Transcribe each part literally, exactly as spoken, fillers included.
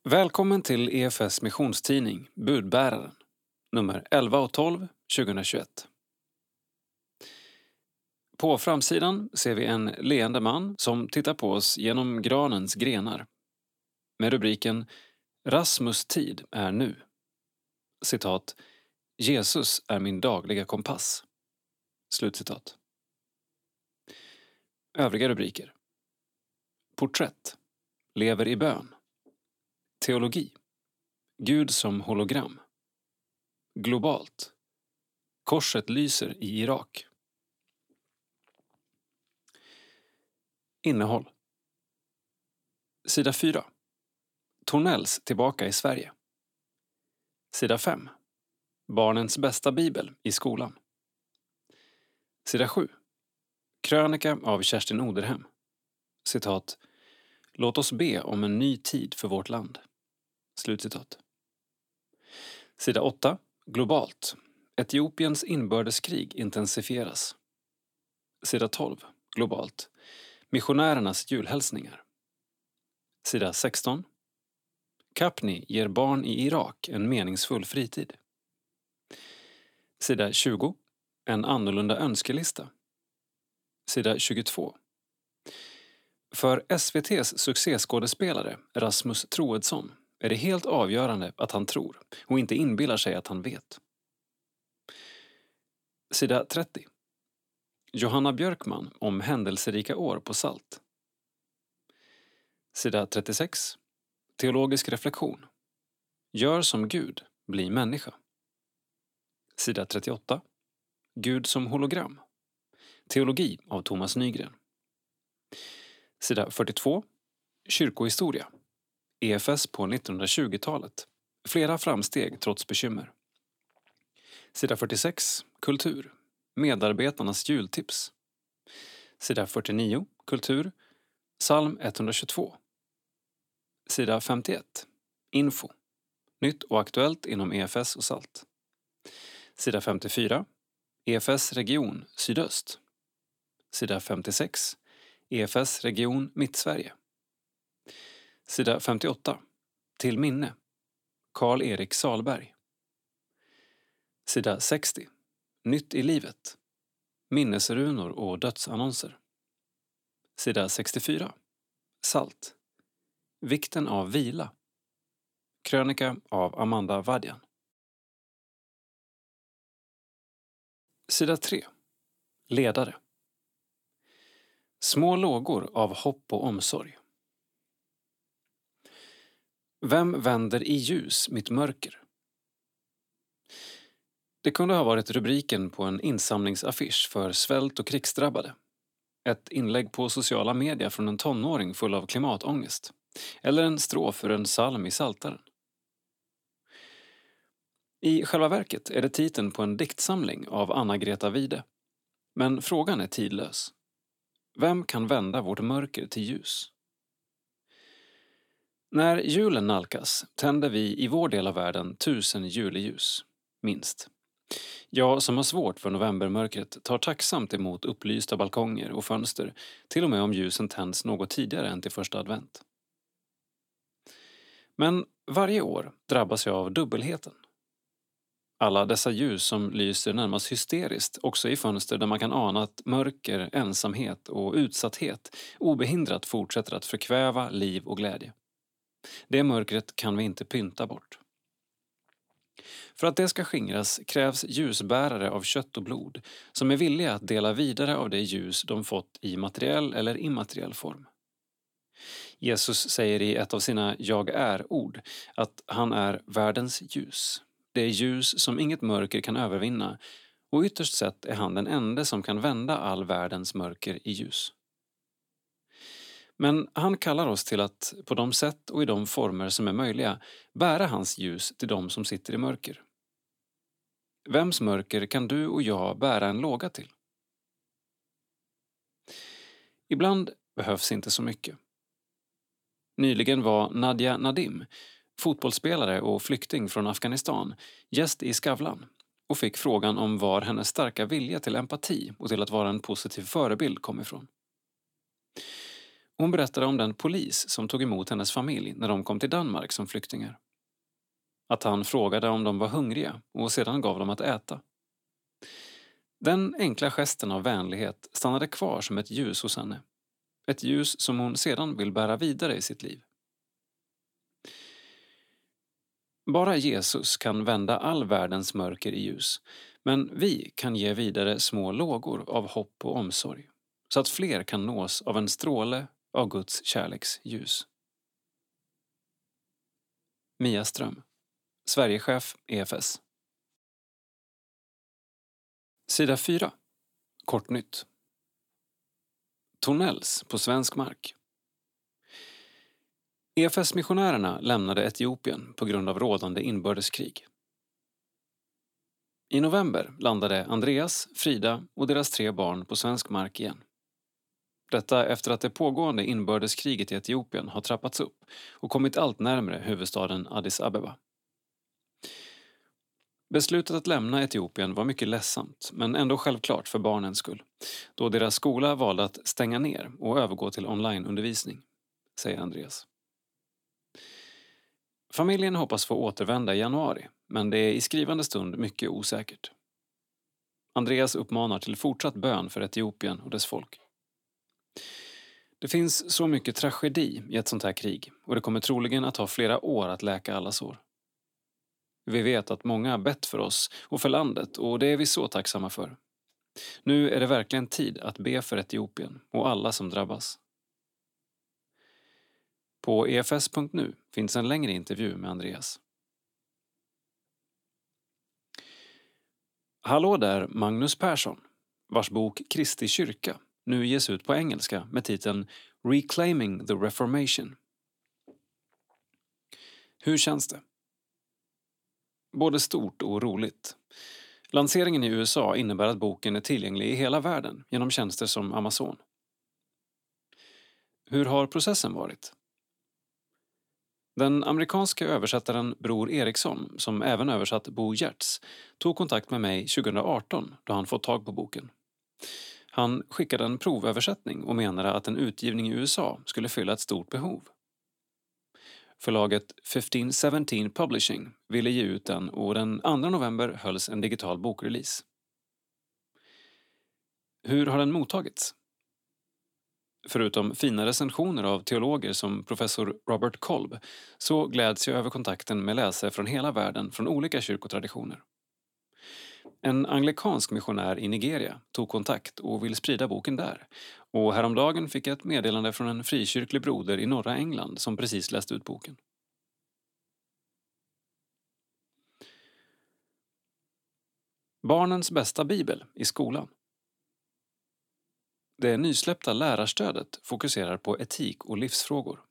Välkommen till E F S missionstidning Budbäraren, nummer elva och tolv tjugohundratjugoett. På framsidan ser vi en leende man som tittar på oss genom granens grenar. Med rubriken Rasmus tid är nu. Citat: Jesus är min dagliga kompass. Slutcitat. Övriga rubriker: Porträtt. Lever i bön. Teologi. Gud som hologram. Globalt. Korset lyser i Irak. Innehåll. Sida fyra. Tornells tillbaka i Sverige. Sida fem. Barnens bästa bibel i skolan. Sida sju. Krönika av Kerstin Oderhem. Citat: Låt oss be om en ny tid för vårt land. Slutcitat. Sida åtta. Globalt. Etiopiens inbördeskrig intensifieras. Sida tolv. Globalt. Missionärernas julhälsningar. Sida sexton. Kapni ger barn i Irak en meningsfull fritid. Sida tjugo. En annorlunda önskelista. Sida tjugotvå. För S V T:s succéskådespelare Rasmus Troedsson är det helt avgörande att han tror och inte inbillar sig att han vet. Sida trettio. Johanna Björkman om händelserika år på Salt. Sida trettiosex. Teologisk reflektion. Gör som Gud, bli människa. Sida trettioåtta. Gud som hologram. Teologi av Thomas Nygren. Sida fyrtiotvå. Kyrkohistoria. E F S på nittonhundratjugotalet. Flera framsteg trots bekymmer. Sida fyrtiosex. Kultur. Medarbetarnas jultips. Sida fyrtionio. Kultur. Psalm etthundratjugotvå. Sida femtioett. Info. Nytt och aktuellt inom E F S och Salt. Sida femtiofyra. E F S region Sydöst. Sida femtiosex. E F S region Mittsverige. Sida femtioåtta. Till minne. Karl-Erik Salberg. Sida sextio. Nytt i livet. Minnesrunor och dödsannonser. Sida sextiofyra. Salt. Vikten av vila. Krönika av Amanda Vadjan. Sida tre. Ledare. Små lågor av hopp och omsorg. Vem vänder i ljus mitt mörker? Det kunde ha varit rubriken på en insamlingsaffisch för svält- och krigsdrabbade. Ett inlägg på sociala medier från en tonåring full av klimatångest. Eller en strof ur en psalm i Psaltaren. I själva verket är det titeln på en diktsamling av Anna-Greta Wide. Men frågan är tidlös. Vem kan vända vårt mörker till ljus? När julen nalkas tänder vi i vår del av världen tusen juleljus, minst. Jag som har svårt för novembermörkret tar tacksamt emot upplysta balkonger och fönster, till och med om ljusen tänds något tidigare än till första advent. Men varje år drabbas jag av dubbelheten. Alla dessa ljus som lyser närmast hysteriskt, också i fönster där man kan ana att mörker, ensamhet och utsatthet obehindrat fortsätter att förkväva liv och glädje. Det mörkret kan vi inte pynta bort. För att det ska skingras krävs ljusbärare av kött och blod som är villiga att dela vidare av det ljus de fått i materiell eller immateriell form. Jesus säger i ett av sina jag är-ord att han är världens ljus. Det är ljus som inget mörker kan övervinna och ytterst sett är han den enda som kan vända all världens mörker i ljus. Men han kallar oss till att på de sätt och i de former som är möjliga bära hans ljus till de som sitter i mörker. Vems mörker kan du och jag bära en låga till? Ibland behövs inte så mycket. Nyligen var Nadia Nadim, fotbollsspelare och flykting från Afghanistan, gäst i Skavlan och fick frågan om var hennes starka vilja till empati och till att vara en positiv förebild kom ifrån. Hon berättade om den polis som tog emot hennes familj när de kom till Danmark som flyktingar. Att han frågade om de var hungriga och sedan gav dem att äta. Den enkla gesten av vänlighet stannade kvar som ett ljus hos henne. Ett ljus som hon sedan vill bära vidare i sitt liv. Bara Jesus kan vända all världens mörker i ljus, men vi kan ge vidare små lågor av hopp och omsorg, så att fler kan nås av en stråle av Guds kärleks ljus. Mia Ström, Sverigechef E F S. Sida fyra. Kortnytt. Tornells på svensk mark. E F S-missionärerna lämnade Etiopien på grund av rådande inbördeskrig. I november landade Andreas, Frida och deras tre barn på svensk mark igen. Detta efter att det pågående inbördeskriget i Etiopien har trappats upp och kommit allt närmare huvudstaden Addis Abeba. Beslutet att lämna Etiopien var mycket ledsamt, men ändå självklart för barnens skull, då deras skola valde att stänga ner och övergå till onlineundervisning, säger Andreas. Familjen hoppas få återvända i januari, men det är i skrivande stund mycket osäkert. Andreas uppmanar till fortsatt bön för Etiopien och dess folk. Det finns så mycket tragedi i ett sånt här krig och det kommer troligen att ta flera år att läka alla sår. Vi vet att många har bett för oss och för landet och det är vi så tacksamma för. Nu är det verkligen tid att be för Etiopien och alla som drabbas. På E F S punkt nu finns en längre intervju med Andreas. Hallå där, Magnus Persson, vars bok Kristi kyrka nu ges ut på engelska med titeln Reclaiming the Reformation. Hur känns det? Både stort och roligt. Lanseringen i U S A innebär att boken är tillgänglig i hela världen genom tjänster som Amazon. Hur har processen varit? Den amerikanska översättaren Bror Eriksson, som även översatt Bo Giertz, tog kontakt med mig tjugoarton då han fått tag på boken. Han skickade en provöversättning och menade att en utgivning i U S A skulle fylla ett stort behov. Förlaget femton sjutton Publishing ville ge ut den och den andra november hölls en digital bokrelease. Hur har den mottagits? Förutom fina recensioner av teologer som professor Robert Kolb så gläds jag över kontakten med läsare från hela världen från olika kyrkotraditioner. En anglikansk missionär i Nigeria tog kontakt och vill sprida boken där. Och häromdagen fick jag ett meddelande från en frikyrklig broder i norra England som precis läst ut boken. Barnens bästa bibel i skolan. Det nysläppta lärarstödet fokuserar på etik och livsfrågor.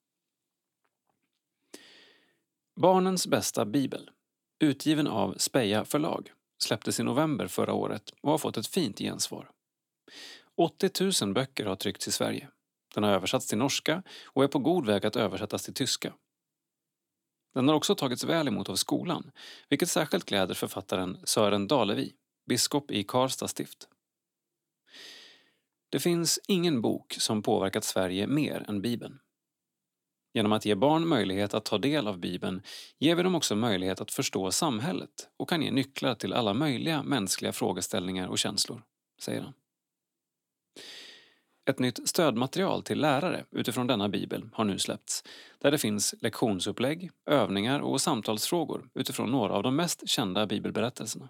Barnens bästa bibel, utgiven av Speja förlag, släpptes i november förra året och har fått ett fint gensvar. åttio tusen böcker har tryckts i Sverige. Den har översatts till norska och är på god väg att översättas till tyska. Den har också tagits väl emot av skolan, vilket särskilt gläder författaren Sören Dalevi, biskop i Karlstad stift. Det finns ingen bok som påverkat Sverige mer än Bibeln. Genom att ge barn möjlighet att ta del av Bibeln ger vi dem också möjlighet att förstå samhället och kan ge nycklar till alla möjliga mänskliga frågeställningar och känslor, säger han. Ett nytt stödmaterial till lärare utifrån denna bibel har nu släppts, där det finns lektionsupplägg, övningar och samtalsfrågor utifrån några av de mest kända bibelberättelserna.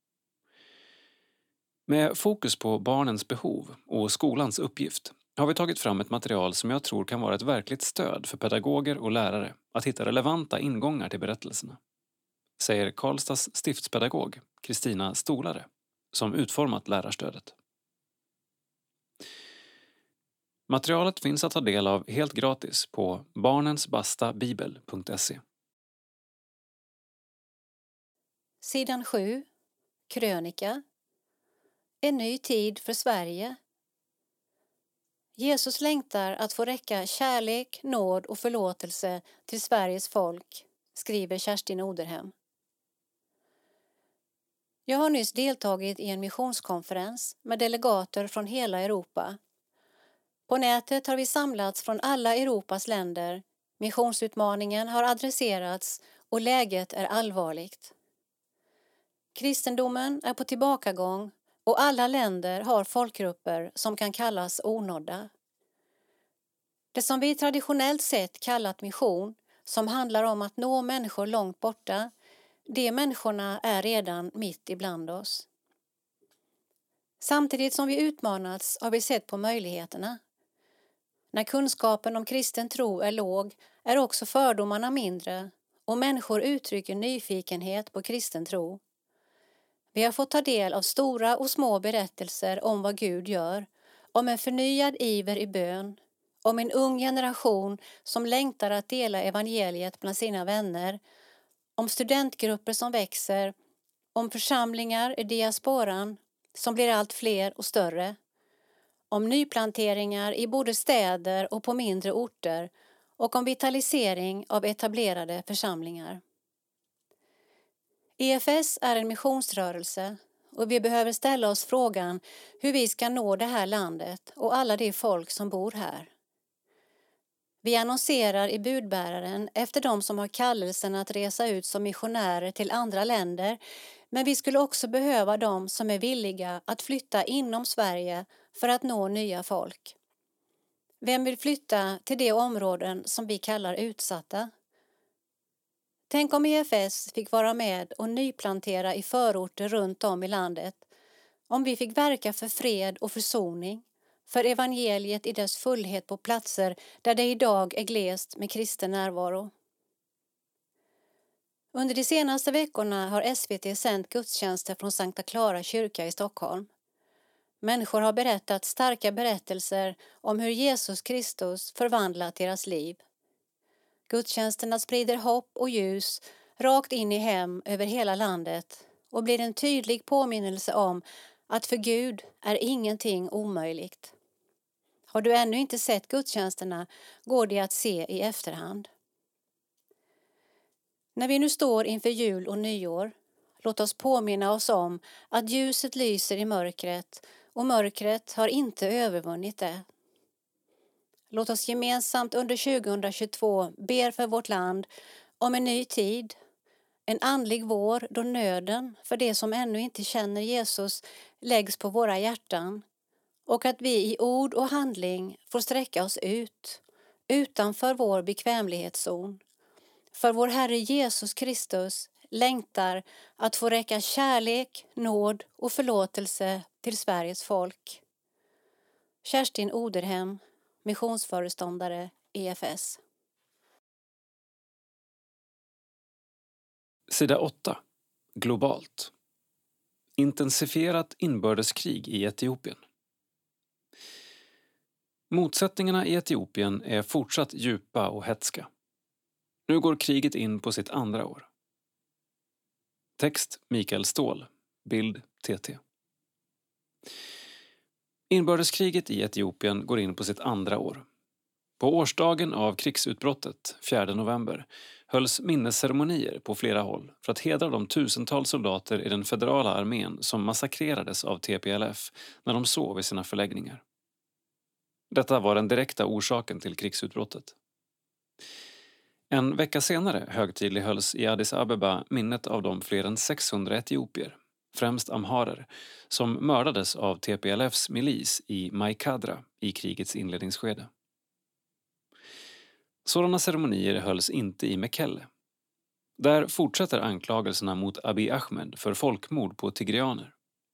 Med fokus på barnens behov och skolans uppgift har vi tagit fram ett material som jag tror kan vara ett verkligt stöd för pedagoger och lärare att hitta relevanta ingångar till berättelserna, säger Karlstads stiftspedagog Kristina Stolare, som utformat lärarstödet. Materialet finns att ta del av helt gratis på barnensbastabibel punkt se. Sidan sju. Krönika. En ny tid för Sverige. Jesus längtar att få räcka kärlek, nåd och förlåtelse till Sveriges folk, skriver Kerstin Oderhem. Jag har nyss deltagit i en missionskonferens med delegater från hela Europa. På nätet har vi samlats från alla Europas länder. Missionsutmaningen har adresserats och läget är allvarligt. Kristendomen är på tillbakagång och alla länder har folkgrupper som kan kallas onådda. Det som vi traditionellt sett kallat mission, som handlar om att nå människor långt borta, de människorna är redan mitt ibland oss. Samtidigt som vi utmanats har vi sett på möjligheterna. När kunskapen om kristen tro är låg är också fördomarna mindre och människor uttrycker nyfikenhet på kristen tro. Vi har fått ta del av stora och små berättelser om vad Gud gör, om en förnyad iver i bön, om en ung generation som längtar att dela evangeliet bland sina vänner, om studentgrupper som växer, om församlingar i diasporan som blir allt fler och större, om nyplanteringar i både städer och på mindre orter och om vitalisering av etablerade församlingar. E F S är en missionsrörelse och vi behöver ställa oss frågan hur vi ska nå det här landet och alla de folk som bor här. Vi annonserar i budbäraren efter de som har kallelsen att resa ut som missionärer till andra länder, men vi skulle också behöva de som är villiga att flytta inom Sverige för att nå nya folk. Vem vill flytta till de områden som vi kallar utsatta? Tänk om E F S fick vara med och nyplantera i förorter runt om i landet. Om vi fick verka för fred och försoning, för evangeliet i dess fullhet på platser där det idag är glest med kristen närvaro. Under de senaste veckorna har S V T sänt gudstjänster från Sankta Clara kyrka i Stockholm. Människor har berättat starka berättelser om hur Jesus Kristus förvandlat deras liv. Gudstjänsterna sprider hopp och ljus rakt in i hem över hela landet och blir en tydlig påminnelse om att för Gud är ingenting omöjligt. Har du ännu inte sett gudstjänsterna går det att se i efterhand. När vi nu står inför jul och nyår, låt oss påminna oss om att ljuset lyser i mörkret och mörkret har inte övervunnit det. Låt oss gemensamt under tjugohundratjugotvå be för vårt land om en ny tid, en andlig vår då nöden för det som ännu inte känner Jesus läggs på våra hjärtan och att vi i ord och handling får sträcka oss ut, utanför vår bekvämlighetszon. För vår Herre Jesus Kristus längtar att få räcka kärlek, nåd och förlåtelse till Sveriges folk. Kerstin Oderhem, missionsföreståndare E F S. Sida åtta. Globalt. Intensifierat inbördeskrig i Etiopien. Motsättningarna i Etiopien är fortsatt djupa och hätska. Nu går kriget in på sitt andra år. Text Mikael Ståhl. Bild T T. Inbördeskriget i Etiopien går in på sitt andra år. På årsdagen av krigsutbrottet, fjärde november, hölls minnesceremonier på flera håll för att hedra de tusentals soldater i den federala armén som massakrerades av T P L F när de sov i sina förläggningar. Detta var den direkta orsaken till krigsutbrottet. En vecka senare högtidlighölls i Addis Abeba minnet av de fler än sexhundra etiopier, främst amharer, som mördades av T P L Fs milis i Maikadra i krigets inledningsskede. Sådana ceremonier hölls inte i Mekelle. Där fortsätter anklagelserna mot Abiy Ahmed för folkmord på tigreaner.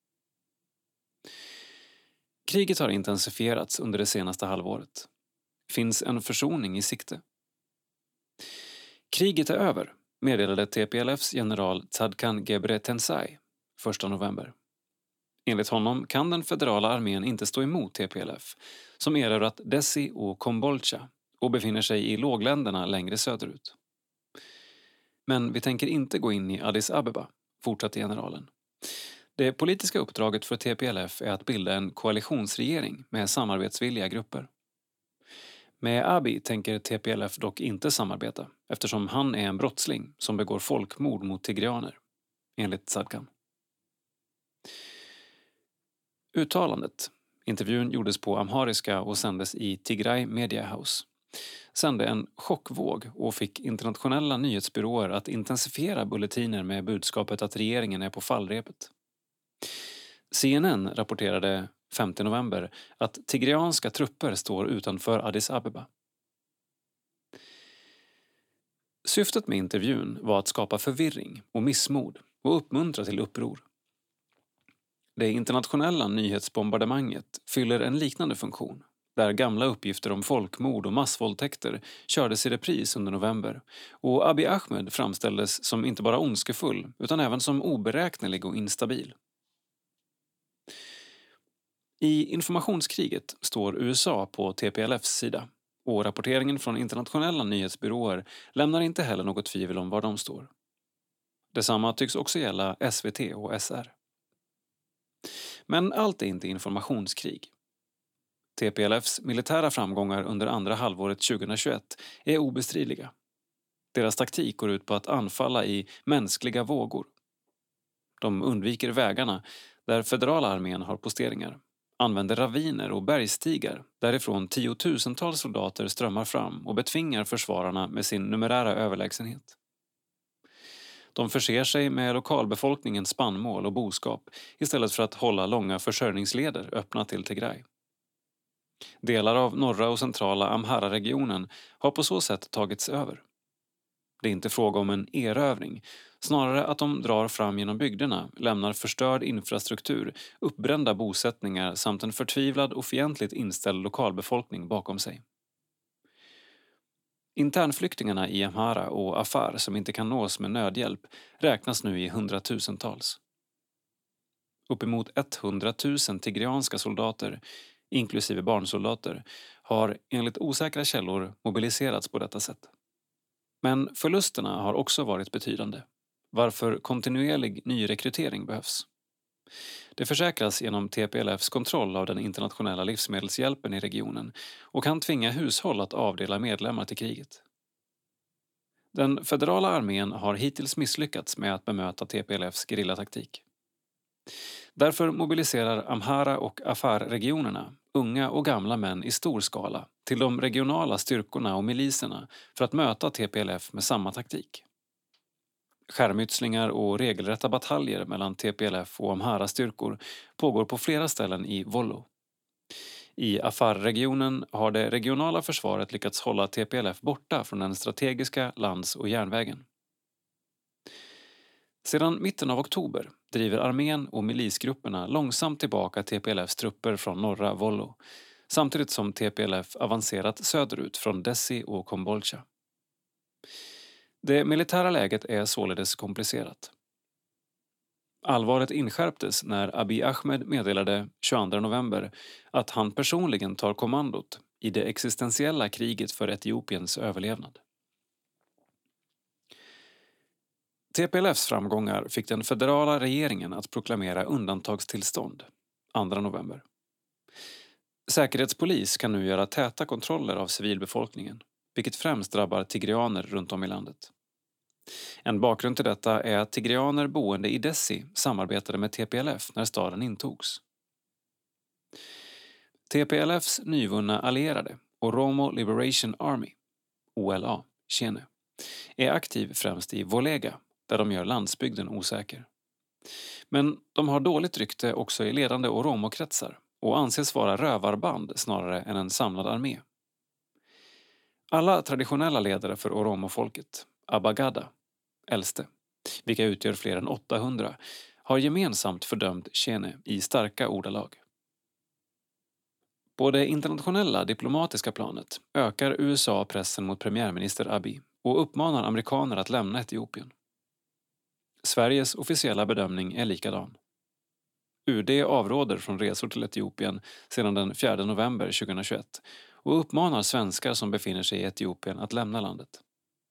Kriget har intensifierats under det senaste halvåret. Finns en försoning i sikte? Kriget är över, meddelade T P L Fs general Tzadkan Gebre Tensai första november. Enligt honom kan den federala armén inte stå emot T P L F, som erövrat Dessi och Kombolcha och befinner sig i lågländerna längre söderut. Men vi tänker inte gå in i Addis Abeba, fortsatte generalen. Det politiska uppdraget för T P L F är att bilda en koalitionsregering med samarbetsvilliga grupper. Med Abiy tänker T P L F dock inte samarbeta eftersom han är en brottsling som begår folkmord mot tigreaner, enligt Tzadkan. Uttalandet, Intervjun gjordes på amhariska och sändes i Tigray Media House. Sände en chockvåg och fick internationella nyhetsbyråer att intensifiera bulletiner med budskapet att regeringen är på fallrepet. C N N rapporterade femte november att tigreanska trupper står utanför Addis Abeba. Syftet med intervjun var att skapa förvirring och missmod och uppmuntra till uppror. Det internationella nyhetsbombardemanget fyller en liknande funktion, där gamla uppgifter om folkmord och massvåldtäkter kördes i repris under november och Abiy Ahmed framställdes som inte bara ondskefull utan även som oberäknelig och instabil. I informationskriget står U S A på T P L F:s sida och rapporteringen från internationella nyhetsbyråer lämnar inte heller något tvivel om var de står. Detsamma tycks också gälla S V T och S R. Men allt är inte informationskrig. T P L F:s militära framgångar under andra halvåret tjugohundratjugoett är obestridliga. Deras taktik går ut på att anfalla i mänskliga vågor. De undviker vägarna där federala armén har posteringar, använder raviner och bergstigar därifrån tiotusentals soldater strömmar fram och betvingar försvararna med sin numerära överlägsenhet. De förser sig med lokalbefolkningens spannmål och boskap istället för att hålla långa försörjningsleder öppna till Tigray. Delar av norra och centrala Amhara-regionen har på så sätt tagits över. Det är inte fråga om en erövring, snarare att de drar fram genom bygderna, lämnar förstörd infrastruktur, uppbrända bosättningar samt en förtvivlad och fientligt inställd lokalbefolkning bakom sig. Internflyktingarna i Amhara och Afar som inte kan nås med nödhjälp räknas nu i hundratusentals. Uppemot hundratusen tigreanska soldater, inklusive barnsoldater, har enligt osäkra källor mobiliserats på detta sätt. Men förlusterna har också varit betydande, varför kontinuerlig nyrekrytering behövs. Det försäkras genom T P L F:s kontroll av den internationella livsmedelshjälpen i regionen och kan tvinga hushåll att avdela medlemmar till kriget. Den federala armén har hittills misslyckats med att bemöta T P L F:s gerillataktik. Därför mobiliserar Amhara och Afar-regionerna unga och gamla män i stor skala till de regionala styrkorna och miliserna för att möta T P L F med samma taktik. Skärmytslingar och regelrätta bataljer mellan T P L F och Amhara-styrkor pågår på flera ställen i Wollo. I Afar-regionen har det regionala försvaret lyckats hålla T P L F borta från den strategiska lands- och järnvägen. Sedan mitten av oktober driver armén och milisgrupperna långsamt tillbaka T P L F:s trupper från norra Wollo, samtidigt som T P L F avancerat söderut från Dessie och Kombolcha. Det militära läget är således komplicerat. Allvaret inskärptes när Abiy Ahmed meddelade tjugoandra november att han personligen tar kommandot i det existentiella kriget för Etiopiens överlevnad. T P L F:s framgångar fick den federala regeringen att proklamera undantagstillstånd andra november. Säkerhetspolis kan nu göra täta kontroller av civilbefolkningen, vilket främst drabbar tigreaner runt om i landet. En bakgrund till detta är att tigreaner boende i Dessie samarbetade med T P L F när staden intogs. T P L F:s nyvunna allierade, Oromo Liberation Army, O L A, Shene, är aktiv främst i Volega, där de gör landsbygden osäker. Men de har dåligt rykte också i ledande Oromo-kretsar och anses vara rövarband snarare än en samlad armé. Alla traditionella ledare för Oromo-folket, Abagada, äldste, vilka utgör fler än åttahundra, har gemensamt fördömt Shene i starka ordalag. På det internationella diplomatiska planet ökar U S A pressen mot premiärminister Abiy och uppmanar amerikaner att lämna Etiopien. Sveriges officiella bedömning är likadan. U D avråder från resor till Etiopien sedan den fjärde november tjugohundratjugoett och uppmanar svenskar som befinner sig i Etiopien att lämna landet.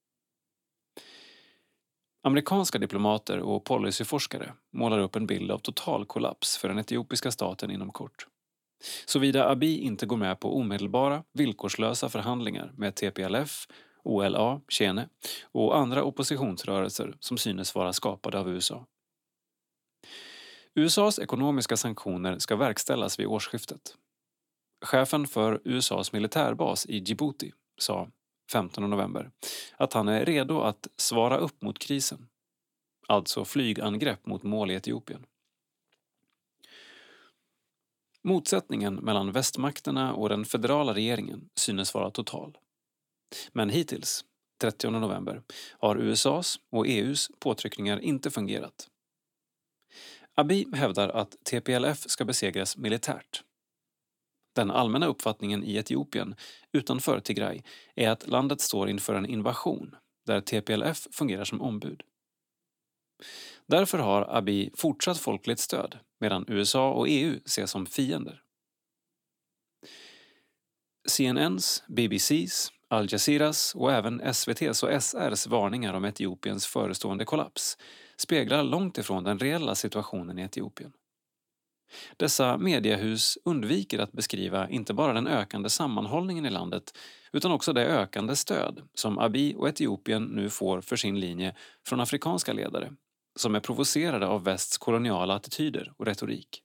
Amerikanska diplomater och policyforskare målar upp en bild av total kollaps för den etiopiska staten inom kort. Såvida Abiy inte går med på omedelbara, villkorslösa förhandlingar med T P L F, O L A, Shene och andra oppositionsrörelser som synes vara skapade av U S A. U S As ekonomiska sanktioner ska verkställas vid årsskiftet Chefen för U S As militärbas i Djibouti sa femtonde november att han är redo att svara upp mot krisen, alltså flygangrepp mot mål i Etiopien. Motsättningen mellan västmakterna och den federala regeringen synes vara total. Men hittills, trettionde november, har U S As och E U:s påtryckningar inte fungerat. Abiy hävdar att T P L F ska besegras militärt. Den allmänna uppfattningen i Etiopien utanför Tigray är att landet står inför en invasion där T P L F fungerar som ombud. Därför har Abiy fortsatt folkligt stöd medan U S A och E U ses som fiender. C N N:s, B B C:s, Al Jazeeras och även S V T:s och S R:s varningar om Etiopiens förestående kollaps speglar långt ifrån den reella situationen i Etiopien. Dessa mediehus undviker att beskriva inte bara den ökande sammanhållningen i landet utan också det ökande stöd som Abiy och Etiopien nu får för sin linje från afrikanska ledare som är provocerade av västs koloniala attityder och retorik.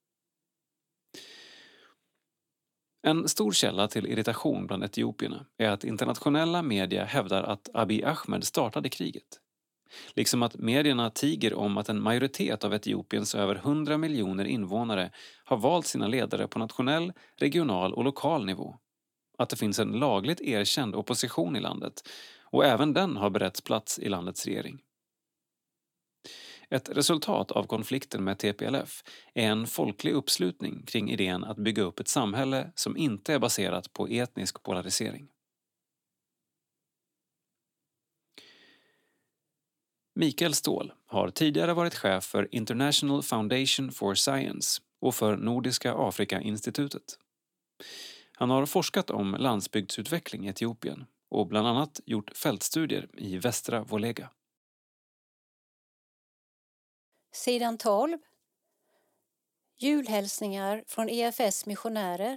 En stor källa till irritation bland etiopierna är att internationella media hävdar att Abiy Ahmed startade kriget. Liksom att medierna tiger om att en majoritet av Etiopiens över hundra miljoner invånare har valt sina ledare på nationell, regional och lokal nivå. Att det finns en lagligt erkänd opposition i landet och även den har beretts plats i landets regering. Ett resultat av konflikten med T P L F är en folklig uppslutning kring idén att bygga upp ett samhälle som inte är baserat på etnisk polarisering. Mikael Ståhl har tidigare varit chef för International Foundation for Science och för Nordiska Afrika-institutet. Han har forskat om landsbygdsutveckling i Etiopien och bland annat gjort fältstudier i västra Volega. Sidan tolv. Julhälsningar från E F S missionärer.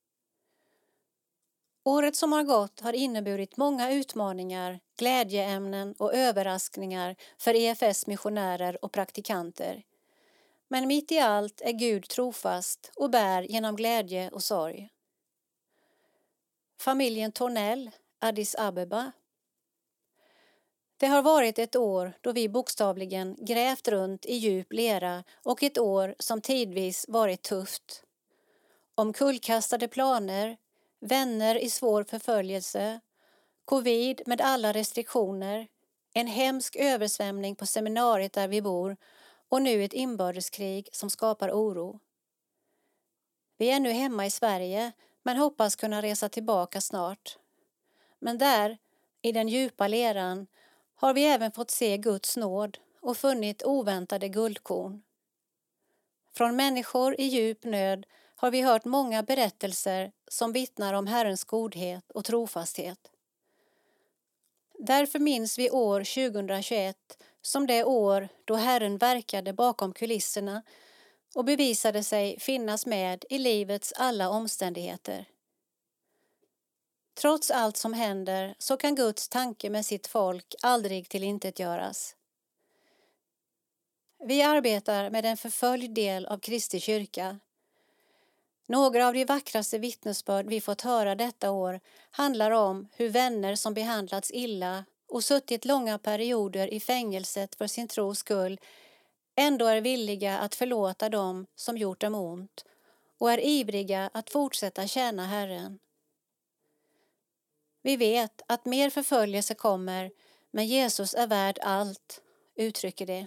Året som har gått har inneburit många utmaningar, glädjeämnen och överraskningar för E F S missionärer och praktikanter. Men mitt i allt är Gud trofast och bär genom glädje och sorg. Familjen Tornell, Addis Abeba. Det har varit ett år då vi bokstavligen grävt runt i djup lera och ett år som tidvis varit tufft. Omkullkastade planer, vänner i svår förföljelse, covid med alla restriktioner, en hemsk översvämning på seminariet där vi bor och nu ett inbördeskrig som skapar oro. Vi är nu hemma i Sverige men hoppas kunna resa tillbaka snart. Men där, i den djupa leran, har vi även fått se Guds nåd och funnit oväntade guldkorn. Från människor i djup nöd har vi hört många berättelser som vittnar om Herrens godhet och trofasthet. Därför minns vi år tjugohundratjugoett som det år då Herren verkade bakom kulisserna och bevisade sig finnas med i livets alla omständigheter. Trots allt som händer så kan Guds tanke med sitt folk aldrig tillintetgöras. Vi arbetar med en förföljd del av Kristi kyrka. Några av de vackraste vittnesbörd vi fått höra detta år handlar om hur vänner som behandlats illa och suttit långa perioder i fängelset för sin tros skull ändå är villiga att förlåta dem som gjort dem ont och är ivriga att fortsätta tjäna Herren. Vi vet att mer förföljelse kommer, men Jesus är värd allt, uttrycker det.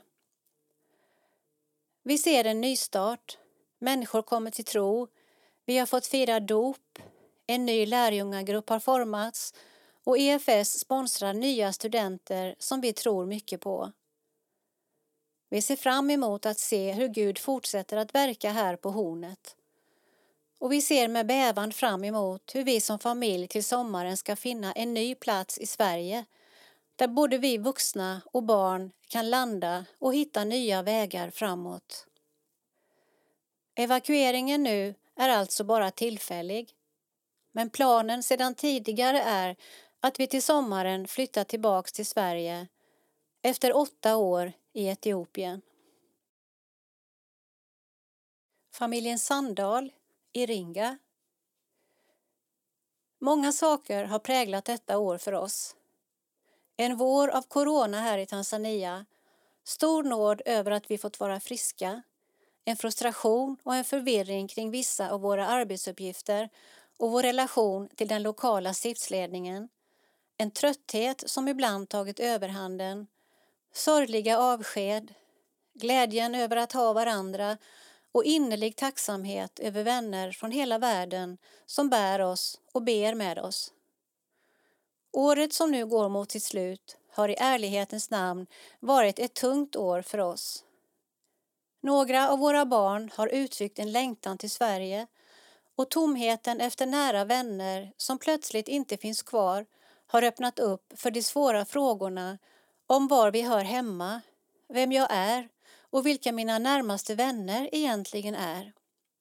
Vi ser en nystart. Människor kommer till tro. Vi har fått fira dop. En ny lärjungagrupp har formats och E F S sponsrar nya studenter som vi tror mycket på. Vi ser fram emot att se hur Gud fortsätter att verka här på Hornet. Och vi ser med bävan fram emot hur vi som familj till sommaren ska finna en ny plats i Sverige där både vi vuxna och barn kan landa och hitta nya vägar framåt. Evakueringen nu är alltså bara tillfällig. Men planen sedan tidigare är att vi till sommaren flyttar tillbaks till Sverige efter åtta år i Etiopien. Familjen Sandahl, Iringa. Många saker har präglat detta år för oss. En vår av corona här i Tanzania, stor nåd över att vi fått vara friska, en frustration och en förvirring kring vissa av våra arbetsuppgifter och vår relation till den lokala stiftsledningen, en trötthet som ibland tagit överhanden, sorgliga avsked, glädjen över att ha varandra och innerlig tacksamhet över vänner från hela världen som bär oss och ber med oss. Året som nu går mot sitt slut har i ärlighetens namn varit ett tungt år för oss. Några av våra barn har uttryckt en längtan till Sverige och tomheten efter nära vänner som plötsligt inte finns kvar har öppnat upp för de svåra frågorna om var vi hör hemma, vem jag är och vilka mina närmaste vänner egentligen är.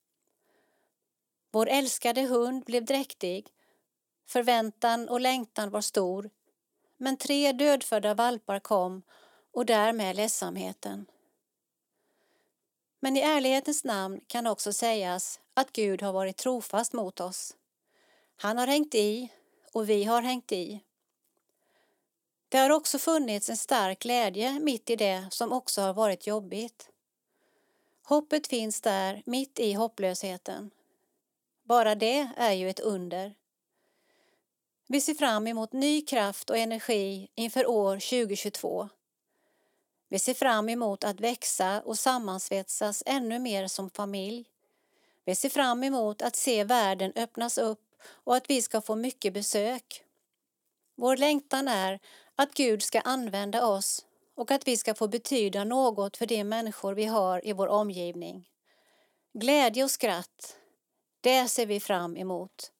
Vår älskade hund blev dräktig, förväntan och längtan var stor, men tre dödfödda valpar kom och därmed ledsamheten. Men i ärlighetens namn kan också sägas att Gud har varit trofast mot oss. Han har hängt i och vi har hängt i. Det har också funnits en stark glädje mitt i det som också har varit jobbigt. Hoppet finns där mitt i hopplösheten. Bara det är ju ett under. Vi ser fram emot ny kraft och energi inför år tjugohundratjugotvå. Vi ser fram emot att växa och sammansvetsas ännu mer som familj. Vi ser fram emot att se världen öppnas upp och att vi ska få mycket besök. Vår längtan är att Gud ska använda oss och att vi ska få betyda något för de människor vi har i vår omgivning. Glädje och skratt, det ser vi fram emot.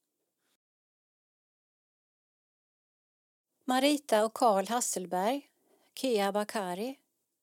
Marita och Karl Hasselberg, Kia Bakari.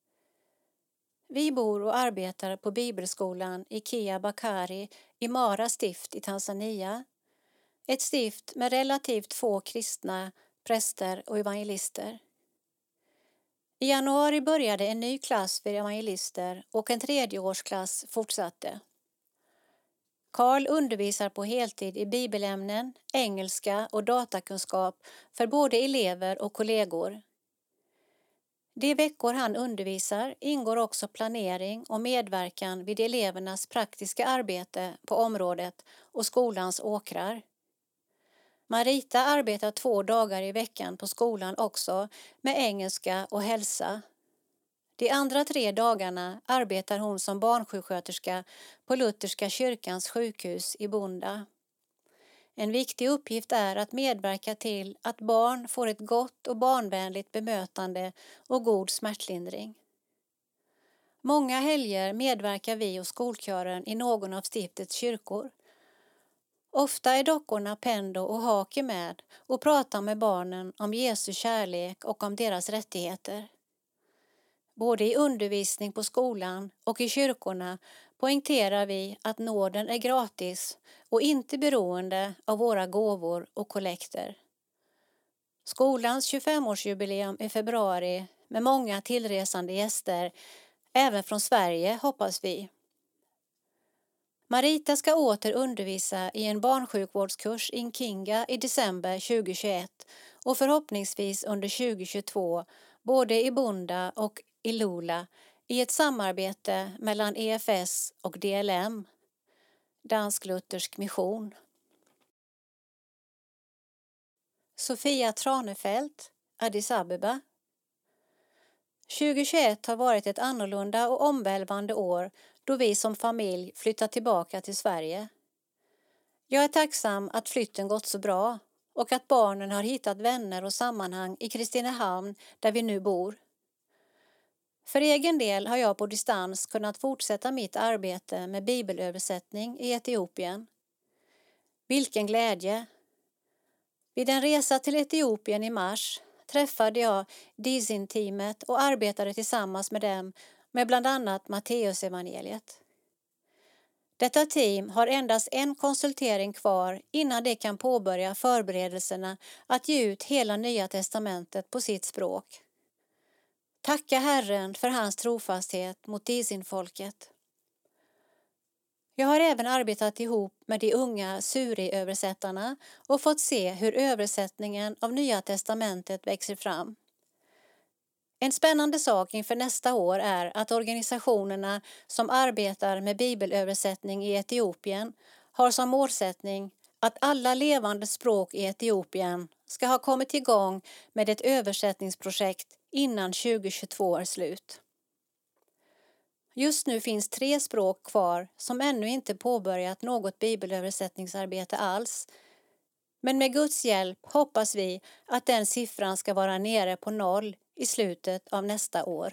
Vi bor och arbetar på bibelskolan i Kia Bakari i Mara stift i Tanzania. Ett stift med relativt få kristna, präster och evangelister. I januari började en ny klass för evangelister och en tredjeårsklass fortsatte. Karl undervisar på heltid i bibelämnen, engelska och datakunskap för både elever och kollegor. De veckor han undervisar ingår också planering och medverkan vid elevernas praktiska arbete på området och skolans åkrar. Marita arbetar två dagar i veckan på skolan också med engelska och hälsa. De andra tre dagarna arbetar hon som barnsjuksköterska på Lutherska kyrkans sjukhus i Bunda. En viktig uppgift är att medverka till att barn får ett gott och barnvänligt bemötande och god smärtlindring. Många helger medverkar vi och skolkören i någon av stiftets kyrkor. Ofta är dockorna Pendo och Haki med och pratar med barnen om Jesu kärlek och om deras rättigheter. Både i undervisning på skolan och i kyrkorna poängterar vi att nåden är gratis och inte beroende av våra gåvor och kollekter. Skolans tjugofemårsjubileum i februari med många tillresande gäster, även från Sverige hoppas vi. Marita ska åter undervisa i en barnsjukvårdskurs i Nkinga i december tjugohundratjugoett och förhoppningsvis under tjugohundratjugotvå både i Bunda och i Lula i ett samarbete mellan E F S och D L M, Dansk Luthersk Mission. Sofia Tranefelt, Addis Abeba. tjugohundratjugoett har varit ett annorlunda och omvälvande år då vi som familj flyttat tillbaka till Sverige. Jag är tacksam att flytten gått så bra och att barnen har hittat vänner och sammanhang i Kristinehamn där vi nu bor. För egen del har jag på distans kunnat fortsätta mitt arbete med bibelöversättning i Etiopien. Vilken glädje! Vid en resa till Etiopien i mars träffade jag Dizin-teamet och arbetade tillsammans med dem med bland annat Matteusevangeliet. Detta team har endast en konsultering kvar innan de kan påbörja förberedelserna att ge ut hela Nya testamentet på sitt språk. Tacka Herren för hans trofasthet mot Dizin-folket. Jag har även arbetat ihop med de unga Suri-översättarna och fått se hur översättningen av Nya testamentet växer fram. En spännande sak inför nästa år är att organisationerna som arbetar med bibelöversättning i Etiopien har som målsättning att alla levande språk i Etiopien ska ha kommit igång med ett översättningsprojekt innan tjugohundratjugotvå är slut. Just nu finns tre språk kvar som ännu inte påbörjat något bibelöversättningsarbete alls. Men med Guds hjälp hoppas vi att den siffran ska vara nere på noll i slutet av nästa år.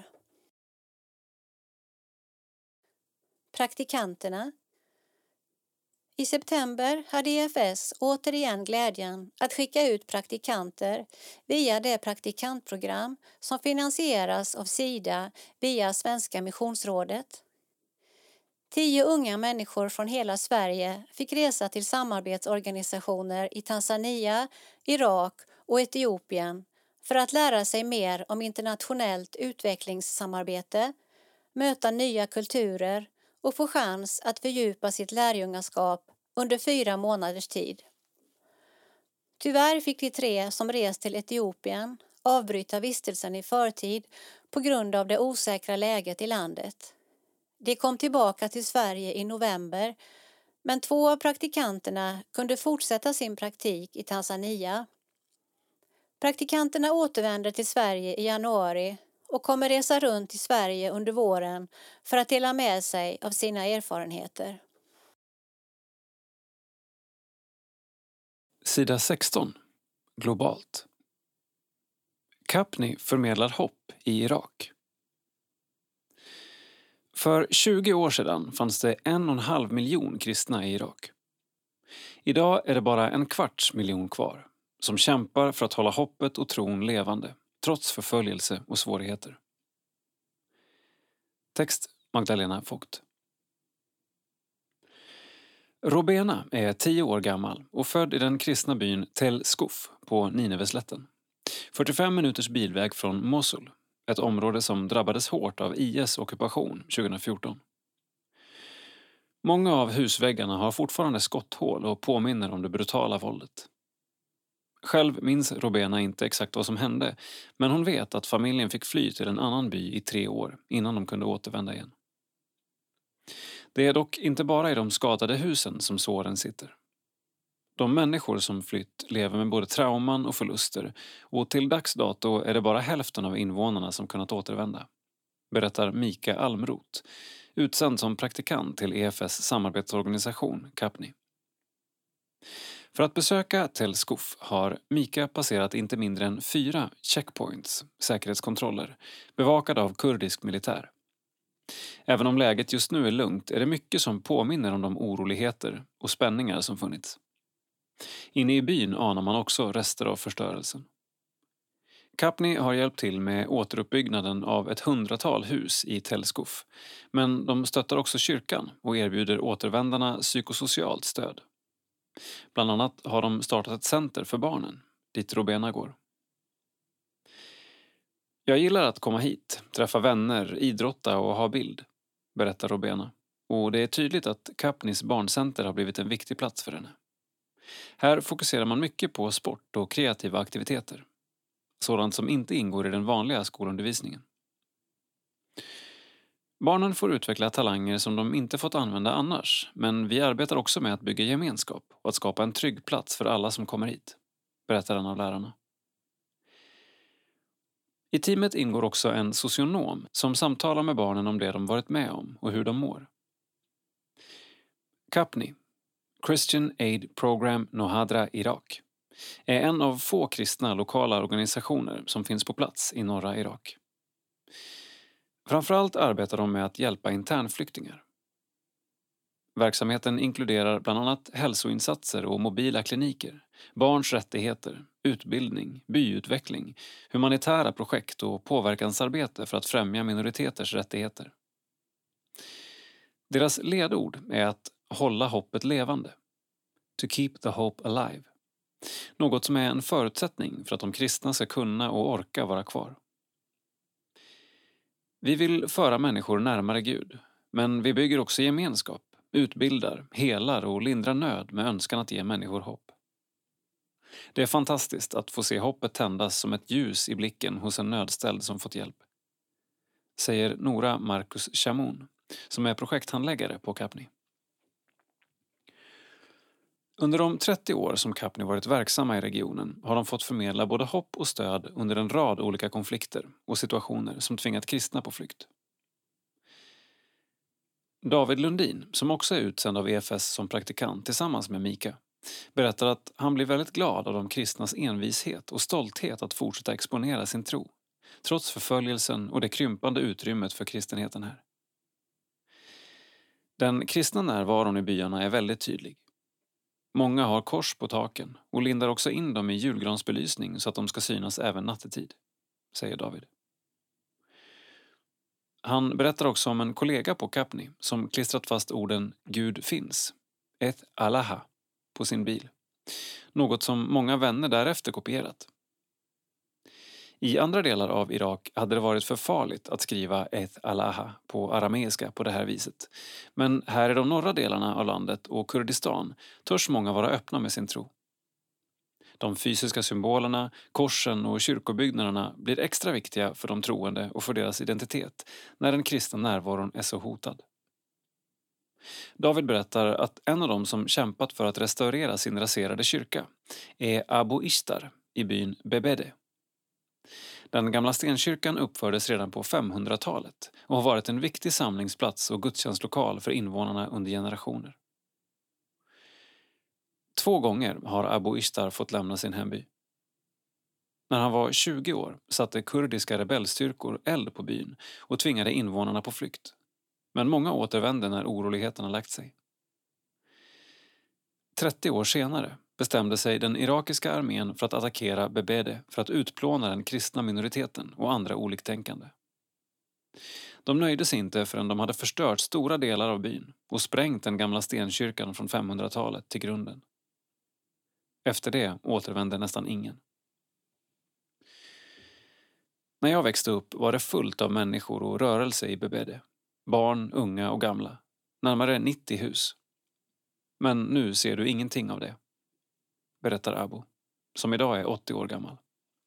Praktikanterna. I september hade E F S återigen glädjen att skicka ut praktikanter via det praktikantprogram som finansieras av Sida via Svenska Missionsrådet. Tio unga människor från hela Sverige fick resa till samarbetsorganisationer i Tanzania, Irak och Etiopien för att lära sig mer om internationellt utvecklingssamarbete, möta nya kulturer och få chans att fördjupa sitt lärjungaskap under fyra månaders tid. Tyvärr fick de tre som rest till Etiopien avbryta vistelsen i förtid på grund av det osäkra läget i landet. De kom tillbaka till Sverige i november, men två av praktikanterna kunde fortsätta sin praktik i Tanzania. Praktikanterna återvänder till Sverige i januari och kommer resa runt i Sverige under våren för att dela med sig av sina erfarenheter. Sida sexton. Globalt. Kapni förmedlar hopp i Irak. För tjugo år sedan fanns det en och en halv miljon kristna i Irak. Idag är det bara en kvarts miljon kvar som kämpar för att hålla hoppet och tron levande trots förföljelse och svårigheter. Text Magdalena Vogt. Robena är tio år gammal och född i den kristna byn Tel Skuf på Nineveslätten. fyrtiofem minuters bilväg från Mosul, ett område som drabbades hårt av I S ockupation tjugohundrafjorton. Många av husväggarna har fortfarande skotthål och påminner om det brutala våldet. Själv minns Robena inte exakt vad som hände, men hon vet att familjen fick fly till en annan by i tre år innan de kunde återvända igen. Det är dock inte bara i de skadade husen som såren sitter. De människor som flytt lever med både trauman och förluster och till dags dato är det bara hälften av invånarna som kunnat återvända, berättar Mika Almroth, utsänd som praktikant till E F S samarbetsorganisation Kapni. För att besöka Tel Skuf har Mika passerat inte mindre än fyra checkpoints, säkerhetskontroller, bevakade av kurdisk militär. Även om läget just nu är lugnt är det mycket som påminner om de oroligheter och spänningar som funnits. Inne i byn anar man också rester av förstörelsen. Kapni har hjälpt till med återuppbyggnaden av ett hundratal hus i Tel Skuf, men de stöttar också kyrkan och erbjuder återvändarna psykosocialt stöd. Bland annat har de startat ett center för barnen, dit Robena går. Jag gillar att komma hit, träffa vänner, idrotta och ha bild, berättar Robena. Och det är tydligt att Kapnis barncenter har blivit en viktig plats för henne. Här fokuserar man mycket på sport och kreativa aktiviteter. Sådant som inte ingår i den vanliga skolundervisningen. Barnen får utveckla talanger som de inte fått använda annars, men vi arbetar också med att bygga gemenskap och att skapa en trygg plats för alla som kommer hit, berättar en av lärarna. I teamet ingår också en socionom som samtalar med barnen om det de varit med om och hur de mår. Kapni, Christian Aid Program Nohadra Irak, är en av få kristna lokala organisationer som finns på plats i norra Irak. Framförallt arbetar de med att hjälpa internflyktingar. Verksamheten inkluderar bland annat hälsoinsatser och mobila kliniker, barns rättigheter, utbildning, byutveckling, humanitära projekt och påverkansarbete för att främja minoriteters rättigheter. Deras ledord är att hålla hoppet levande. To keep the hope alive. Något som är en förutsättning för att de kristna ska kunna och orka vara kvar. Vi vill föra människor närmare Gud, men vi bygger också gemenskap, utbildar, helar och lindrar nöd med önskan att ge människor hopp. Det är fantastiskt att få se hoppet tändas som ett ljus i blicken hos en nödställd som fått hjälp, säger Nora Marcus Chamoun, som är projekthandläggare på Capni. Under de trettio år som Capni varit verksamma i regionen har de fått förmedla både hopp och stöd under en rad olika konflikter och situationer som tvingat kristna på flykt. David Lundin, som också är utsänd av E F S som praktikant tillsammans med Mika, berättar att han blir väldigt glad av de kristnas envishet och stolthet att fortsätta exponera sin tro, trots förföljelsen och det krympande utrymmet för kristenheten här. Den kristna närvaron i byarna är väldigt tydlig. Många har kors på taken och lindar också in dem i julgransbelysning så att de ska synas även nattetid, säger David. Han berättar också om en kollega på Capni som klistrat fast orden Gud finns, ett Allaha, på sin bil. Något som många vänner därefter kopierat. I andra delar av Irak hade det varit för farligt att skriva ett Allaha på arameiska på det här viset. Men här i de norra delarna av landet och Kurdistan törs många vara öppna med sin tro. De fysiska symbolerna, korsen och kyrkobyggnaderna blir extra viktiga för de troende och för deras identitet när den kristna närvaron är så hotad. David berättar att en av dem som kämpat för att restaurera sin raserade kyrka är Abu Ishtar i byn Bebede. Den gamla stenkyrkan uppfördes redan på femhundratalet och har varit en viktig samlingsplats och gudstjänstlokal för invånarna under generationer. Två gånger har Abu Ishtar fått lämna sin hemby. När han var tjugo år satte kurdiska rebellstyrkor eld på byn och tvingade invånarna på flykt. Men många återvände när oroligheterna lagt sig. trettio år senare bestämde sig den irakiska armén för att attackera Bebede för att utplåna den kristna minoriteten och andra oliktänkande. De nöjde sig inte förrän de hade förstört stora delar av byn och sprängt den gamla stenkyrkan från femhundratalet till grunden. Efter det återvände nästan ingen. När jag växte upp var det fullt av människor och rörelse i Bebede. Barn, unga och gamla. Närmare nittio hus. Men nu ser du ingenting av det, berättar Abu, som idag är åttio år gammal.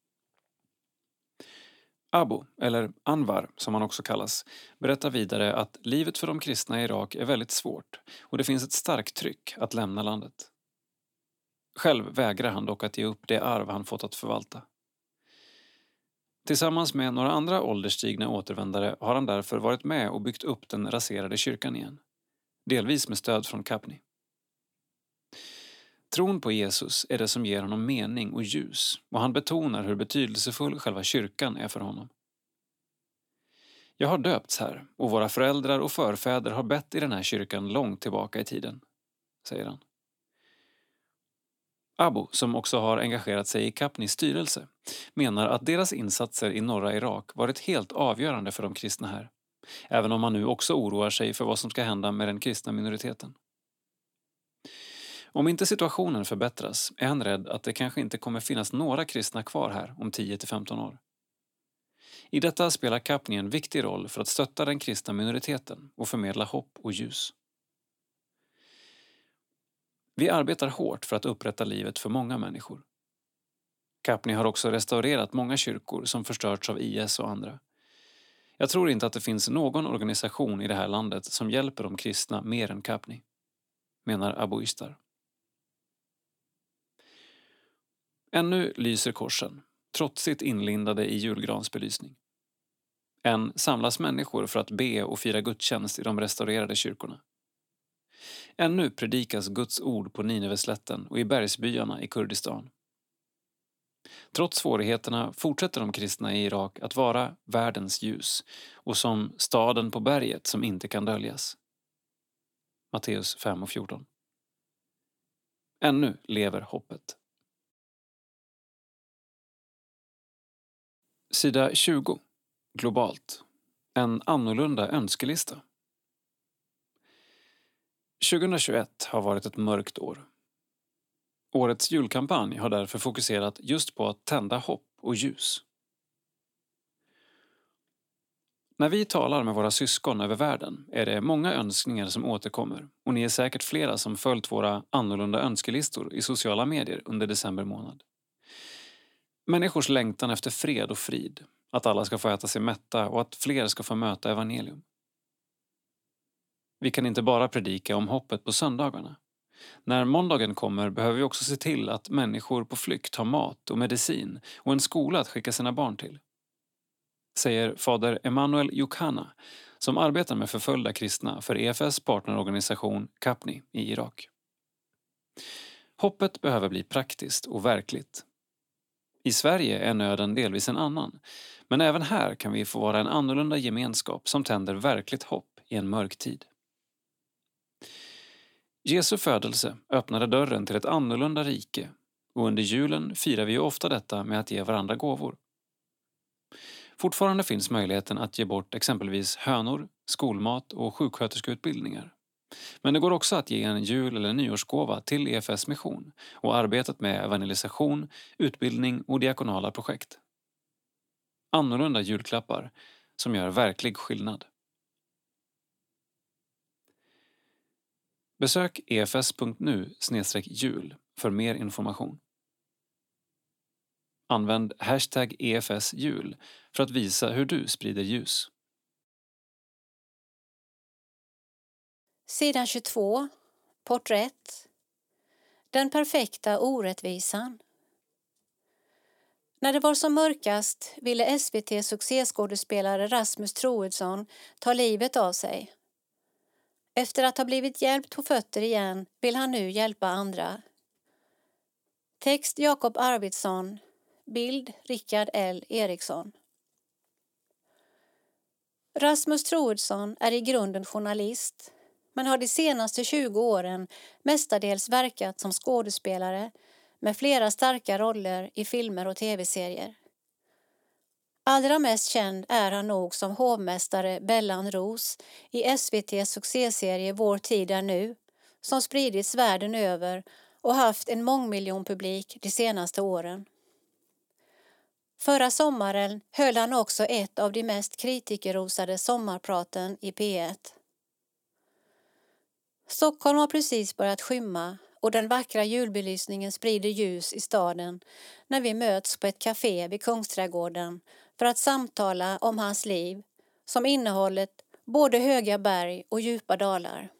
Abu, eller Anwar som han också kallas, berättar vidare att livet för de kristna i Irak är väldigt svårt och det finns ett starkt tryck att lämna landet. Själv vägrar han dock att ge upp det arv han fått att förvalta. Tillsammans med några andra ålderstigna återvändare har han därför varit med och byggt upp den raserade kyrkan igen. Delvis med stöd från Capni. Tron på Jesus är det som ger honom mening och ljus och han betonar hur betydelsefull själva kyrkan är för honom. Jag har döpts här och våra föräldrar och förfäder har bett i den här kyrkan långt tillbaka i tiden, säger han. Abu, som också har engagerat sig i Capnis styrelse, menar att deras insatser i norra Irak varit helt avgörande för de kristna här, även om man nu också oroar sig för vad som ska hända med den kristna minoriteten. Om inte situationen förbättras är han rädd att det kanske inte kommer finnas några kristna kvar här om tio till femton år. I detta spelar Capni en viktig roll för att stötta den kristna minoriteten och förmedla hopp och ljus. Vi arbetar hårt för att upprätta livet för många människor. Capni har också restaurerat många kyrkor som förstörts av I S och andra. Jag tror inte att det finns någon organisation i det här landet som hjälper de kristna mer än Capni, menar Abu Ishtar. Ännu lyser korsen, trotsigt inlindade i julgransbelysning. Än samlas människor för att be och fira gudstjänst i de restaurerade kyrkorna. Ännu predikas Guds ord på Nineveslätten och i bergsbyarna i Kurdistan. Trots svårigheterna fortsätter de kristna i Irak att vara världens ljus och som staden på berget som inte kan döljas. Matteus fem och fjorton. Ännu lever hoppet. Sida tjugo. Globalt. En annorlunda önskelista. tjugohundratjugoett har varit ett mörkt år. Årets julkampanj har därför fokuserat just på att tända hopp och ljus. När vi talar med våra syskon över världen är det många önskningar som återkommer och ni är säkert flera som följt våra annorlunda önskelistor i sociala medier under december månad. Människors längtan efter fred och frid, att alla ska få äta sig mätta och att fler ska få möta evangelium. Vi kan inte bara predika om hoppet på söndagarna. När måndagen kommer behöver vi också se till att människor på flykt har mat och medicin och en skola att skicka sina barn till. Säger fader Emanuel Yukhana som arbetar med förföljda kristna för E F S partnerorganisation Kapni i Irak. Hoppet behöver bli praktiskt och verkligt. I Sverige är nöden delvis en annan, men även här kan vi få vara en annorlunda gemenskap som tänder verkligt hopp i en mörk tid. Jesu födelse öppnade dörren till ett annorlunda rike och under julen firar vi ofta detta med att ge varandra gåvor. Fortfarande finns möjligheten att ge bort exempelvis hönor, skolmat och sjuksköterskeutbildningar. Men det går också att ge en jul- eller nyårsgåva till E F S mission och arbetet med evangelisation, utbildning och diakonala projekt. Annorlunda julklappar som gör verklig skillnad. Besök e f s punkt n u snedstreck jul för mer information. Använd hashtag E F S jul för att visa hur du sprider ljus. Sidan tjugotvå. Porträtt. Den perfekta orättvisan. När det var som mörkast ville S V T-succéskådespelare Rasmus Troedsson ta livet av sig. Efter att ha blivit hjälpt på fötter igen vill han nu hjälpa andra. Text Jakob Arvidsson. Bild Rickard L. Eriksson. Rasmus Troedsson är i grunden journalist, men har de senaste tjugo åren mestadels verkat som skådespelare med flera starka roller i filmer och tv-serier. Allra mest känd är han nog som hovmästare Bellan Ros i S V T:s succéserie Vår tid är nu, som spridits världen över och haft en mångmiljonpublik de senaste åren. Förra sommaren höll han också ett av de mest kritikerrosade sommarpraten i P ett. Stockholm har precis börjat skymma och den vackra julbelysningen sprider ljus i staden när vi möts på ett café vid Kungsträdgården för att samtala om hans liv som innehållet både höga berg och djupa dalar.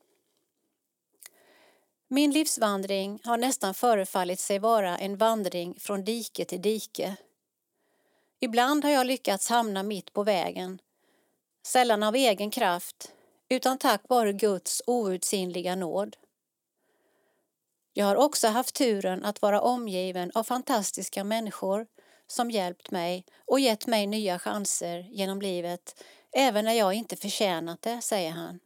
Min livsvandring har nästan förefallit sig vara en vandring från dike till dike. Ibland har jag lyckats hamna mitt på vägen, sällan av egen kraft, utan tack vare Guds outsinliga nåd. Jag har också haft turen att vara omgiven av fantastiska människor som hjälpt mig och gett mig nya chanser genom livet, även när jag inte förtjänat det, säger han.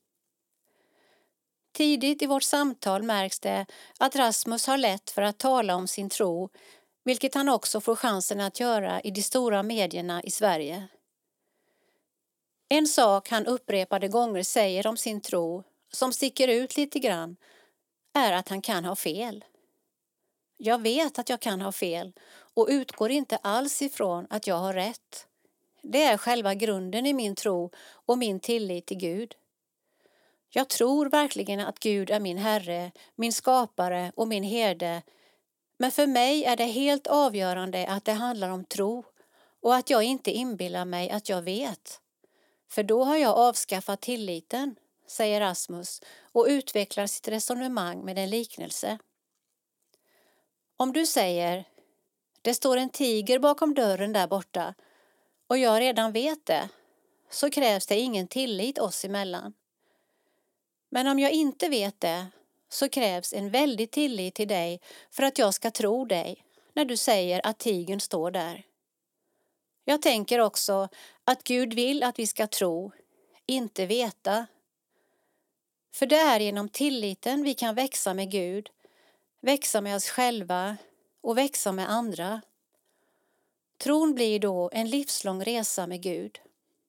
Tidigt i vårt samtal märks det att Rasmus har lätt för att tala om sin tro, vilket han också får chansen att göra i de stora medierna i Sverige. En sak han upprepade gånger säger om sin tro, som sticker ut lite grann, är att han kan ha fel. Jag vet att jag kan ha fel och utgår inte alls ifrån att jag har rätt. Det är själva grunden i min tro och min tillit till Gud. Jag tror verkligen att Gud är min Herre, min skapare och min herde. Men för mig är det helt avgörande att det handlar om tro och att jag inte inbillar mig att jag vet. För då har jag avskaffat tilliten, säger Rasmus och utvecklar sitt resonemang med en liknelse. Om du säger, det står en tiger bakom dörren där borta och jag redan vet det, så krävs det ingen tillit oss emellan. Men om jag inte vet det, så krävs en väldig tillit till dig för att jag ska tro dig när du säger att tigern står där. Jag tänker också att Gud vill att vi ska tro, inte veta. För det är genom tilliten vi kan växa med Gud, växa med oss själva och växa med andra. Tron blir då en livslång resa med Gud.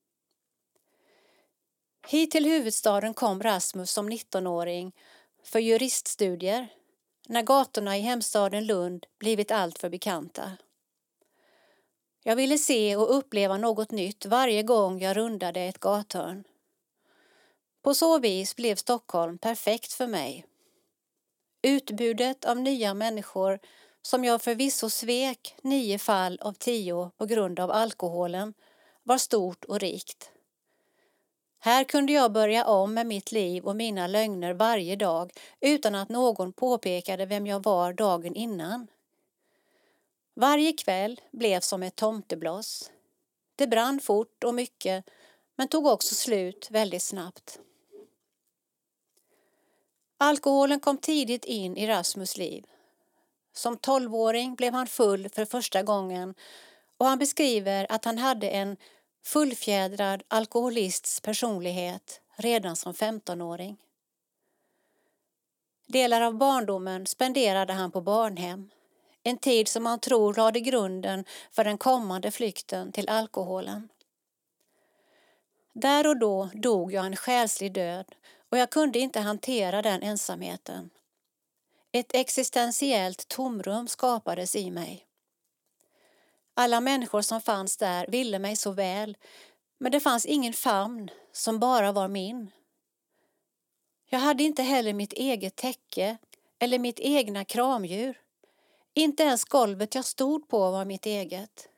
Hit till huvudstaden kom Rasmus som nittonåring för juriststudier när gatorna i hemstaden Lund blivit allt för bekanta. Jag ville se och uppleva något nytt varje gång jag rundade ett gathörn. På så vis blev Stockholm perfekt för mig. Utbudet av nya människor, som jag förvisso svek nio fall av tio på grund av alkoholen, var stort och rikt. Här kunde jag börja om med mitt liv och mina lögner varje dag utan att någon påpekade vem jag var dagen innan. Varje kväll blev som ett tomtebloss. Det brann fort och mycket, men tog också slut väldigt snabbt. Alkoholen kom tidigt in i Rasmus liv. Som tolvåring blev han full för första gången och han beskriver att han hade en fullfjädrad alkoholists personlighet redan som femtonåring. Delar av barndomen spenderade han på barnhem, en tid som han tror lade grunden för den kommande flykten till alkoholen. Där och då dog jag en själslig död och jag kunde inte hantera den ensamheten. Ett existentiellt tomrum skapades i mig. Alla människor som fanns där ville mig så väl, men det fanns ingen famn som bara var min. Jag hade inte heller mitt eget täcke eller mitt egna kramdjur. Inte ens golvet jag stod på var mitt eget.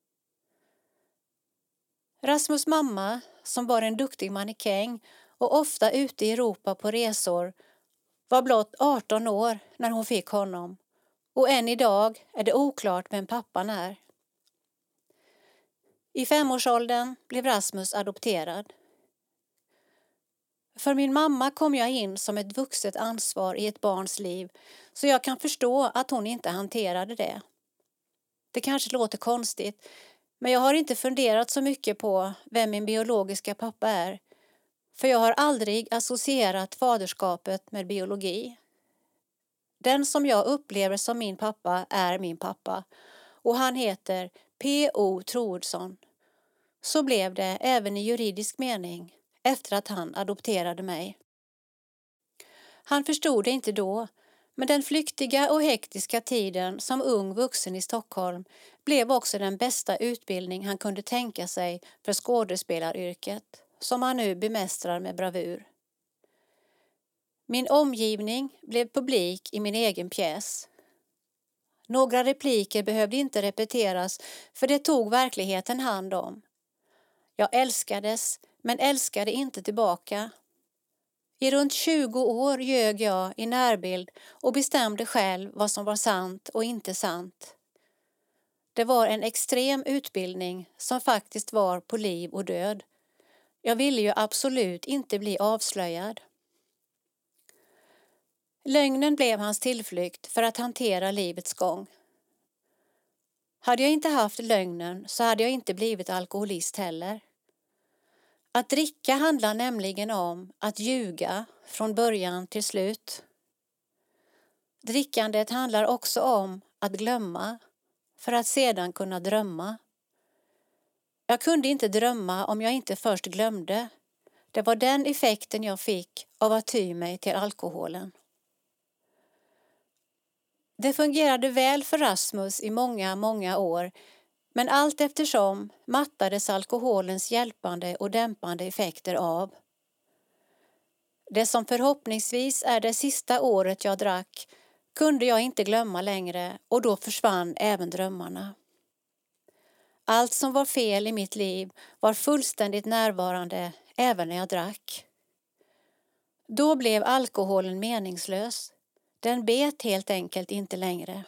Rasmus mamma, som var en duktig mannekäng och ofta ute i Europa på resor, var blott arton år när hon fick honom, och än idag är det oklart vem pappan är. I femårsåldern blev Rasmus adopterad. För min mamma kom jag in som ett vuxet ansvar i ett barns liv, så jag kan förstå att hon inte hanterade det. Det kanske låter konstigt, men jag har inte funderat så mycket på vem min biologiska pappa är, för jag har aldrig associerat faderskapet med biologi. Den som jag upplever som min pappa är min pappa, och han heter P O Troedsson. Så blev det även i juridisk mening efter att han adopterade mig. Han förstod det inte då, men den flyktiga och hektiska tiden som ung vuxen i Stockholm blev också den bästa utbildning han kunde tänka sig för skådespelaryrket, som han nu bemästrar med bravur. Min omgivning blev publik i min egen pjäs. Några repliker behövde inte repeteras, för det tog verkligheten hand om. Jag älskades, men älskade inte tillbaka. I runt tjugo år ljög jag i närbild och bestämde själv vad som var sant och inte sant. Det var en extrem utbildning som faktiskt var på liv och död. Jag ville ju absolut inte bli avslöjad. Lögnen blev hans tillflykt för att hantera livets gång. Hade jag inte haft lögnen så hade jag inte blivit alkoholist heller. Att dricka handlar nämligen om att ljuga från början till slut. Drickandet handlar också om att glömma för att sedan kunna drömma. Jag kunde inte drömma om jag inte först glömde. Det var den effekten jag fick av att ty mig till alkoholen. Det fungerade väl för Rasmus i många, många år, men allt eftersom mattades alkoholens hjälpande och dämpande effekter av. Det som förhoppningsvis är det sista året jag drack kunde jag inte glömma längre, och då försvann även drömmarna. Allt som var fel i mitt liv var fullständigt närvarande även när jag drack. Då blev alkoholen meningslös. Den bet helt enkelt inte längre.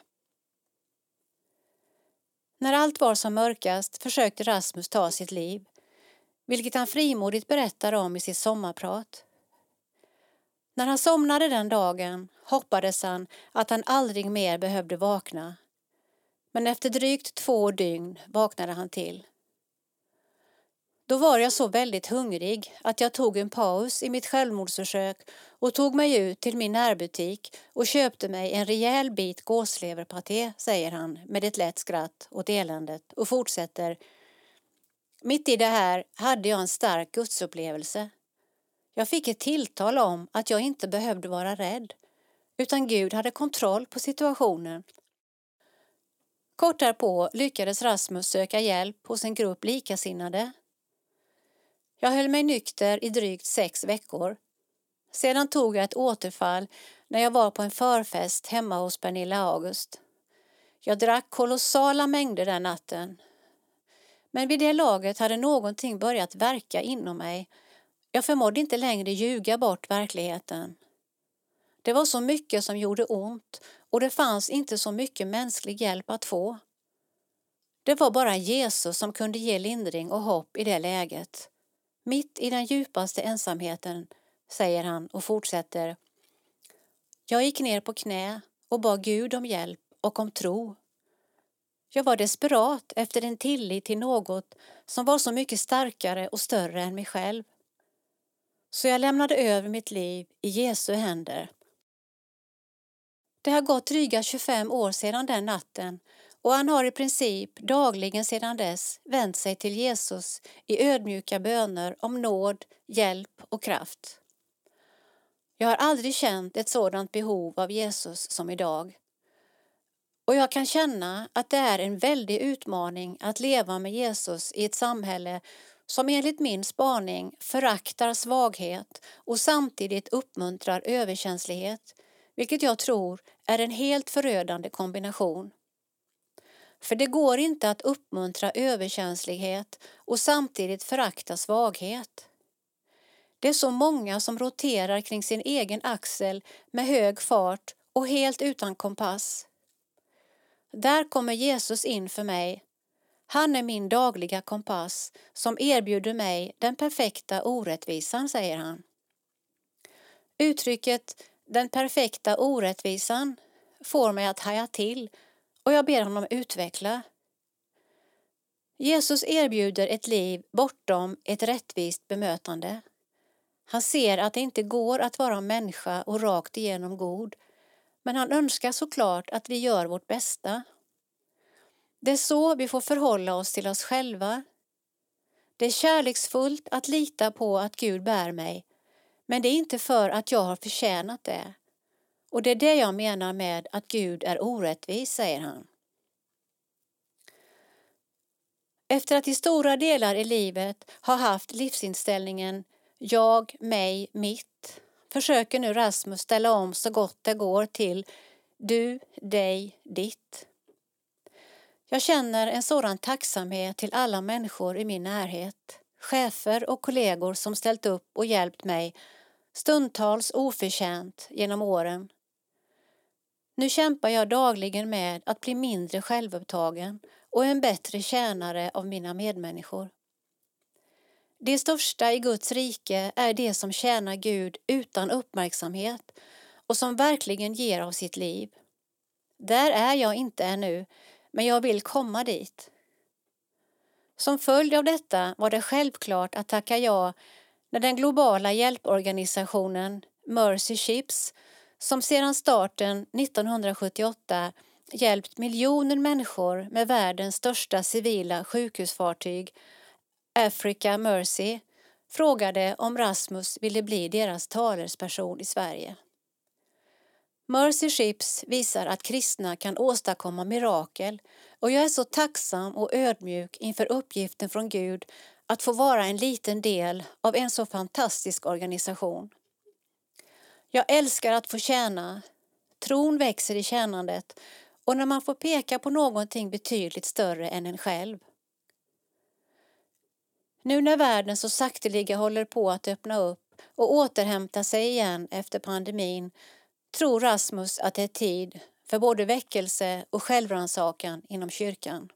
När allt var som mörkast försökte Rasmus ta sitt liv, vilket han frimodigt berättar om i sitt sommarprat. När han somnade den dagen hoppades han att han aldrig mer behövde vakna. Men efter drygt två dygn vaknade han till. Då var jag så väldigt hungrig att jag tog en paus i mitt självmordsförsök och tog mig ut till min närbutik och köpte mig en rejäl bit gåsleverpaté, säger han med ett lätt skratt åt eländet, och fortsätter. Mitt i det här hade jag en stark gudsupplevelse. Jag fick ett tilltal om att jag inte behövde vara rädd, utan Gud hade kontroll på situationen. Kort därpå lyckades Rasmus söka hjälp hos en grupp likasinnade. Jag höll mig nykter i drygt sex veckor. Sedan tog jag ett återfall när jag var på en förfest hemma hos Pernilla August. Jag drack kolossala mängder den natten. Men vid det laget hade någonting börjat verka inom mig. Jag förmådde inte längre ljuga bort verkligheten. Det var så mycket som gjorde ont och det fanns inte så mycket mänsklig hjälp att få. Det var bara Jesus som kunde ge lindring och hopp i det läget. Mitt i den djupaste ensamheten, säger han och fortsätter. Jag gick ner på knä och bad Gud om hjälp och om tro. Jag var desperat efter en tillit till något som var så mycket starkare och större än mig själv. Så jag lämnade över mitt liv i Jesu händer. Det har gått dryga tjugofem år sedan den natten och han har i princip dagligen sedan dess vänt sig till Jesus i ödmjuka böner om nåd, hjälp och kraft. Jag har aldrig känt ett sådant behov av Jesus som idag. Och jag kan känna att det är en väldig utmaning att leva med Jesus i ett samhälle som enligt min spaning föraktar svaghet och samtidigt uppmuntrar överkänslighet, vilket jag tror är en helt förödande kombination. För det går inte att uppmuntra överkänslighet och samtidigt förakta svaghet. Det är så många som roterar kring sin egen axel med hög fart och helt utan kompass. Där kommer Jesus in för mig. Han är min dagliga kompass som erbjuder mig den perfekta orättvisan, säger han. Uttrycket den perfekta orättvisan får mig att haja till och jag ber honom utveckla. Jesus erbjuder ett liv bortom ett rättvist bemötande. Han ser att det inte går att vara människa och rakt igenom god, men han önskar såklart att vi gör vårt bästa. Det är så vi får förhålla oss till oss själva. Det är kärleksfullt att lita på att Gud bär mig, men det är inte för att jag har förtjänat det. Och det är det jag menar med att Gud är orättvis, säger han. Efter att i stora delar i livet ha haft livsinställningen jag, mig, mitt, försöker nu Rasmus ställa om så gott det går till du, dig, ditt. Jag känner en sådan tacksamhet till alla människor i min närhet, chefer och kollegor som ställt upp och hjälpt mig, stundtals oförtjänt genom åren. Nu kämpar jag dagligen med att bli mindre självupptagen och en bättre tjänare av mina medmänniskor. Det största i Guds rike är det som tjänar Gud utan uppmärksamhet och som verkligen ger av sitt liv. Där är jag inte ännu, men jag vill komma dit. Som följd av detta var det självklart att tacka ja när den globala hjälporganisationen Mercy Ships, som sedan starten nittonhundrasjuttioåtta hjälpt miljoner människor med världens största civila sjukhusfartyg, Africa Mercy, frågade om Rasmus ville bli deras talesperson i Sverige. Mercy Ships visar att kristna kan åstadkomma mirakel och jag är så tacksam och ödmjuk inför uppgiften från Gud att få vara en liten del av en så fantastisk organisation. Jag älskar att få tjäna. Tron växer i tjänandet och när man får peka på någonting betydligt större än en själv. Nu när världen så sakteliga håller på att öppna upp och återhämta sig igen efter pandemin tror Rasmus att det är tid för både väckelse och självrannsakan inom kyrkan.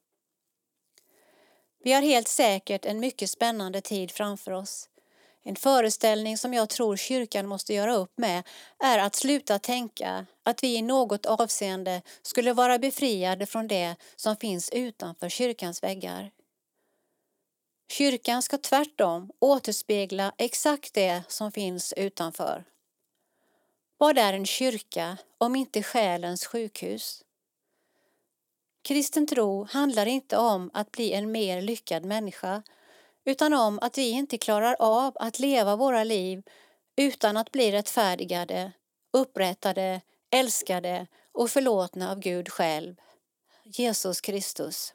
Vi har helt säkert en mycket spännande tid framför oss. En föreställning som jag tror kyrkan måste göra upp med är att sluta tänka att vi i något avseende skulle vara befriade från det som finns utanför kyrkans väggar. Kyrkan ska tvärtom återspegla exakt det som finns utanför. Vad är en kyrka om inte själens sjukhus? Kristen tro handlar inte om att bli en mer lyckad människa, utan om att vi inte klarar av att leva våra liv utan att bli rättfärdigade, upprättade, älskade och förlåtna av Gud själv. Jesus Kristus.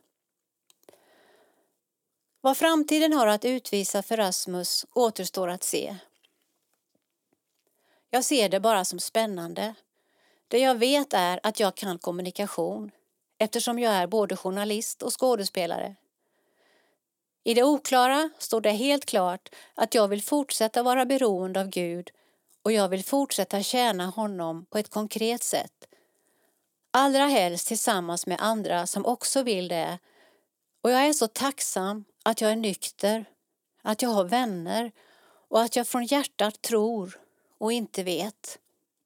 Vad framtiden har att utvisa för Rasmus återstår att se. Jag ser det bara som spännande. Det jag vet är att jag kan kommunikation, eftersom jag är både journalist och skådespelare. I det oklara står det helt klart att jag vill fortsätta vara beroende av Gud och jag vill fortsätta tjäna honom på ett konkret sätt. Allra helst tillsammans med andra som också vill det. Och jag är så tacksam att jag är nykter, att jag har vänner och att jag från hjärtat tror och inte vet.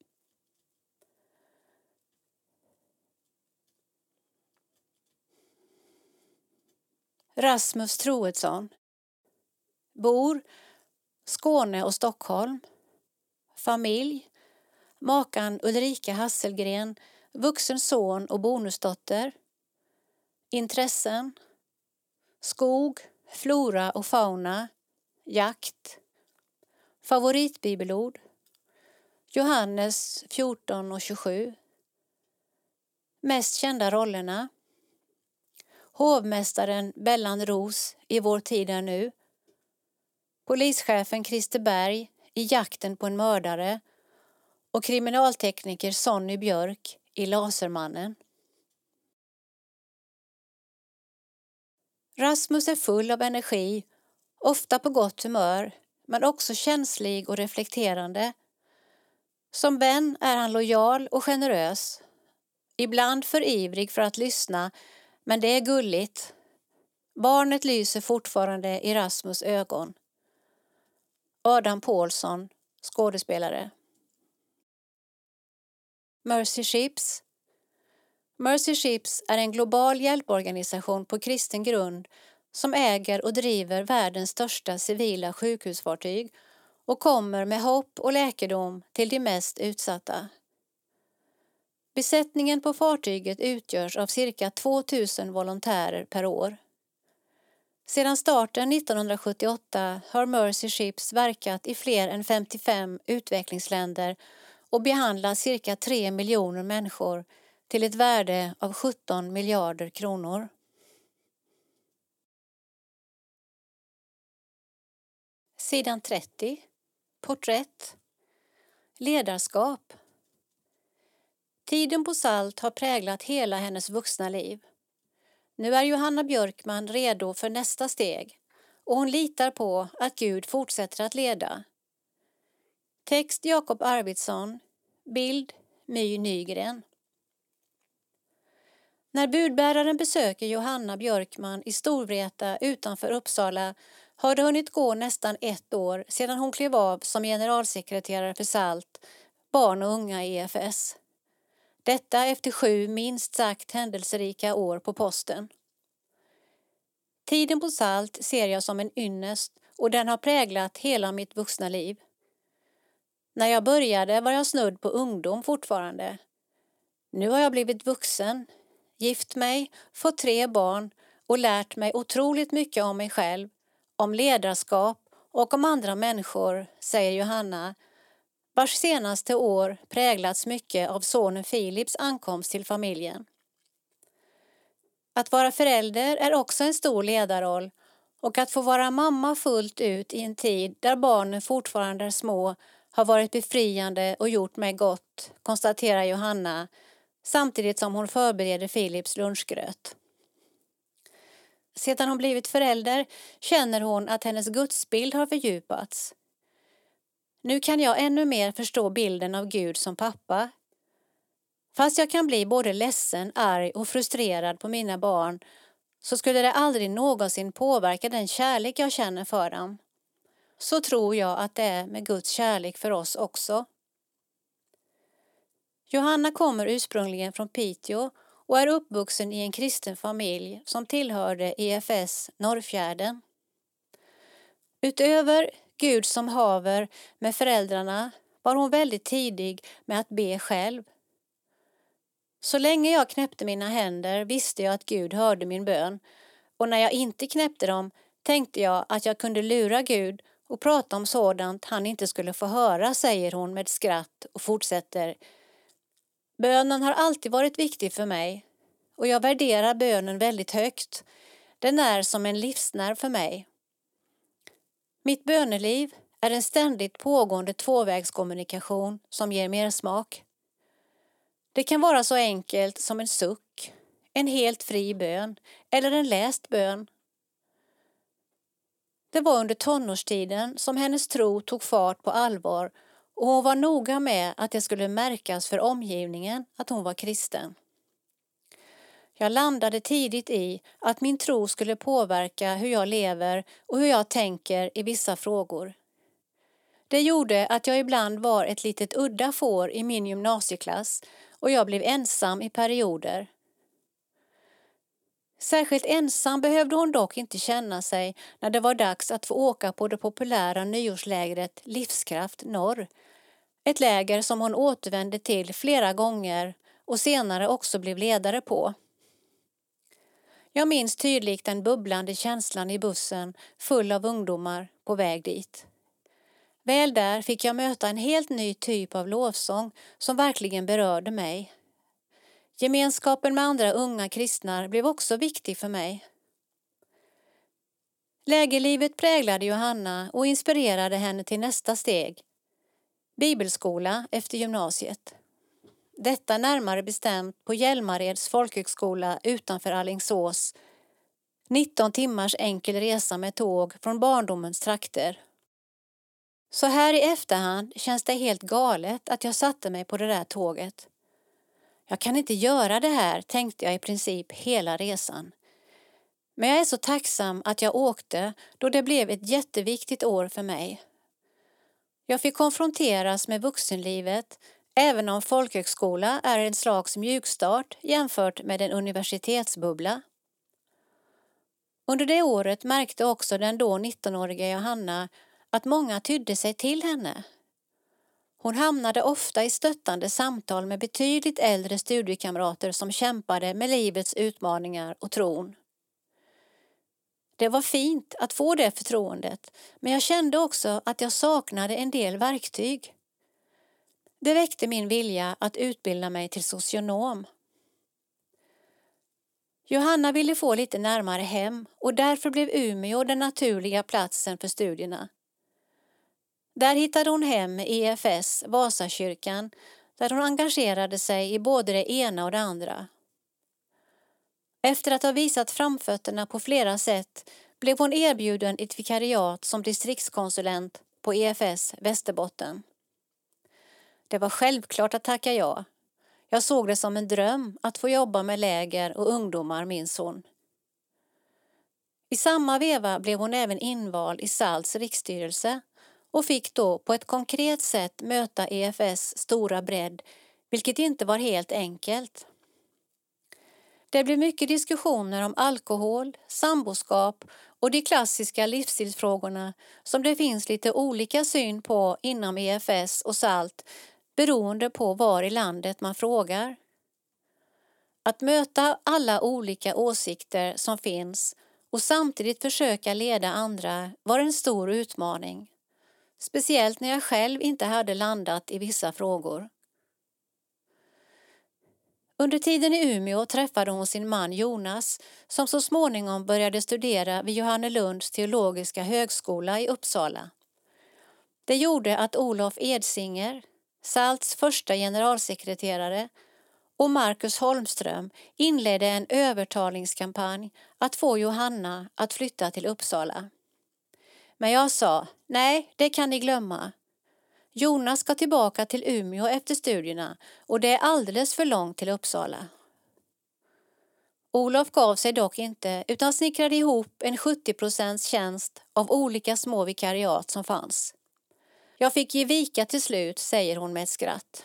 Rasmus Troedsson. Bor Skåne och Stockholm. Familj: makan Ulrika Hasselgren, vuxen son och bonusdotter. Intressen: skog, flora och fauna, jakt. Favoritbibelord: Johannes fjorton och tjugosju. Mest kända rollerna: hovmästaren Bellan Ros i Vår tid är nu, polischefen Christer Berg i Jakten på en mördare och kriminaltekniker Sonny Björk i Lasermannen. Rasmus är full av energi, ofta på gott humör, men också känslig och reflekterande. Som vän är han lojal och generös. Ibland för ivrig för att lyssna, men det är gulligt. Barnet lyser fortfarande i Rasmus ögon. Adam Paulsson, skådespelare. Mercy Ships. Mercy Ships är en global hjälporganisation på kristen grund som äger och driver världens största civila sjukhusfartyg och kommer med hopp och läkedom till de mest utsatta. Besättningen på fartyget utgörs av cirka två tusen volontärer per år. Sedan starten nittonhundrasjuttioåtta har Mercy Ships verkat i fler än femtiofem utvecklingsländer och behandlat cirka tre miljoner människor till ett värde av sjutton miljarder kronor. Sidan trettio. Porträtt. Ledarskap. Tiden på Salt har präglat hela hennes vuxna liv. Nu är Johanna Björkman redo för nästa steg och hon litar på att Gud fortsätter att leda. Text Jakob Arvidsson. Bild My Nygren. När budbäraren besöker Johanna Björkman i Storvreta utanför Uppsala har det hunnit gå nästan ett år sedan hon klev av som generalsekreterare för Salt, barn och unga E F S. Detta efter sju minst sagt händelserika år på posten. Tiden på Salt ser jag som en ynnest och den har präglat hela mitt vuxna liv. När jag började var jag snudd på ungdom fortfarande. Nu har jag blivit vuxen, gift mig, fått tre barn och lärt mig otroligt mycket om mig själv, om ledarskap och om andra människor, säger Johanna, vars senaste år präglats mycket av sonen Philips ankomst till familjen. Att vara förälder är också en stor ledarroll och att få vara mamma fullt ut i en tid där barnen fortfarande är små har varit befriande och gjort mig gott, konstaterar Johanna, samtidigt som hon förbereder Philips lunchgröt. Sedan hon blivit förälder känner hon att hennes gudsbild har fördjupats. Nu kan jag ännu mer förstå bilden av Gud som pappa. Fast jag kan bli både ledsen, arg och frustrerad på mina barn så skulle det aldrig någonsin påverka den kärlek jag känner för dem. Så tror jag att det är med Guds kärlek för oss också. Johanna kommer ursprungligen från Piteå och är uppvuxen i en kristen familj som tillhörde E F S Norrfjärden. Utöver Gud som haver med föräldrarna var hon väldigt tidig med att be själv. Så länge jag knäppte mina händer visste jag att Gud hörde min bön och när jag inte knäppte dem tänkte jag att jag kunde lura Gud och prata om sådant han inte skulle få höra, säger hon med skratt och fortsätter. Bönen har alltid varit viktig för mig och jag värderar bönen väldigt högt. Den är som en livsnerv för mig. Mitt böneliv är en ständigt pågående tvåvägskommunikation som ger mer smak. Det kan vara så enkelt som en suck, en helt fri bön eller en läst bön. Det var under tonårstiden som hennes tro tog fart på allvar och hon var noga med att det skulle märkas för omgivningen att hon var kristen. Jag landade tidigt i att min tro skulle påverka hur jag lever och hur jag tänker i vissa frågor. Det gjorde att jag ibland var ett litet udda får i min gymnasieklass och jag blev ensam i perioder. Särskilt ensam behövde hon dock inte känna sig när det var dags att få åka på det populära nyårslägret Livskraft Norr. Ett läger som hon återvände till flera gånger och senare också blev ledare på. Jag minns tydligt den bubblande känslan i bussen full av ungdomar på väg dit. Väl där fick jag möta en helt ny typ av lovsång som verkligen berörde mig. Gemenskapen med andra unga kristnar blev också viktig för mig. Lägerlivet präglade Johanna och inspirerade henne till nästa steg. Bibelskola efter gymnasiet. Detta närmare bestämt på Hjälmareds folkhögskola utanför Alingsås. nitton timmars enkel resa med tåg från barndomens trakter. Så här i efterhand känns det helt galet att jag satte mig på det där tåget. Jag kan inte göra det här, tänkte jag i princip hela resan. Men jag är så tacksam att jag åkte då det blev ett jätteviktigt år för mig. Jag fick konfronteras med vuxenlivet, även om folkhögskola är en slags mjukstart jämfört med en universitetsbubbla. Under det året märkte också den då nittonåriga Johanna att många tydde sig till henne. Hon hamnade ofta i stöttande samtal med betydligt äldre studiekamrater som kämpade med livets utmaningar och tron. Det var fint att få det förtroendet, men jag kände också att jag saknade en del verktyg. Det väckte min vilja att utbilda mig till socionom. Johanna ville få lite närmare hem och därför blev Umeå den naturliga platsen för studierna. Där hittade hon hem i E F S, Vasakyrkan, där hon engagerade sig i både det ena och det andra. Efter att ha visat framfötterna på flera sätt blev hon erbjuden ett vikariat som distriktskonsulent på E F S Västerbotten. Det var självklart att tacka ja. Jag såg det som en dröm att få jobba med läger och ungdomar, minns hon. I samma veva blev hon även invald i SALTs riksstyrelse och fick då på ett konkret sätt möta E F S stora bredd, vilket inte var helt enkelt. Det blev mycket diskussioner om alkohol, samboskap och de klassiska livsstilsfrågorna som det finns lite olika syn på inom E F S och SALT beroende på var i landet man frågar. Att möta alla olika åsikter som finns och samtidigt försöka leda andra var en stor utmaning. Speciellt när jag själv inte hade landat i vissa frågor. Under tiden i Umeå träffade hon sin man Jonas som så småningom började studera vid Johannelunds teologiska högskola i Uppsala. Det gjorde att Olof Edsinger, SALTs första generalsekreterare, och Marcus Holmström inledde en övertalningskampanj att få Johanna att flytta till Uppsala. Men jag sa, nej, det kan ni glömma. Jonas ska tillbaka till Umeå efter studierna och det är alldeles för långt till Uppsala. Olof gav sig dock inte utan snickrade ihop en sjuttio procents tjänst av olika små vikariat som fanns. Jag fick ge vika till slut, säger hon med ett skratt.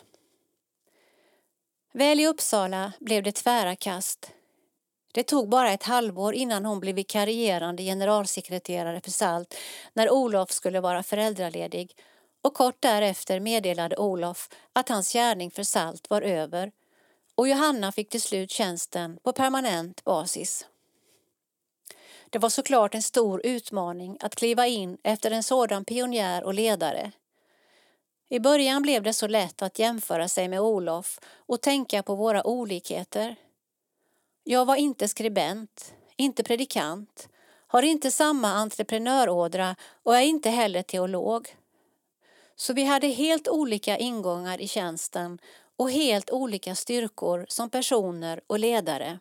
Väl i Uppsala blev det tvära kast. Det tog bara ett halvår innan hon blev vikarierande generalsekreterare för SALT när Olof skulle vara föräldraledig och kort därefter meddelade Olof att hans gärning för SALT var över och Johanna fick till slut tjänsten på permanent basis. Det var såklart en stor utmaning att kliva in efter en sådan pionjär och ledare. I början blev det så lätt att jämföra sig med Olof och tänka på våra olikheter. Jag var inte skribent, inte predikant, har inte samma entreprenörådra och är inte heller teolog. Så vi hade helt olika ingångar i tjänsten och helt olika styrkor som personer och ledare.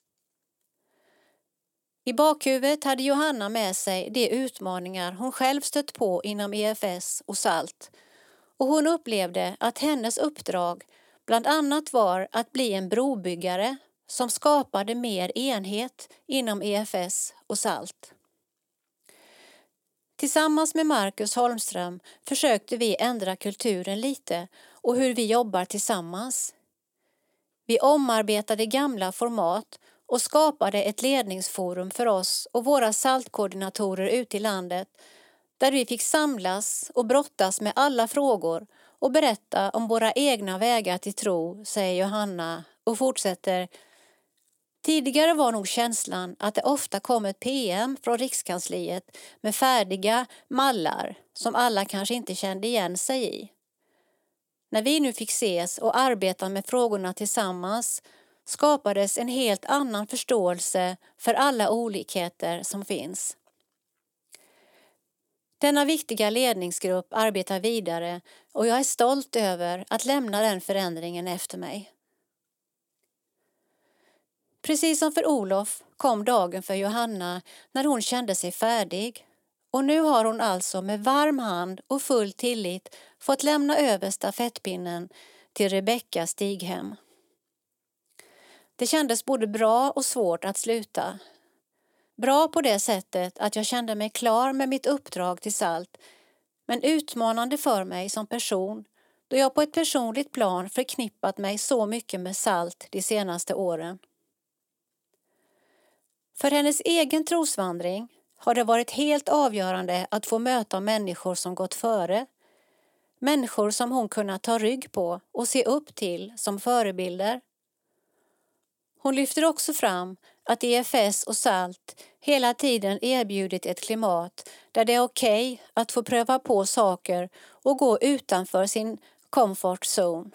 I bakhuvudet hade Johanna med sig de utmaningar hon själv stött på inom E F S och SALT, och hon upplevde att hennes uppdrag bland annat var att bli en brobyggare som skapade mer enhet inom E F S och SALT. Tillsammans med Marcus Holmström försökte vi ändra kulturen lite och hur vi jobbar tillsammans. Vi omarbetade gamla format och skapade ett ledningsforum för oss och våra SALT-koordinatorer ute i landet, där vi fick samlas och brottas med alla frågor och berätta om våra egna vägar till tro, säger Johanna och fortsätter. Tidigare var nog känslan att det ofta kom ett P M från Rikskansliet med färdiga mallar som alla kanske inte kände igen sig i. När vi nu fick ses och arbeta med frågorna tillsammans skapades en helt annan förståelse för alla olikheter som finns. Denna viktiga ledningsgrupp arbetar vidare och jag är stolt över att lämna den förändringen efter mig. Precis som för Olof kom dagen för Johanna när hon kände sig färdig, och nu har hon alltså med varm hand och full tillit fått lämna över stafettpinnen till Rebecka Stighem. Det kändes både bra och svårt att sluta. Bra på det sättet att jag kände mig klar med mitt uppdrag till SALT, men utmanande för mig som person då jag på ett personligt plan förknippat mig så mycket med SALT de senaste åren. För hennes egen trosvandring har det varit helt avgörande att få möta människor som gått före. Människor som hon kunnat ta rygg på och se upp till som förebilder. Hon lyfter också fram att E F S och SALT hela tiden erbjudit ett klimat där det är okej att få pröva på saker och gå utanför sin comfort zone.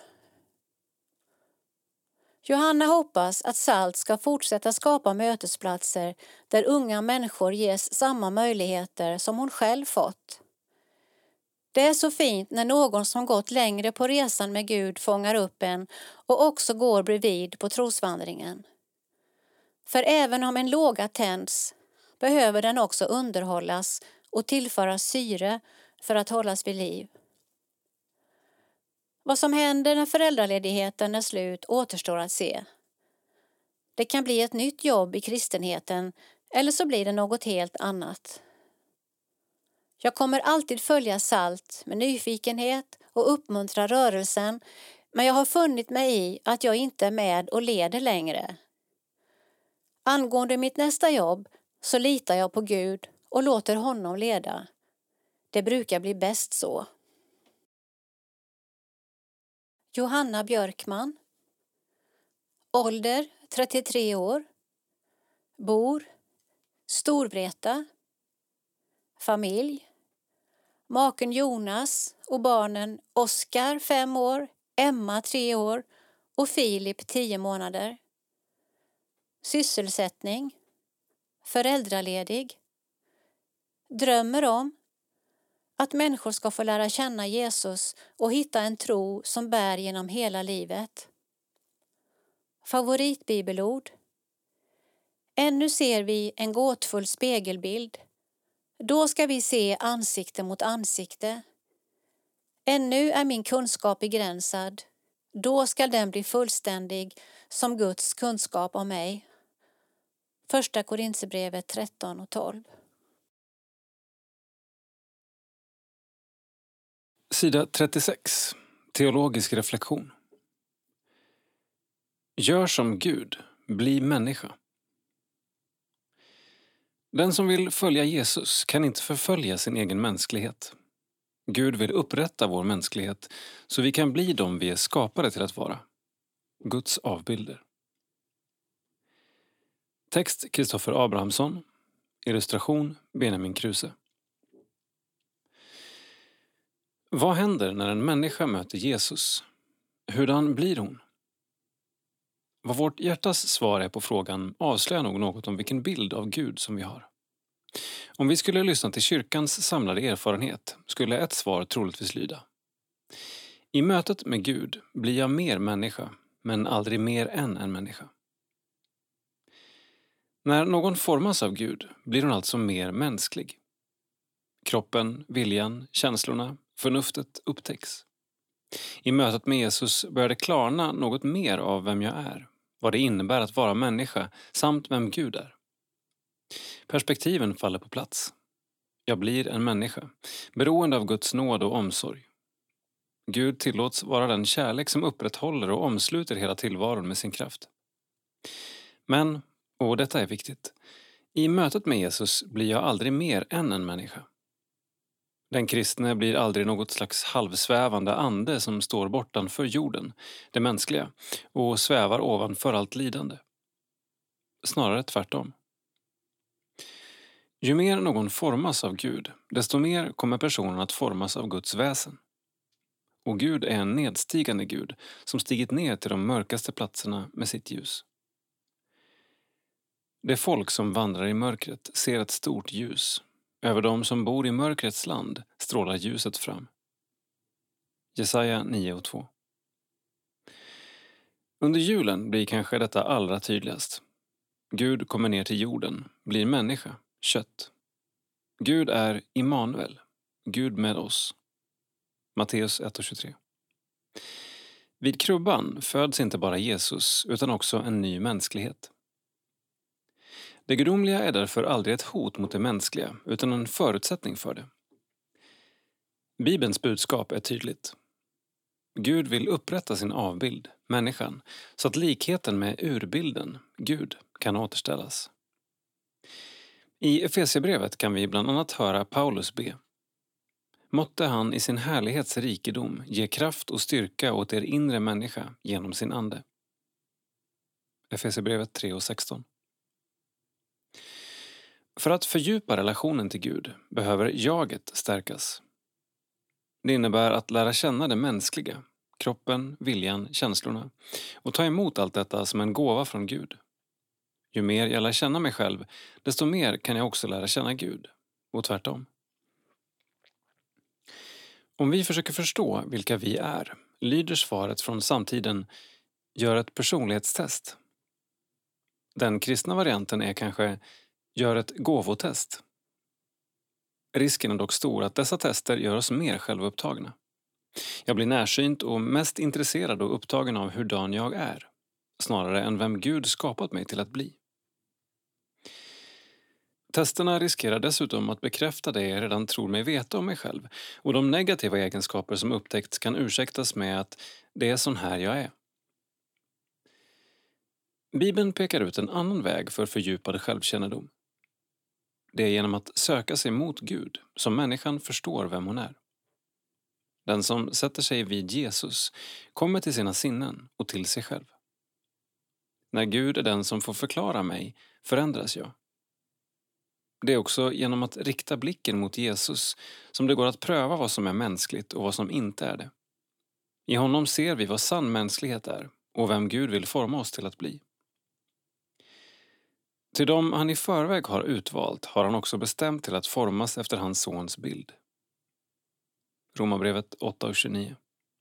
Johanna hoppas att SALT ska fortsätta skapa mötesplatser där unga människor ges samma möjligheter som hon själv fått. Det är så fint när någon som gått längre på resan med Gud fångar upp en och också går bredvid på trosvandringen. För även om en låga tänds behöver den också underhållas och tillföras syre för att hållas vid liv. Vad som händer när föräldraledigheten är slut återstår att se. Det kan bli ett nytt jobb i kristenheten eller så blir det något helt annat. Jag kommer alltid följa SALT med nyfikenhet och uppmuntra rörelsen, men jag har funnit mig i att jag inte är med och leder längre. Angående mitt nästa jobb så litar jag på Gud och låter honom leda. Det brukar bli bäst så. Johanna Björkman. Ålder trettiotre år. Bor Storvreta. Familj. Maken Jonas och barnen Oskar fem år, Emma tre år och Filip tio månader. Sysselsättning. Föräldraledig. Drömmer om att människor ska få lära känna Jesus och hitta en tro som bär genom hela livet. Favoritbibelord. Ännu ser vi en gåtfull spegelbild. Då ska vi se ansikte mot ansikte. Ännu är min kunskap begränsad. Då ska den bli fullständig som Guds kunskap om mig. Första Korinthierbrevet tretton och tolv. Sida trettiosex. Teologisk reflektion. Gör som Gud, bli människa. Den som vill följa Jesus kan inte förfölja sin egen mänsklighet. Gud vill upprätta vår mänsklighet så vi kan bli de vi är skapade till att vara. Guds avbilder. Text Kristoffer Abrahamsson. Illustration Benjamin Kruse. Vad händer när en människa möter Jesus? Hurdan blir hon? Vad vårt hjärtas svar är på frågan avslöjar nog något om vilken bild av Gud som vi har. Om vi skulle lyssna till kyrkans samlade erfarenhet skulle ett svar troligtvis lyda: i mötet med Gud blir jag mer människa, men aldrig mer än en människa. När någon formas av Gud blir hon alltså mer mänsklig. Kroppen, viljan, känslorna, förnuftet upptäcks. I mötet med Jesus börjar det klarna något mer av vem jag är, vad det innebär att vara människa samt vem Gud är. Perspektiven faller på plats. Jag blir en människa, beroende av Guds nåd och omsorg. Gud tillåts vara den kärlek som upprätthåller och omsluter hela tillvaron med sin kraft. Men, och detta är viktigt, i mötet med Jesus blir jag aldrig mer än en människa. Den kristne blir aldrig något slags halvsvävande ande som står bortanför jorden, det mänskliga, och svävar ovanför allt lidande. Snarare tvärtom. Ju mer någon formas av Gud, desto mer kommer personen att formas av Guds väsen. Och Gud är en nedstigande Gud som stigit ner till de mörkaste platserna med sitt ljus. Det folk som vandrar i mörkret ser ett stort ljus. Över dem som bor i mörkrets land strålar ljuset fram. Jesaja nio och två. Under julen blir kanske detta allra tydligast. Gud kommer ner till jorden, blir människa, kött. Gud är Immanuel, Gud med oss. Matteus ett och tjugotre. Vid krubban föds inte bara Jesus utan också en ny mänsklighet. Det gudomliga är därför aldrig ett hot mot det mänskliga utan en förutsättning för det. Bibelns budskap är tydligt. Gud vill upprätta sin avbild, människan, så att likheten med urbilden, Gud, kan återställas. I Efesierbrevet kan vi bland annat höra Paulus be: måtte han i sin härlighets rikedom ge kraft och styrka åt er inre människa genom sin ande. Efesierbrevet tre och sexton. För att fördjupa relationen till Gud behöver jaget stärkas. Det innebär att lära känna det mänskliga, kroppen, viljan, känslorna, och ta emot allt detta som en gåva från Gud. Ju mer jag lär känna mig själv, desto mer kan jag också lära känna Gud, och tvärtom. Om vi försöker förstå vilka vi är, lyder svaret från samtiden: gör ett personlighetstest. Den kristna varianten är kanske: gör ett gåvotest. Risken är dock stor att dessa tester gör oss mer självupptagna. Jag blir närsynt och mest intresserad och upptagen av hurdan jag är, snarare än vem Gud skapat mig till att bli. Testerna riskerar dessutom att bekräfta det jag redan tror mig veta om mig själv, och de negativa egenskaper som upptäckts kan ursäktas med att det är sån här jag är. Bibeln pekar ut en annan väg för fördjupad självkännedom. Det är genom att söka sig mot Gud som människan förstår vem hon är. Den som sätter sig vid Jesus kommer till sina sinnen och till sig själv. När Gud är den som får förklara mig förändras jag. Det är också genom att rikta blicken mot Jesus som det går att pröva vad som är mänskligt och vad som inte är det. I honom ser vi vad sann mänsklighet är och vem Gud vill forma oss till att bli. Till dem han i förväg har utvalt har han också bestämt till att formas efter hans sons bild. Romarbrevet åtta och tjugonio.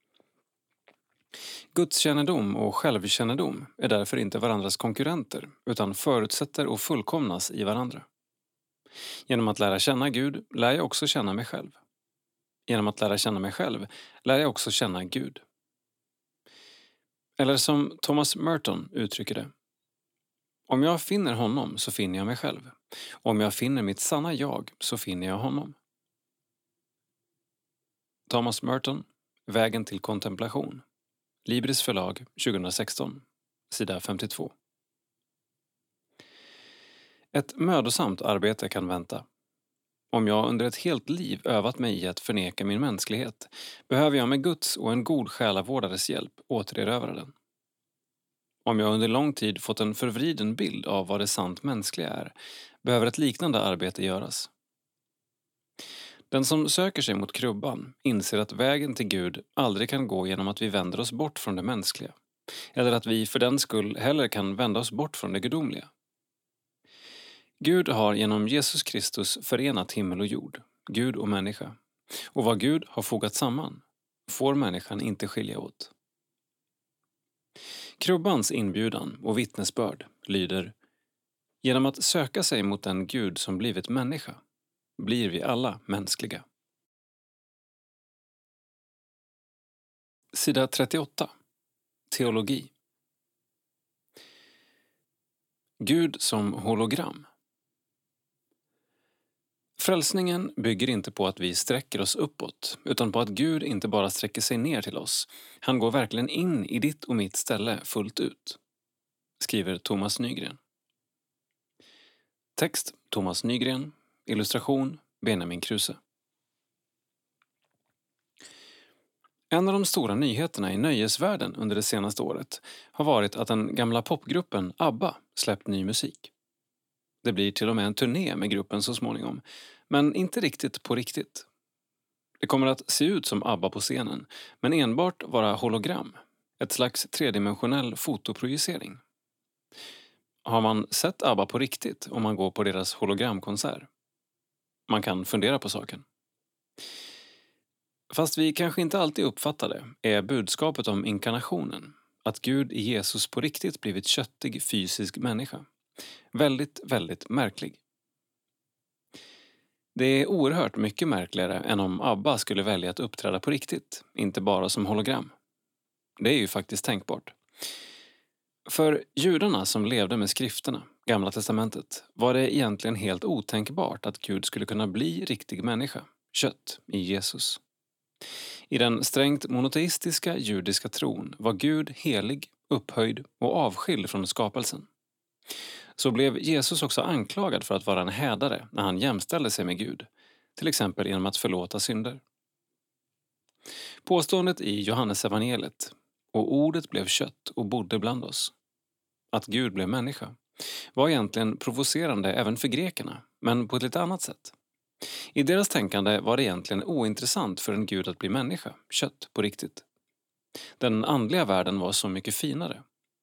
Guds kännedom och självkännedom är därför inte varandras konkurrenter utan förutsätter och fullkomnas i varandra. Genom att lära känna Gud lär jag också känna mig själv. Genom att lära känna mig själv lär jag också känna Gud. Eller som Thomas Merton uttrycker det: om jag finner honom så finner jag mig själv. Om jag finner mitt sanna jag så finner jag honom. Thomas Merton, Vägen till kontemplation. Libris förlag tjugohundrasexton, sida femtiotvå. Ett mödosamt arbete kan vänta. Om jag under ett helt liv övat mig i att förneka min mänsklighet behöver jag med Guds och en god själavårdares hjälp återerövra den. Om jag under lång tid fått en förvriden bild av vad det sant mänskliga är behöver ett liknande arbete göras. Den som söker sig mot krubban inser att vägen till Gud aldrig kan gå genom att vi vänder oss bort från det mänskliga, eller att vi för den skull heller kan vända oss bort från det gudomliga. Gud har genom Jesus Kristus förenat himmel och jord, Gud och människa. Och vad Gud har fogat samman får människan inte skilja åt. Krubbans inbjudan och vittnesbörd lyder: genom att söka sig mot den Gud som blivit människa blir vi alla mänskliga. Sida trettioåtta. Teologi. Gud som hologram. Frälsningen bygger inte på att vi sträcker oss uppåt, utan på att Gud inte bara sträcker sig ner till oss. Han går verkligen in i ditt och mitt ställe fullt ut, skriver Thomas Nygren. Text Thomas Nygren, illustration Benjamin Kruse. En av de stora nyheterna i nöjesvärlden under det senaste året har varit att den gamla popgruppen ABBA släppt ny musik. Det blir till och med en turné med gruppen så småningom, men inte riktigt på riktigt. Det kommer att se ut som ABBA på scenen, men enbart vara hologram, ett slags tredimensionell fotoprojicering. Har man sett ABBA på riktigt om man går på deras hologramkonsert? Man kan fundera på saken. Fast vi kanske inte alltid uppfattar det, är budskapet om inkarnationen, att Gud i Jesus på riktigt blivit köttig fysisk människa, väldigt, väldigt märklig. Det är oerhört mycket märkligare än om ABBA skulle välja att uppträda på riktigt, inte bara som hologram. Det är ju faktiskt tänkbart. För judarna som levde med skrifterna, Gamla testamentet, var det egentligen helt otänkbart att Gud skulle kunna bli riktig människa, kött, i Jesus. I den strängt monoteistiska judiska tron var Gud helig, upphöjd och avskild från skapelsen. Så blev Jesus också anklagad för att vara en hädare när han jämställde sig med Gud, till exempel genom att förlåta synder. Påståendet i Johannes evangeliet, och ordet blev kött och bodde bland oss, att Gud blev människa, var egentligen provocerande även för grekerna, men på ett lite annat sätt. I deras tänkande var det egentligen ointressant för en Gud att bli människa, kött på riktigt. Den andliga världen var så mycket finare.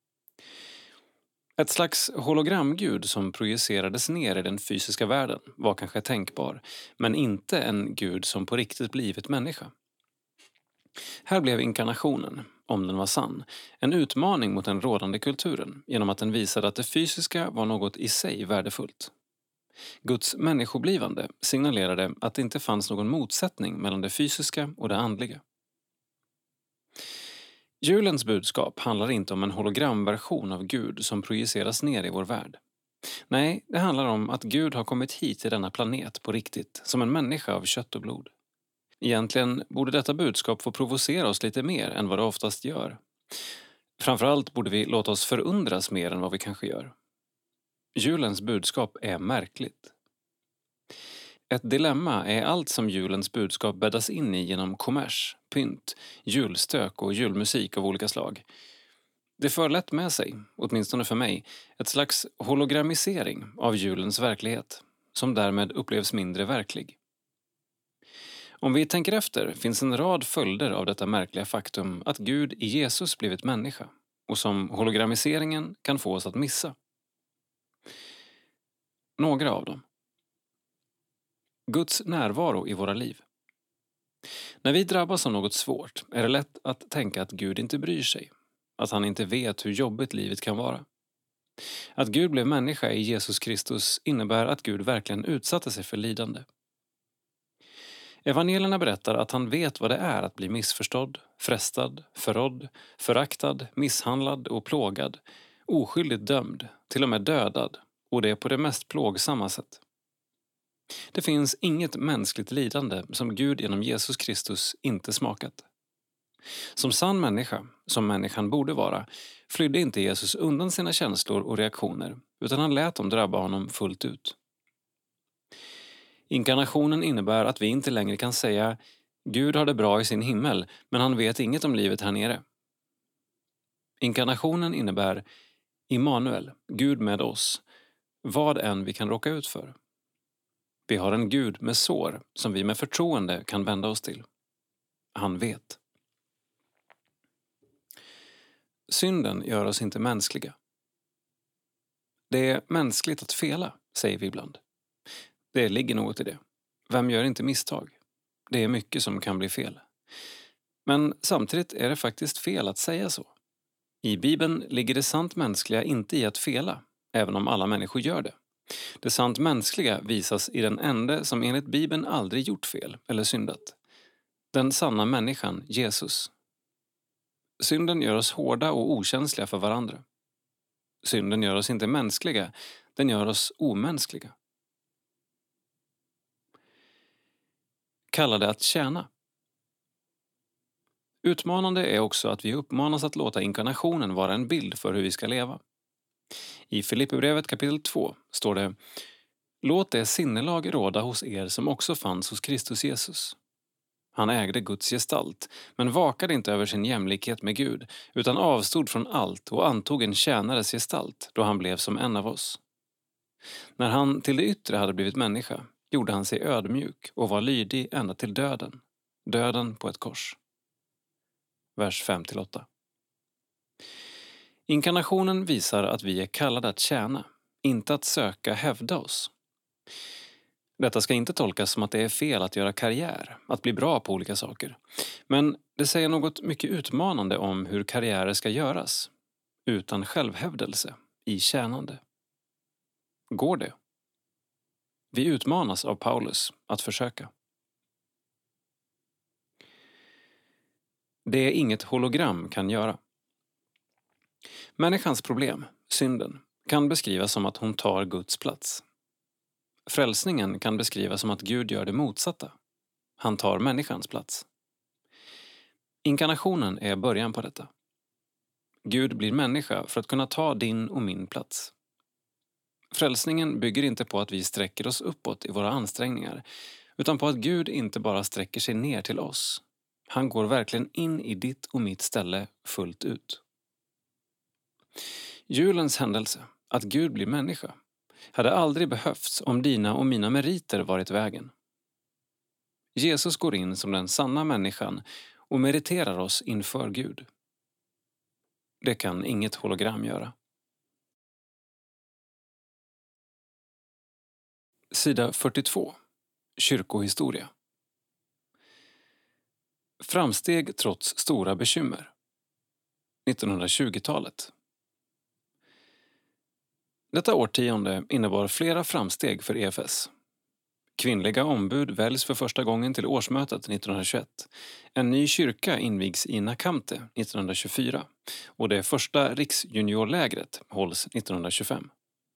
Ett slags hologramgud som projicerades ner i den fysiska världen var kanske tänkbar, men inte en gud som på riktigt blivit människa. Här blev inkarnationen, om den var sann, en utmaning mot den rådande kulturen genom att den visade att det fysiska var något i sig värdefullt. Guds människoblivande signalerade att det inte fanns någon motsättning mellan det fysiska och det andliga. Julens budskap handlar inte om en hologramversion av Gud som projiceras ner i vår värld. Nej, det handlar om att Gud har kommit hit till denna planet på riktigt, som en människa av kött och blod. Egentligen borde detta budskap få provocera oss lite mer än vad det oftast gör. Framförallt borde vi låta oss förundras mer än vad vi kanske gör. Julens budskap är märkligt. Ett dilemma är allt som julens budskap bäddas in i genom kommers, pynt, julstök och julmusik av olika slag. Det för lätt med sig, åtminstone för mig, ett slags hologramisering av julens verklighet, som därmed upplevs mindre verklig. Om vi tänker efter finns en rad följder av detta märkliga faktum att Gud i Jesus blivit människa, och som hologramiseringen kan få oss att missa. Några av dem. Guds närvaro i våra liv. När vi drabbas av något svårt är det lätt att tänka att Gud inte bryr sig, att han inte vet hur jobbigt livet kan vara. Att Gud blev människa i Jesus Kristus innebär att Gud verkligen utsatte sig för lidande. Evangelierna berättar att han vet vad det är att bli missförstådd, frestad, förrådd, föraktad, misshandlad och plågad, oskyldigt dömd, till och med dödad, och det på det mest plågsamma sätt. Det finns inget mänskligt lidande som Gud genom Jesus Kristus inte smakat. Som sann människa, som människan borde vara, flydde inte Jesus undan sina känslor och reaktioner, utan han lät dem drabba honom fullt ut. Inkarnationen innebär att vi inte längre kan säga Gud har det bra i sin himmel, men han vet inget om livet här nere. Inkarnationen innebär Immanuel, Gud med oss, vad än vi kan råka ut för. Vi har en Gud med sår som vi med förtroende kan vända oss till. Han vet. Synden gör oss inte mänskliga. Det är mänskligt att fela, säger vi ibland. Det ligger något i det. Vem gör inte misstag? Det är mycket som kan bli fel. Men samtidigt är det faktiskt fel att säga så. I Bibeln ligger det sant mänskliga inte i att fela, även om alla människor gör det. Det sant mänskliga visas i den ende som enligt Bibeln aldrig gjort fel eller syndat. Den sanna människan, Jesus. Synden gör oss hårda och okänsliga för varandra. Synden gör oss inte mänskliga, den gör oss omänskliga. Kalla det att tjäna. Utmanande är också att vi uppmanas att låta inkarnationen vara en bild för hur vi ska leva. I Filipperbrevet kapitel två står det: Låt det sinnelag råda hos er som också fanns hos Kristus Jesus. Han ägde Guds gestalt, men vakade inte över sin jämlikhet med Gud, utan avstod från allt och antog en tjänares gestalt då han blev som en av oss. När han till det yttre hade blivit människa gjorde han sig ödmjuk och var lydig ända till döden, döden på ett kors. Vers fem till åtta. Inkarnationen visar att vi är kallade att tjäna, inte att söka hävda oss. Detta ska inte tolkas som att det är fel att göra karriär, att bli bra på olika saker. Men det säger något mycket utmanande om hur karriärer ska göras, utan självhävdelse, i tjänande. Går det? Vi utmanas av Paulus att försöka. Det är inget hologram kan göra. Människans problem, synden, kan beskrivas som att hon tar Guds plats. Frälsningen kan beskrivas som att Gud gör det motsatta. Han tar människans plats. Inkarnationen är början på detta. Gud blir människa för att kunna ta din och min plats. Frälsningen bygger inte på att vi sträcker oss uppåt i våra ansträngningar, utan på att Gud inte bara sträcker sig ner till oss. Han går verkligen in i ditt och mitt ställe fullt ut. Julens händelse, att Gud blir människa, hade aldrig behövts om dina och mina meriter varit vägen. Jesus går in som den sanna människan och meriterar oss inför Gud. Det kan inget hologram göra. Sida fyrtiotvå. Kyrkohistoria. Framsteg trots stora bekymmer. nittonhundratjugotalet. Detta årtionde innebar flera framsteg för E F S. Kvinnliga ombud väljs för första gången till årsmötet nittonhundratjugoett. En ny kyrka invigs i Nakamte nittonhundratjugofyra och det första riksjuniorlägret hålls nittonhundratjugofem.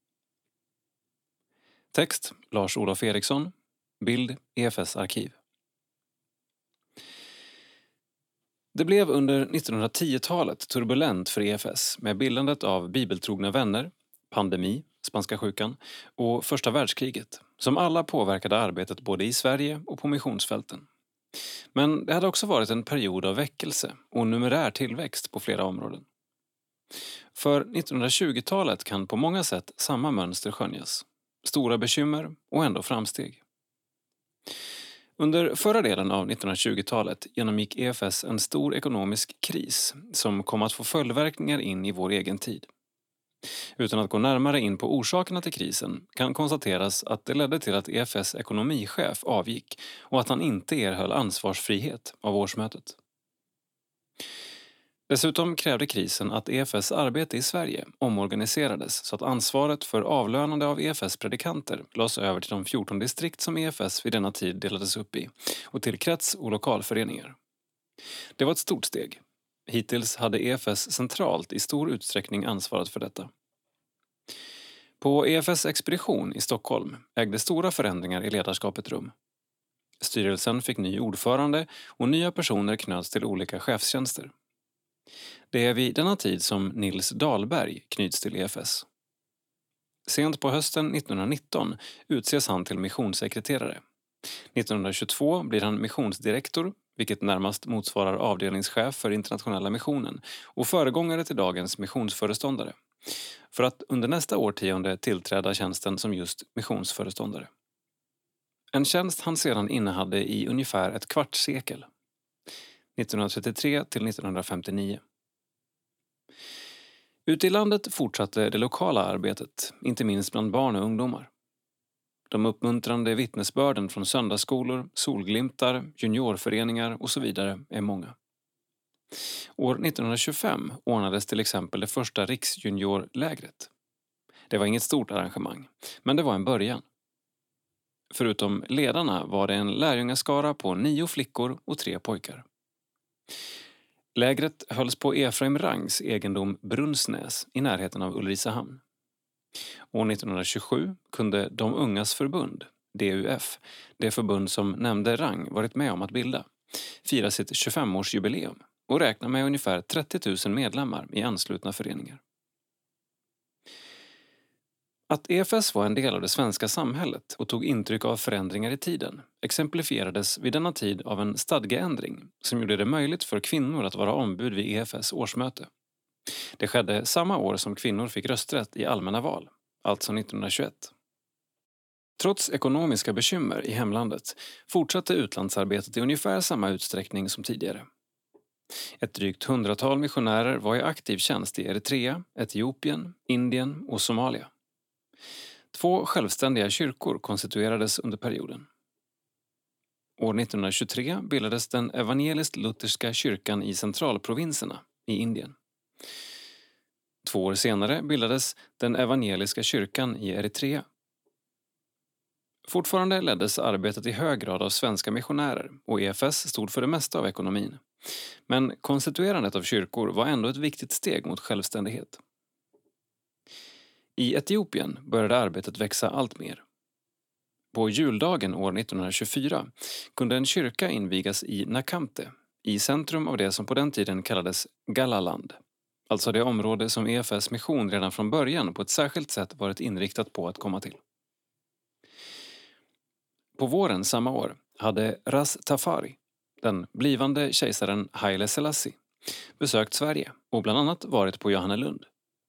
Text Lars-Olof Eriksson. Bild E F S-arkiv. Det blev under nittonhundratiotalet turbulent för E F S med bildandet av bibeltrogna vänner, pandemi, spanska sjukan och första världskriget, som alla påverkade arbetet både i Sverige och på missionsfälten. Men det hade också varit en period av väckelse och numerär tillväxt på flera områden. För nittonhundratjugotalet kan på många sätt samma mönster skönjas. Stora bekymmer och ändå framsteg. Under förra delen av nittonhundratjugotalet genomgick E F S en stor ekonomisk kris som kom att få följdverkningar in i vår egen tid. Utan att gå närmare in på orsakerna till krisen kan konstateras att det ledde till att E F S ekonomichef avgick och att han inte erhöll ansvarsfrihet av årsmötet. Dessutom krävde krisen att E F S arbete i Sverige omorganiserades så att ansvaret för avlönande av E F S-predikanter lades över till de fjorton distrikt som E F S vid denna tid delades upp i och till krets- och lokalföreningar. Det var ett stort steg. Hittills hade E F S centralt i stor utsträckning ansvarat för detta. På E F S-expedition i Stockholm ägde stora förändringar i ledarskapet rum. Styrelsen fick ny ordförande och nya personer knöts till olika chefstjänster. Det är vid denna tid som Nils Dahlberg knyts till E F S. Sent på hösten nittonhundranitton utses han till missionssekreterare. nittonhundratjugotvå blir han missionsdirektor, vilket närmast motsvarar avdelningschef för internationella missionen och föregångare till dagens missionsföreståndare, för att under nästa årtionde tillträda tjänsten som just missionsföreståndare. En tjänst han sedan innehade i ungefär ett kvartssekel, nittonhundratrettiotre till nittonhundrafemtionio. Ute i landet fortsatte det lokala arbetet, inte minst bland barn och ungdomar. De uppmuntrande vittnesbörden från söndagsskolor, solglimtar, juniorföreningar och så vidare är många. År nittonhundratjugofem ordnades till exempel det första riksjuniorlägret. Det var inget stort arrangemang, men det var en början. Förutom ledarna var det en lärjungaskara på nio flickor och tre pojkar. Lägret hölls på Efraim Rangs egendom Brunnsnäs i närheten av Ulricehamn. År nittonhundratjugosju kunde De ungas förbund, D U F, det förbund som nämnde Rang varit med om att bilda, fira sitt tjugofemårsjubileum och räkna med ungefär trettio tusen medlemmar i anslutna föreningar. Att E F S var en del av det svenska samhället och tog intryck av förändringar i tiden exemplifierades vid denna tid av en stadgeändring som gjorde det möjligt för kvinnor att vara ombud vid E F S årsmöte. Det skedde samma år som kvinnor fick rösträtt i allmänna val, alltså nittonhundratjugoett. Trots ekonomiska bekymmer i hemlandet fortsatte utlandsarbetet i ungefär samma utsträckning som tidigare. Ett drygt hundratal missionärer var i aktiv tjänst i Eritrea, Etiopien, Indien och Somalia. Två självständiga kyrkor konstituerades under perioden. År nittonhundratjugotre bildades den evangeliskt-lutherska kyrkan i centralprovinserna i Indien. Två år senare bildades den evangeliska kyrkan i Eritrea. Fortfarande leddes arbetet i hög grad av svenska missionärer och E F S stod för det mesta av ekonomin. Men konstituerandet av kyrkor var ändå ett viktigt steg mot självständighet. I Etiopien började arbetet växa allt mer. På juldagen år nittonhundratjugofyra kunde en kyrka invigas i Nakamte, i centrum av det som på den tiden kallades Galaland, alltså det område som E F S mission redan från början på ett särskilt sätt varit inriktat på att komma till. På våren samma år hade Ras Tafari, den blivande kejsaren Haile Selassie, besökt Sverige och bland annat varit på Johannelund.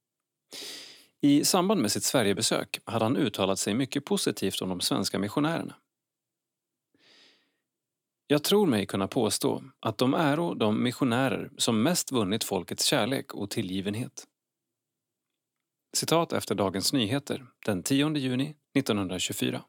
I samband med sitt Sverigebesök hade han uttalat sig mycket positivt om de svenska missionärerna. Jag tror mig kunna påstå att de är de missionärer som mest vunnit folkets kärlek och tillgivenhet. Citat efter Dagens Nyheter den tionde juni nittonhundratjugofyra.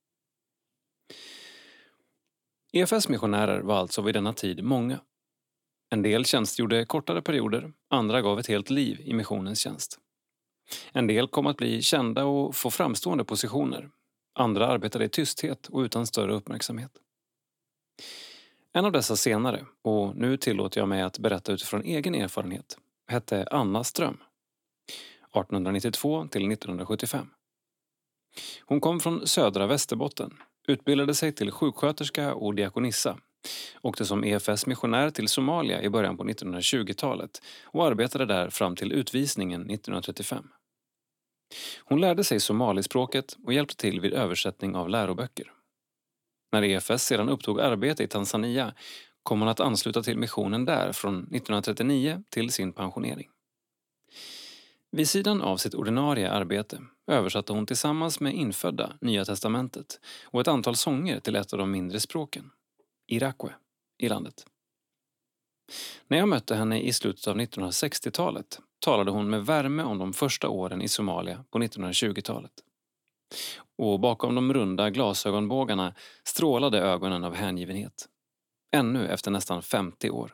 E F S missionärer var alltså vid denna tid många. En del tjänstgjorde kortare perioder, andra gav ett helt liv i missionens tjänst. En del kom att bli kända och få framstående positioner. Andra arbetade i tysthet och utan större uppmärksamhet. En av dessa senare, och nu tillåter jag mig att berätta utifrån egen erfarenhet, hette Anna Ström, artonhundranittiotvå till nittonhundrasjuttiofem. Hon kom från södra Västerbotten, utbildade sig till sjuksköterska och diakonissa, åkte som E F S-missionär till Somalia i början på nittonhundratjugotalet och arbetade där fram till utvisningen nittonhundratrettiofem. Hon lärde sig somalispråket och hjälpte till vid översättning av läroböcker. När E F S sedan upptog arbete i Tanzania kom hon att ansluta till missionen där från nittonhundratrettionio till sin pensionering. Vid sidan av sitt ordinarie arbete översatte hon tillsammans med infödda Nya testamentet och ett antal sånger till ett av de mindre språken, Irakwe, i landet. När jag mötte henne i slutet av nittonhundrasextiotalet talade hon med värme om de första åren i Somalia på nittonhundratjugotalet. Och bakom de runda glasögonbågarna strålade ögonen av hängivenhet. Ännu efter nästan femtio år.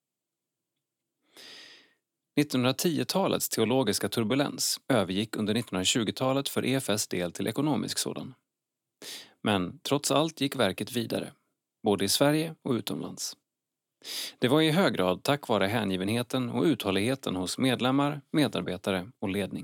nittonhundratiotalets teologiska turbulens övergick under nittonhundratjugotalet för E F S del till ekonomisk sådan. Men trots allt gick verket vidare, både i Sverige och utomlands. Det var i hög grad tack vare hängivenheten och uthålligheten hos medlemmar, medarbetare och ledning.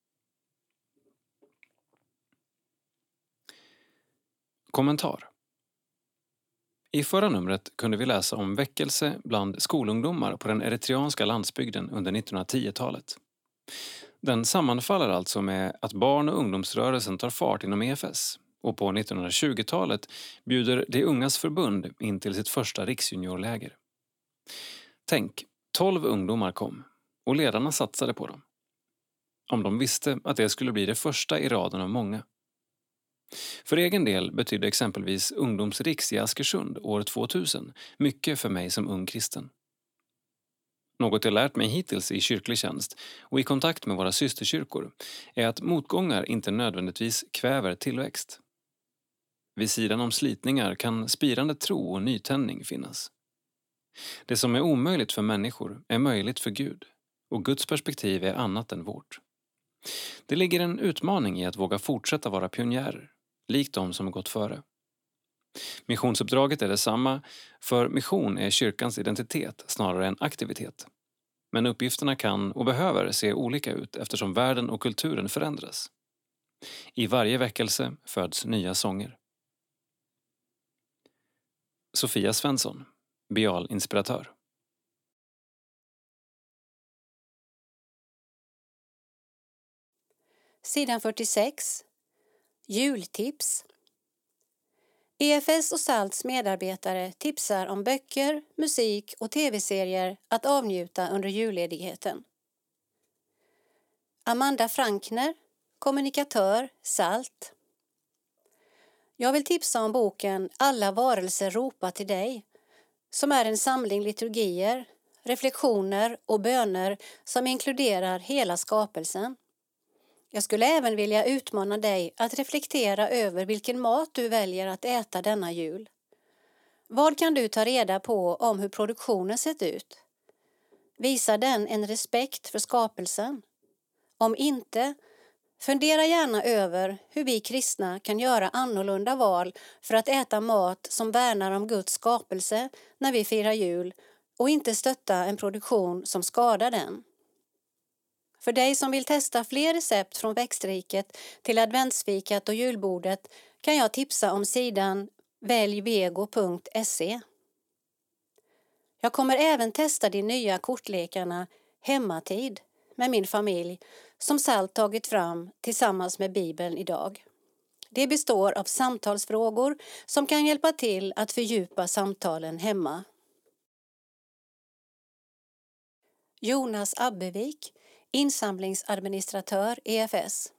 Kommentar. I förra numret kunde vi läsa om väckelse bland skolungdomar på den eritreanska landsbygden under nittonhundratiotalet. Den sammanfaller alltså med att barn- och ungdomsrörelsen tar fart inom E F S och på nittonhundratjugotalet bjuder de ungas förbund in till sitt första riksjuniorläger. Tänk, tolv ungdomar kom och ledarna satsade på dem. Om de visste att det skulle bli det första i raden av många. För egen del betydde exempelvis ungdomsriks i Askersund år tvåtusen mycket för mig som ung kristen. Något jag lärt mig hittills i kyrklig tjänst och i kontakt med våra systerkyrkor är att motgångar inte nödvändigtvis kväver tillväxt. Vid sidan om slitningar kan spirande tro och nytändning finnas. Det som är omöjligt för människor är möjligt för Gud, och Guds perspektiv är annat än vårt. Det ligger en utmaning i att våga fortsätta vara pionjärer, likt de som gått före. Missionsuppdraget är detsamma, för mission är kyrkans identitet snarare än aktivitet. Men uppgifterna kan och behöver se olika ut eftersom världen och kulturen förändras. I varje väckelse föds nya sånger. Sofia Svensson, Bial-inspiratör. Sidan fyrtiosex. Jultips. E F S och Salts medarbetare tipsar om böcker, musik och tv-serier att avnjuta under julledigheten. Amanda Frankner, kommunikatör, Salt. Jag vill tipsa om boken Alla varelser ropar till dig, som är en samling liturgier, reflektioner och böner som inkluderar hela skapelsen. Jag skulle även vilja utmana dig att reflektera över vilken mat du väljer att äta denna jul. Vad kan du ta reda på om hur produktionen sett ut? Visar den en respekt för skapelsen? Om inte, fundera gärna över hur vi kristna kan göra annorlunda val för att äta mat som värnar om Guds skapelse när vi firar jul och inte stötta en produktion som skadar den. För dig som vill testa fler recept från växtriket till adventsfikat och julbordet kan jag tipsa om sidan välj vego punkt se. Jag kommer även testa de nya kortlekarna Hemmatid med min familj som Salt tagit fram tillsammans med Bibeln idag. Det består av samtalsfrågor som kan hjälpa till att fördjupa samtalen hemma. Jonas Abbevik, insamlingsadministratör E F S.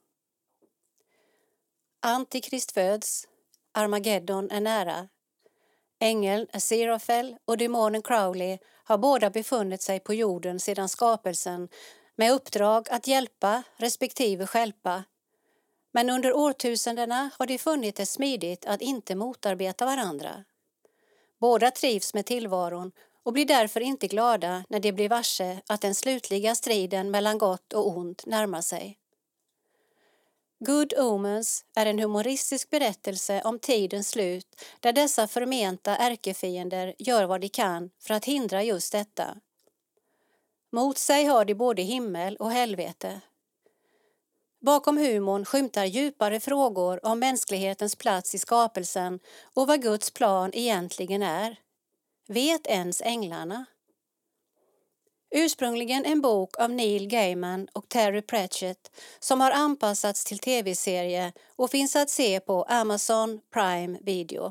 Antikrist föds, Armageddon är nära. Ängeln Aziraphale och demonen Crowley har båda befunnit sig på jorden sedan skapelsen med uppdrag att hjälpa respektive stjälpa. Men under årtusendena har de funnit det smidigt att inte motarbeta varandra. Båda trivs med tillvaron och blir därför inte glada när de blir varse att den slutliga striden mellan gott och ont närmar sig. Good Omens är en humoristisk berättelse om tidens slut där dessa förmenta ärkefiender gör vad de kan för att hindra just detta. Mot sig har de både himmel och helvete. Bakom humorn skymtar djupare frågor om mänsklighetens plats i skapelsen och vad Guds plan egentligen är. Vet ens änglarna? Ursprungligen en bok av Neil Gaiman och Terry Pratchett som har anpassats till tv-serie och finns att se på Amazon Prime Video.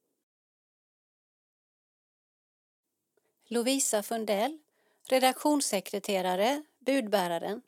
Lovisa Fundell, redaktionssekreterare, budbäraren.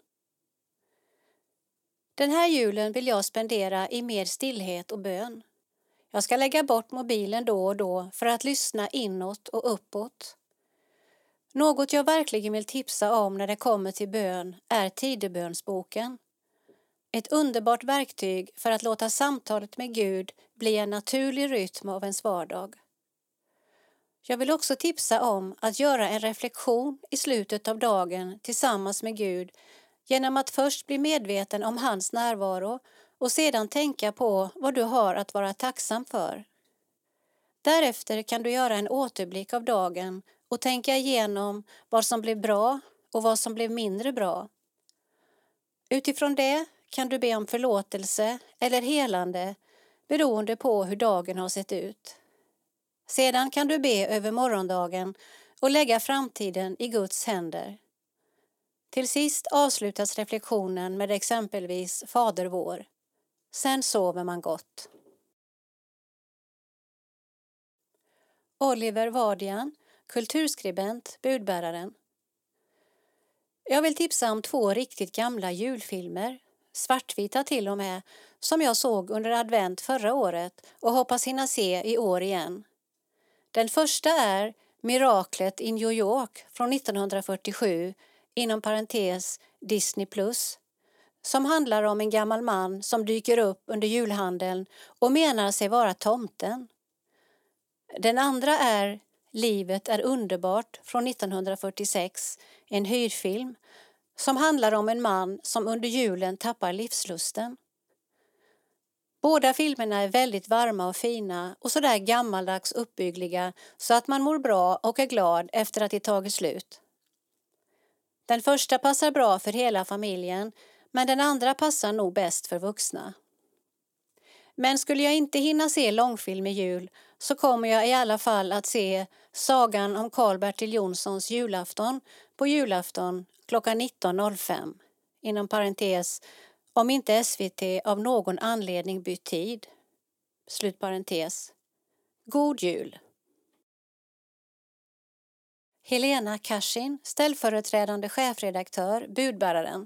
Den här julen vill jag spendera i mer stillhet och bön. Jag ska lägga bort mobilen då och då för att lyssna inåt och uppåt. Något jag verkligen vill tipsa om när det kommer till bön är tidebönsboken. Ett underbart verktyg för att låta samtalet med Gud bli en naturlig rytm av ens vardag. Jag vill också tipsa om att göra en reflektion i slutet av dagen tillsammans med Gud genom att först bli medveten om hans närvaro och sedan tänka på vad du har att vara tacksam för. Därefter kan du göra en återblick av dagen och tänka igenom vad som blev bra och vad som blev mindre bra. Utifrån det kan du be om förlåtelse eller helande beroende på hur dagen har sett ut. Sedan kan du be över morgondagen och lägga framtiden i Guds händer. Till sist avslutas reflektionen med exempelvis Fader vår. Sen sover man gott. Oliver Vardian, kulturskribent, budbäraren. Jag vill tipsa om två riktigt gamla julfilmer, svartvita till och med, som jag såg under advent förra året och hoppas hinna se i år igen. Den första är Miraklet i New York från nittonhundrafyrtiosju, inom parentes Disney plus, som handlar om en gammal man som dyker upp under julhandeln och menar sig vara tomten. Den andra är Livet är underbart från nittonhundrafyrtiosex, en hyrfilm som handlar om en man som under julen tappar livslusten. Båda filmerna är väldigt varma och fina och sådär gammaldags uppbyggliga så att man mår bra och är glad efter att det tagit slut. Den första passar bra för hela familjen, men den andra passar nog bäst för vuxna. Men skulle jag inte hinna se långfilm i jul så kommer jag i alla fall att se Sagan om Karl-Bertil Jonssons julafton på julafton klockan nitton noll fem, inom parentes om inte S V T av någon anledning bytt tid. Slut parentes. God jul! Helena Cashin, ställföreträdande chefredaktör, budbäraren.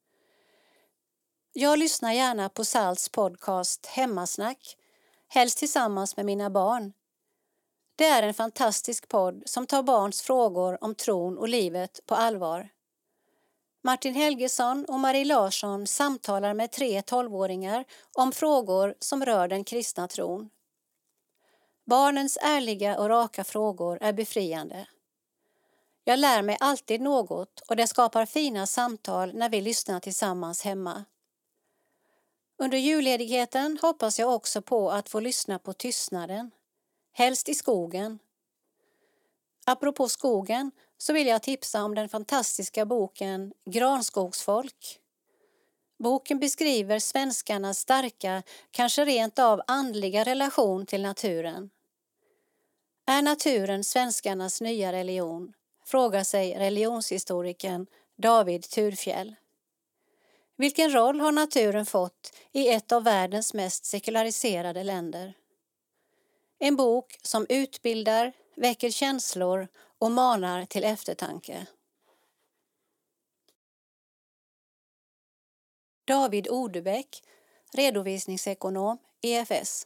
Jag lyssnar gärna på Salts podcast Hemmasnack, helst tillsammans med mina barn. Det är en fantastisk podd som tar barns frågor om tron och livet på allvar. Martin Helgesson och Marie Larsson samtalar med tre tolvåringar om frågor som rör den kristna tron. Barnens ärliga och raka frågor är befriande. Jag lär mig alltid något och det skapar fina samtal när vi lyssnar tillsammans hemma. Under julledigheten hoppas jag också på att få lyssna på tystnaden, helst i skogen. Apropå skogen så vill jag tipsa om den fantastiska boken Granskogsfolk. Boken beskriver svenskarnas starka, kanske rent av andliga relation till naturen. Är naturen svenskarnas nya religion? Frågar sig religionshistorikern David Thurfjell. Vilken roll har naturen fått i ett av världens mest sekulariserade länder? En bok som utbildar, väcker känslor och manar till eftertanke. David Odebäck, redovisningsekonom, E F S.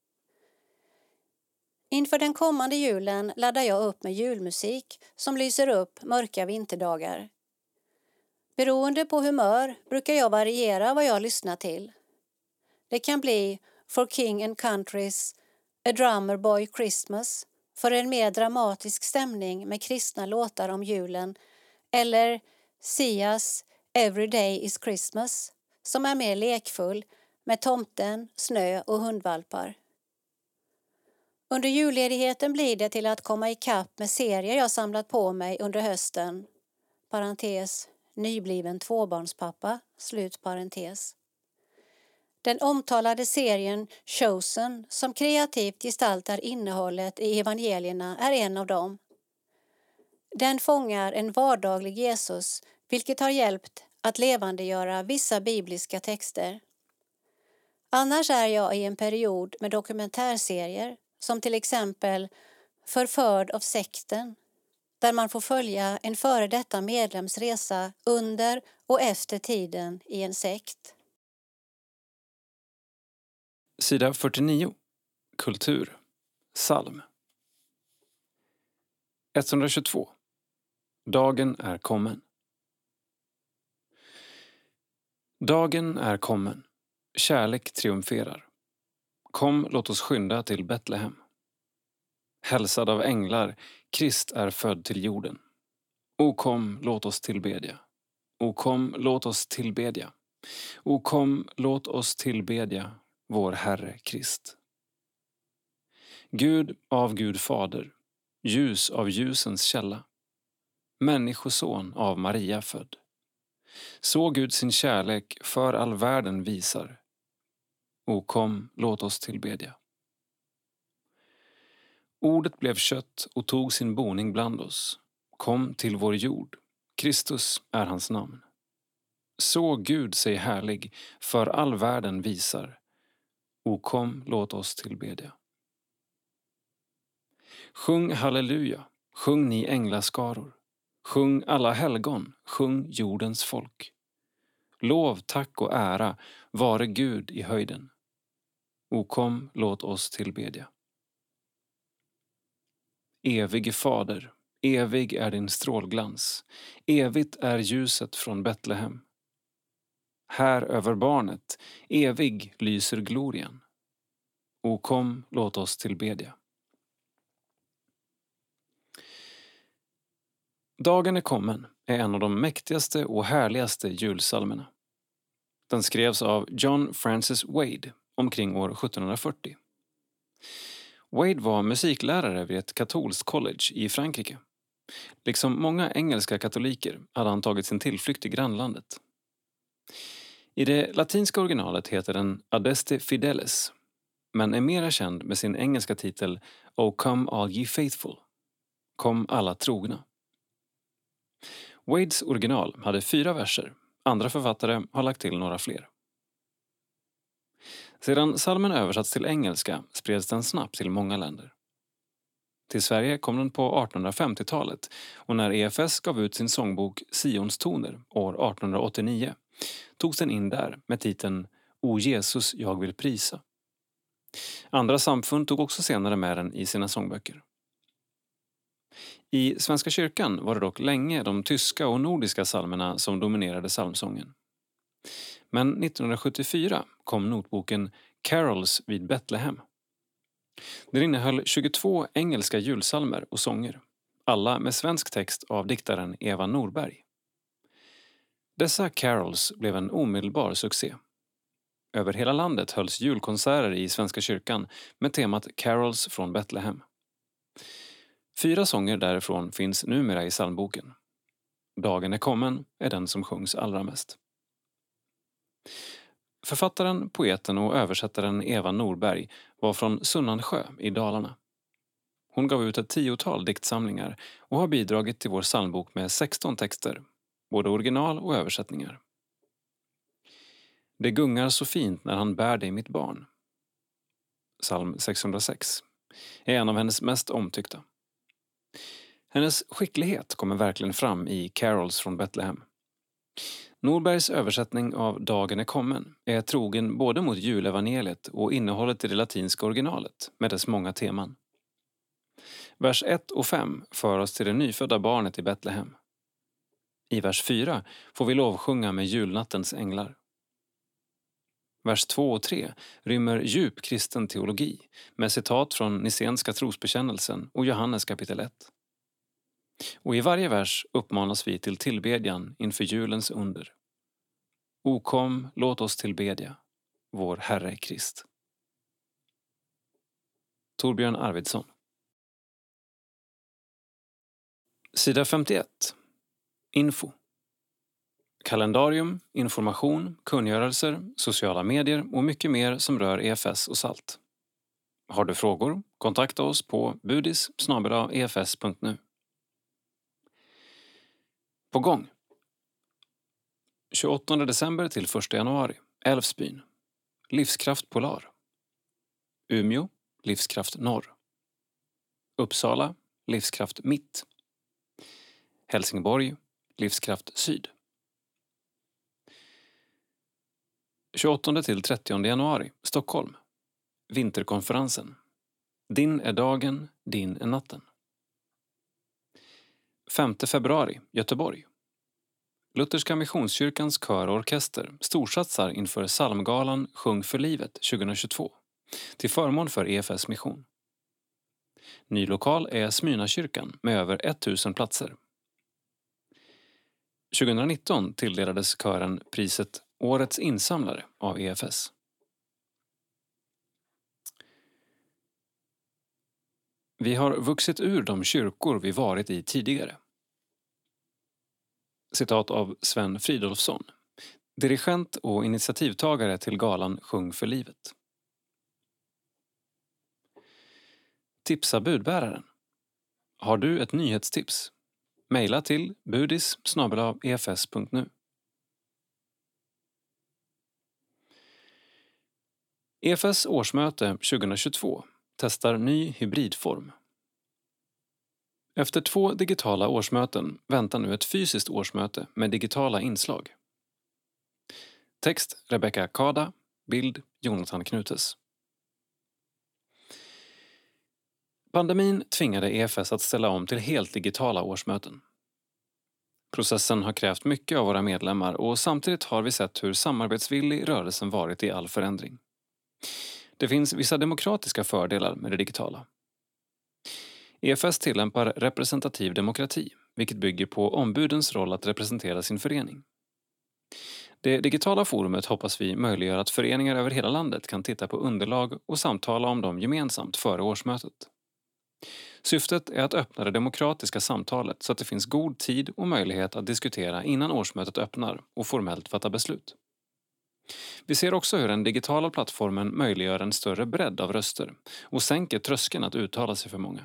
Inför den kommande julen laddar jag upp med julmusik som lyser upp mörka vinterdagar. Beroende på humör brukar jag variera vad jag lyssnar till. Det kan bli For King and Countries, A Drummer Boy Christmas för en mer dramatisk stämning med kristna låtar om julen, eller Sias Every Day is Christmas som är mer lekfull med tomten, snö och hundvalpar. Under julledigheten blir det till att komma ikapp med serier jag samlat på mig under hösten. Parentes, nybliven tvåbarnspappa, slut parentes. Den omtalade serien Chosen, som kreativt gestaltar innehållet i evangelierna, är en av dem. Den fångar en vardaglig Jesus, vilket har hjälpt att levandegöra vissa bibliska texter. Annars är jag i en period med dokumentärserier, som till exempel Förförd av sekten, där man får följa en före detta medlems resa under och efter tiden i en sekt. Sida fyrtionio. Kultur. Psalm. etthundratjugotvå. Dagen är kommen. Dagen är kommen. Kärlek triumferar. Kom, låt oss skynda till Betlehem. Hälsad av änglar, Krist är född till jorden. O kom, låt oss tillbedja. O kom, låt oss tillbedja. O kom, låt oss tillbedja vår Herre Krist. Gud av Gud fader, ljus av ljusens källa. Människoson av Maria född. Så Gud sin kärlek för all världen visar. O kom, låt oss tillbedja. Ordet blev kött och tog sin boning bland oss. Kom till vår jord. Kristus är hans namn. Så Gud sig härlig för all världen visar. O kom, låt oss tillbedja. Sjung halleluja, sjung ni änglaskaror. Sjung alla helgon, sjung jordens folk. Lov, tack och ära vare Gud i höjden. O kom, låt oss tillbedja. Evige fader, evig är din strålglans, evigt är ljuset från Betlehem. Här över barnet, evig lyser glorian. O kom, låt oss tillbedja. Dagen är kommen är en av de mäktigaste och härligaste julsalmerna. Den skrevs av John Francis Wade omkring år sjuttonhundrafyrtio. Wade var musiklärare vid ett katolskt college i Frankrike. Liksom många engelska katoliker hade han tagit sin tillflykt till grannlandet. I det latinska originalet heter den Adeste Fideles, men är mera känd med sin engelska titel O come all ye faithful, kom alla trogna. Wades original hade fyra verser, andra författare har lagt till några fler. Sedan salmen översatts till engelska spreds den snabbt till många länder. Till Sverige kom den på artonhundrafemtiotalet och när E F S gav ut sin sångbok Sions toner år artonhundraåttionio togs den in där med titeln O Jesus, jag vill prisa. Andra samfund tog också senare med den i sina sångböcker. I Svenska kyrkan var det dock länge de tyska och nordiska psalmerna som dominerade psalmsången. Men nittonhundrasjuttiofyra kom notboken Carols vid Betlehem. Den innehöll tjugotvå engelska julsalmer och sånger, alla med svensk text av diktaren Eva Norberg. Dessa carols blev en omedelbar succé. Över hela landet hölls julkonserter i Svenska kyrkan med temat Carols från Betlehem. Fyra sånger därifrån finns numera i psalmboken. Dagen är kommen är den som sjungs allra mest. Författaren, poeten och översättaren Eva Norberg var från Sunnansjö i Dalarna. Hon gav ut ett tiotal diktsamlingar och har bidragit till vår psalmbok med sexton texter, både original och översättningar. Det gungar så fint när han bär dig mitt barn. Psalm sexhundrasex är en av hennes mest omtyckta. Hennes skicklighet kommer verkligen fram i Carols från Betlehem. Norbergs översättning av Dagen är kommen är trogen både mot julevangeliet och innehållet i det latinska originalet med dess många teman. Vers ett och fem för oss till det nyfödda barnet i Betlehem. I vers fyra får vi lovsjunga med julnattens änglar. Vers två och tre rymmer djup kristen teologi med citat från Nicenska trosbekännelsen och Johannes kapitel ett. Och i varje vers uppmanas vi till tillbedjan inför julens under. O kom, låt oss tillbedja, vår Herre Krist. Torbjörn Arvidsson. Sida femtioett. Info. Kalendarium, information, kungörelser, sociala medier och mycket mer som rör E F S och SALT. Har du frågor? Kontakta oss på budis snabel-a e f s punkt nu. På gång. tjugoåttonde december till första januari. Älvsbyn. Livskraft Polar. Umeå. Livskraft Norr. Uppsala. Livskraft Mitt. Helsingborg. Livskraft Syd. tjugoåttonde till trettionde januari. Stockholm. Vinterkonferensen. Din är dagen, din är natten. femte februari. Göteborg. Lutherska missionskyrkans kör och orkester storsatsar inför psalmgalan Sjung för livet tjugohundratjugotvå till förmån för E F S mission. Ny lokal är Smyrnakyrkan med över tusen platser. tjugohundranitton tilldelades kören priset Årets insamlare av E F S. Vi har vuxit ur de kyrkor vi varit i tidigare. Citat av Sven Fridolfsson, dirigent och initiativtagare till galan Sjung för livet. Tipsa budbäraren. Har du ett nyhetstips? Maila till budis snabel-a e f s punkt nu. E F S årsmöte tjugohundratjugotvå testar ny hybridform. Efter två digitala årsmöten väntar nu ett fysiskt årsmöte med digitala inslag. Text Rebecca Kada, bild Jonathan Knutes. Pandemin tvingade E F S att ställa om till helt digitala årsmöten. Processen har krävt mycket av våra medlemmar och samtidigt har vi sett hur samarbetsvillig rörelsen varit i all förändring. Det finns vissa demokratiska fördelar med det digitala. E F S tillämpar representativ demokrati, vilket bygger på ombudens roll att representera sin förening. Det digitala forumet hoppas vi möjliggör att föreningar över hela landet kan titta på underlag och samtala om dem gemensamt före årsmötet. Syftet är att öppna det demokratiska samtalet så att det finns god tid och möjlighet att diskutera innan årsmötet öppnar och formellt fatta beslut. Vi ser också hur den digitala plattformen möjliggör en större bredd av röster och sänker tröskeln att uttala sig för många.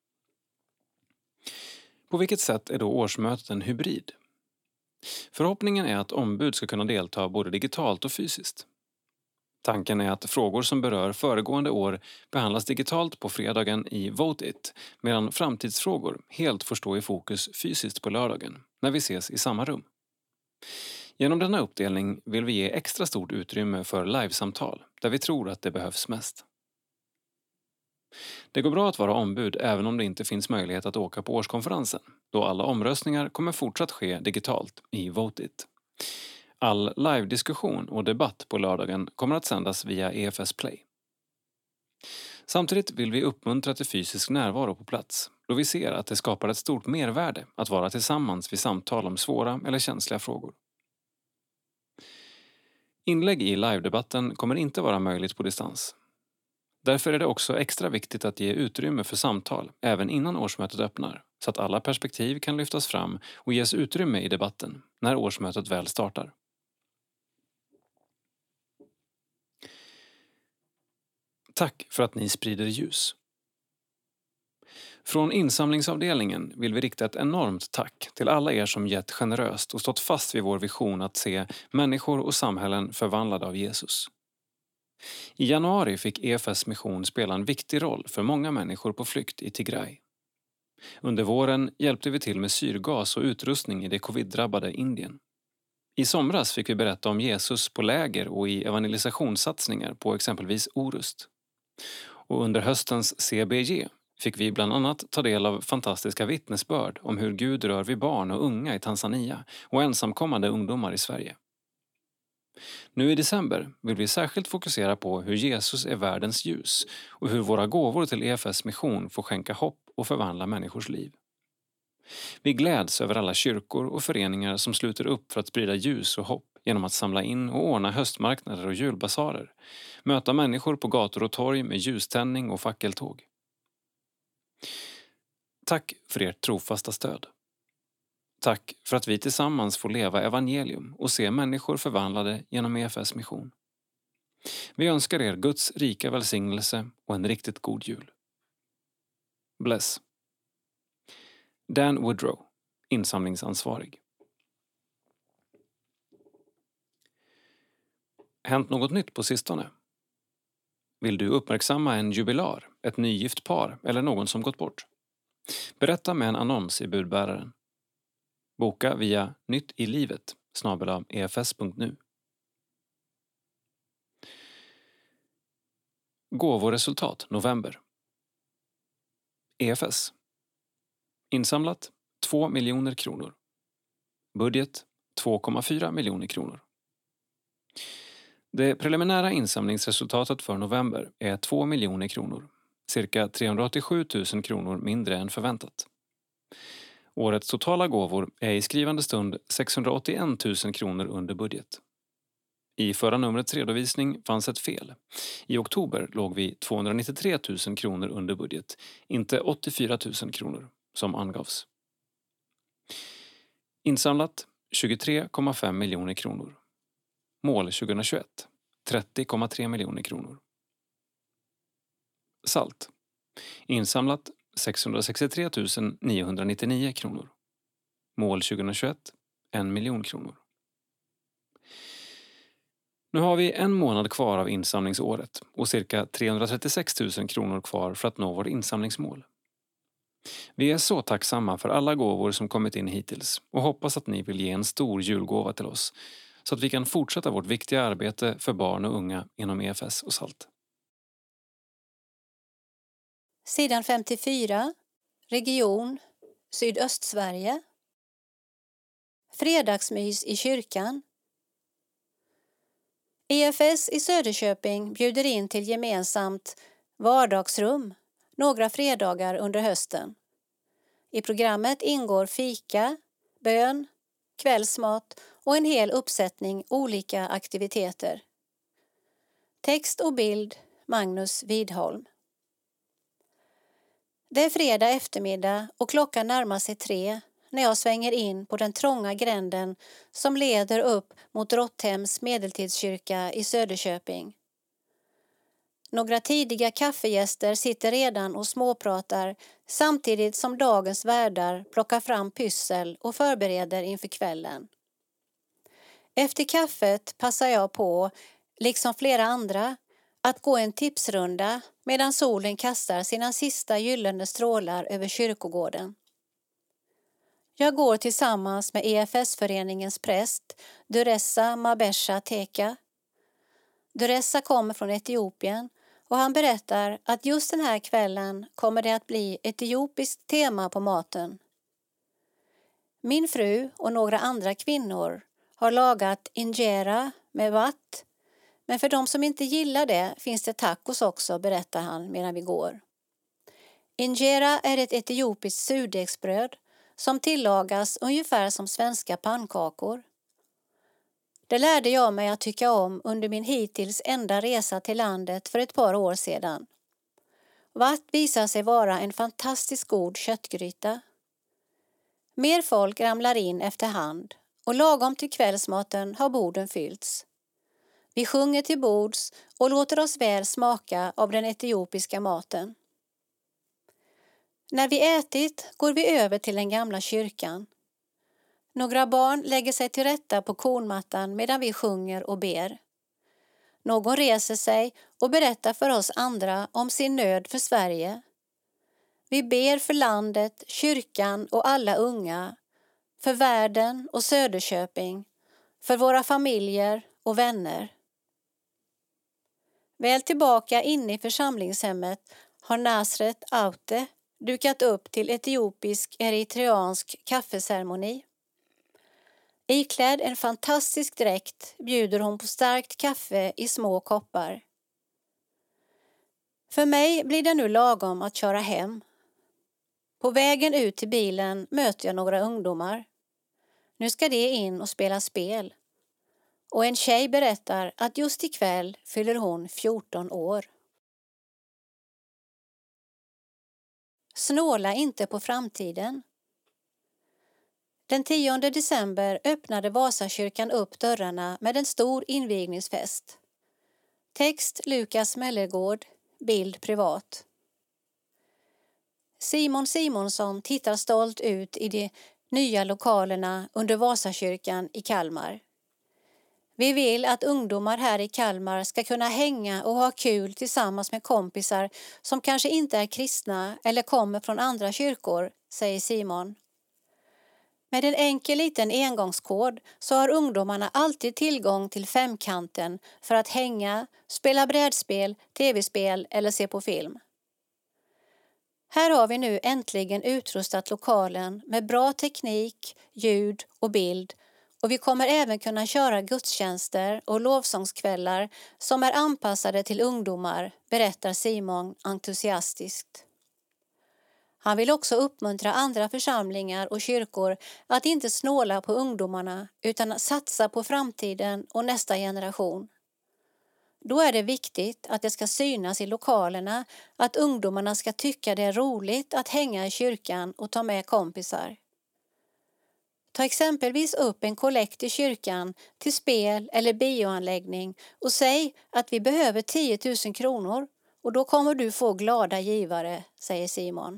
På vilket sätt är då årsmötet en hybrid? Förhoppningen är att ombud ska kunna delta både digitalt och fysiskt. Tanken är att frågor som berör föregående år behandlas digitalt på fredagen i Vote It, medan framtidsfrågor helt får stå i fokus fysiskt på lördagen, när vi ses i samma rum. Genom denna uppdelning vill vi ge extra stort utrymme för livesamtal, där vi tror att det behövs mest. Det går bra att vara ombud även om det inte finns möjlighet att åka på årskonferensen, då alla omröstningar kommer fortsatt ske digitalt i Vote It. All live-diskussion och debatt på lördagen kommer att sändas via E F S Play. Samtidigt vill vi uppmuntra till fysisk närvaro på plats, då vi ser att det skapar ett stort mervärde att vara tillsammans vid samtal om svåra eller känsliga frågor. Inlägg i live-debatten kommer inte vara möjligt på distans. Därför är det också extra viktigt att ge utrymme för samtal även innan årsmötet öppnar, så att alla perspektiv kan lyftas fram och ges utrymme i debatten när årsmötet väl startar. Tack för att ni sprider ljus. Från insamlingsavdelningen vill vi rikta ett enormt tack till alla er som gett generöst och stått fast vid vår vision att se människor och samhällen förvandlade av Jesus. I januari fick E F S mission spela en viktig roll för många människor på flykt i Tigray. Under våren hjälpte vi till med syrgas och utrustning i det covid-drabbade Indien. I somras fick vi berätta om Jesus på läger och i evangelisationssatsningar på exempelvis Orust. Och under höstens C B G fick vi bland annat ta del av fantastiska vittnesbörd om hur Gud rör vid barn och unga i Tanzania och ensamkommande ungdomar i Sverige. Nu i december vill vi särskilt fokusera på hur Jesus är världens ljus och hur våra gåvor till E F S mission får skänka hopp och förvandla människors liv. Vi gläds över alla kyrkor och föreningar som sluter upp för att sprida ljus och hopp genom att samla in och ordna höstmarknader och julbasarer, möta människor på gator och torg med ljuständning och fackeltåg. Tack för ert trofasta stöd. Tack för att vi tillsammans får leva evangelium och se människor förvandlade genom E F S mission. Vi önskar er Guds rika välsignelse och en riktigt god jul. Bless. Dan Woodrow, insamlingsansvarig. Hänt något nytt på sistone? Vill du uppmärksamma en jubilar, ett nygift par eller någon som gått bort? Berätta med en annons i budbäraren. Boka via nyttilivet snabel-a e f s punkt nu. Gåvoresultat november. E F S. Insamlat två miljoner kronor. Budget två komma fyra miljoner kronor. Det preliminära insamlingsresultatet för november är två miljoner kronor, cirka trehundraåttiosju tusen kronor mindre än förväntat. Årets totala gåvor är i skrivande stund sexhundraåttioen tusen kronor under budget. I förra numrets redovisning fanns ett fel. I oktober låg vi tvåhundranittiotre tusen kronor under budget, inte åttiofyra tusen kronor som angavs. Insamlat tjugotre komma fem miljoner kronor. Mål tjugohundratjugoett trettio komma tre miljoner kronor. Salt. Insamlat sexhundrasextiotre tusen niohundranittionio kronor. Mål tjugohundratjugoett en miljon kronor. Nu har vi en månad kvar av insamlingsåret och cirka trehundratrettiosex tusen kronor kvar för att nå vår insamlingsmål. Vi är så tacksamma för alla gåvor som kommit in hittills och hoppas att ni vill ge en stor julgåva till oss så att vi kan fortsätta vårt viktiga arbete för barn och unga inom E F S och SALT. Sidan femtiofyra. Region Sydöstsverige. Fredagsmys i kyrkan. E F S i Söderköping bjuder in till gemensamt vardagsrum några fredagar under hösten. I programmet ingår fika, bön, kvällsmat och en hel uppsättning olika aktiviteter. Text och bild Magnus Widholm. Det är fredag eftermiddag och klockan närmar sig tre när jag svänger in på den trånga gränden som leder upp mot Råtthems medeltidskyrka i Söderköping. Några tidiga kaffegäster sitter redan och småpratar samtidigt som dagens värdar plockar fram pyssel och förbereder inför kvällen. Efter kaffet passar jag på, liksom flera andra, att gå en tipsrunda medan solen kastar sina sista gyllene strålar över kyrkogården. Jag går tillsammans med E F S-föreningens präst, Duressa Mabesha Teka. Duressa kommer från Etiopien och han berättar att just den här kvällen kommer det att bli etiopiskt tema på maten. Min fru och några andra kvinnor har lagat injera med vatt, men för de som inte gillar det finns det tacos också, berättar han medan vi går. Injera är ett etiopiskt surdegsbröd som tillagas ungefär som svenska pannkakor. Det lärde jag mig att tycka om under min hittills enda resa till landet för ett par år sedan. Vatt visar sig vara en fantastiskt god köttgryta. Mer folk ramlar in efterhand och lagom till kvällsmaten har borden fyllts. Vi sjunger till bords och låter oss väl smaka av den etiopiska maten. När vi ätit går vi över till den gamla kyrkan. Några barn lägger sig till rätta på kornmattan medan vi sjunger och ber. Någon reser sig och berättar för oss andra om sin nöd för Sverige. Vi ber för landet, kyrkan och alla unga, för världen och Söderköping, för våra familjer och vänner. Väl tillbaka inne i församlingshemmet har Nasret Aute dukat upp till etiopisk-eritreansk kaffeceremoni. Iklädd en fantastisk dräkt bjuder hon på starkt kaffe i små koppar. För mig blir det nu lagom att köra hem. På vägen ut till bilen möter jag några ungdomar. Nu ska de in och spela spel. Och en tjej berättar att just ikväll fyller hon fjorton år. Snåla inte på framtiden. Den tionde december öppnade Vasakyrkan upp dörrarna med en stor invigningsfest. Text Lukas Mellergård, bild privat. Simon Simonsson tittar stolt ut i de nya lokalerna under Vasakyrkan i Kalmar. Vi vill att ungdomar här i Kalmar ska kunna hänga och ha kul tillsammans med kompisar som kanske inte är kristna eller kommer från andra kyrkor, säger Simon. Med en enkel liten engångskod så har ungdomarna alltid tillgång till femkanten för att hänga, spela brädspel, tv-spel eller se på film. Här har vi nu äntligen utrustat lokalen med bra teknik, ljud och bild och vi kommer även kunna köra gudstjänster och lovsångskvällar som är anpassade till ungdomar, berättar Simon entusiastiskt. Han vill också uppmuntra andra församlingar och kyrkor att inte snåla på ungdomarna utan att satsa på framtiden och nästa generation. Då är det viktigt att det ska synas i lokalerna att ungdomarna ska tycka det är roligt att hänga i kyrkan och ta med kompisar. Ta exempelvis upp en kollekt i kyrkan till spel eller bioanläggning och säg att vi behöver tio tusen kronor och då kommer du få glada givare, säger Simon.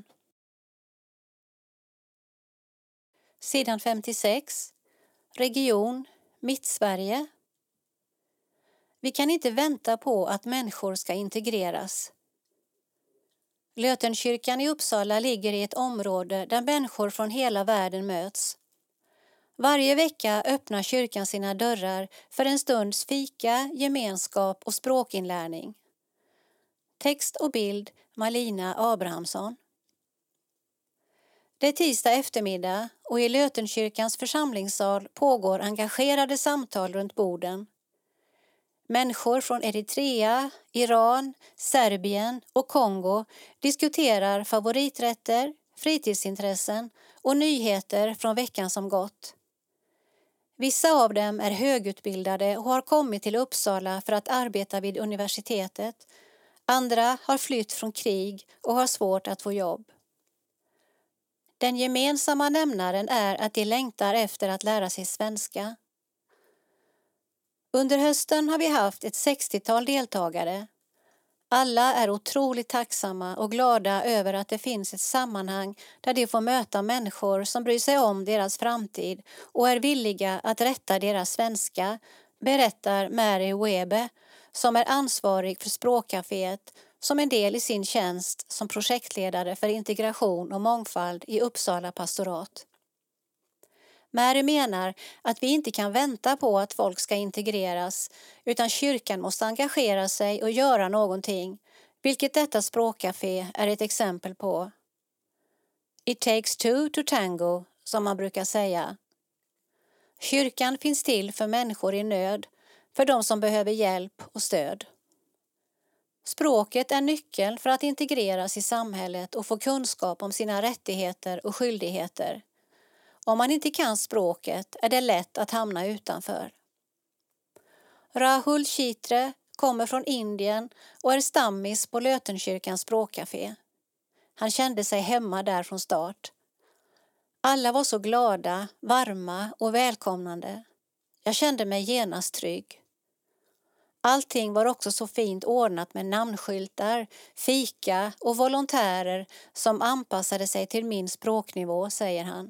Sidan femtiosex. Region Mittsverige. Vi kan inte vänta på att människor ska integreras. Lötenkyrkan i Uppsala ligger i ett område där människor från hela världen möts. Varje vecka öppnar kyrkan sina dörrar för en stunds fika, gemenskap och språkinlärning. Text och bild Malina Abrahamsson. Det är tisdag eftermiddag och i Lötenkyrkans församlingssal pågår engagerade samtal runt borden. Människor från Eritrea, Iran, Serbien och Kongo diskuterar favoriträtter, fritidsintressen och nyheter från veckan som gått. Vissa av dem är högutbildade och har kommit till Uppsala för att arbeta vid universitetet. Andra har flytt från krig och har svårt att få jobb. Den gemensamma nämnaren är att de längtar efter att lära sig svenska. Under hösten har vi haft ett sextiotal deltagare. Alla är otroligt tacksamma och glada över att det finns ett sammanhang där de får möta människor som bryr sig om deras framtid och är villiga att rätta deras svenska, berättar Mary Webe, som är ansvarig för språkcaféet som en del i sin tjänst som projektledare för integration och mångfald i Uppsala pastorat. Mary menar att vi inte kan vänta på att folk ska integreras, utan kyrkan måste engagera sig och göra någonting, vilket detta språkcafé är ett exempel på. It takes two to tango, som man brukar säga. Kyrkan finns till för människor i nöd, för de som behöver hjälp och stöd. Språket är nyckeln för att integreras i samhället och få kunskap om sina rättigheter och skyldigheter. Om man inte kan språket är det lätt att hamna utanför. Rahul Chitre kommer från Indien och är stammis på Lötenkyrkans språkcafé. Han kände sig hemma där från start. Alla var så glada, varma och välkomnande. Jag kände mig genast trygg. Allting var också så fint ordnat med namnskyltar, fika och volontärer som anpassade sig till min språknivå, säger han.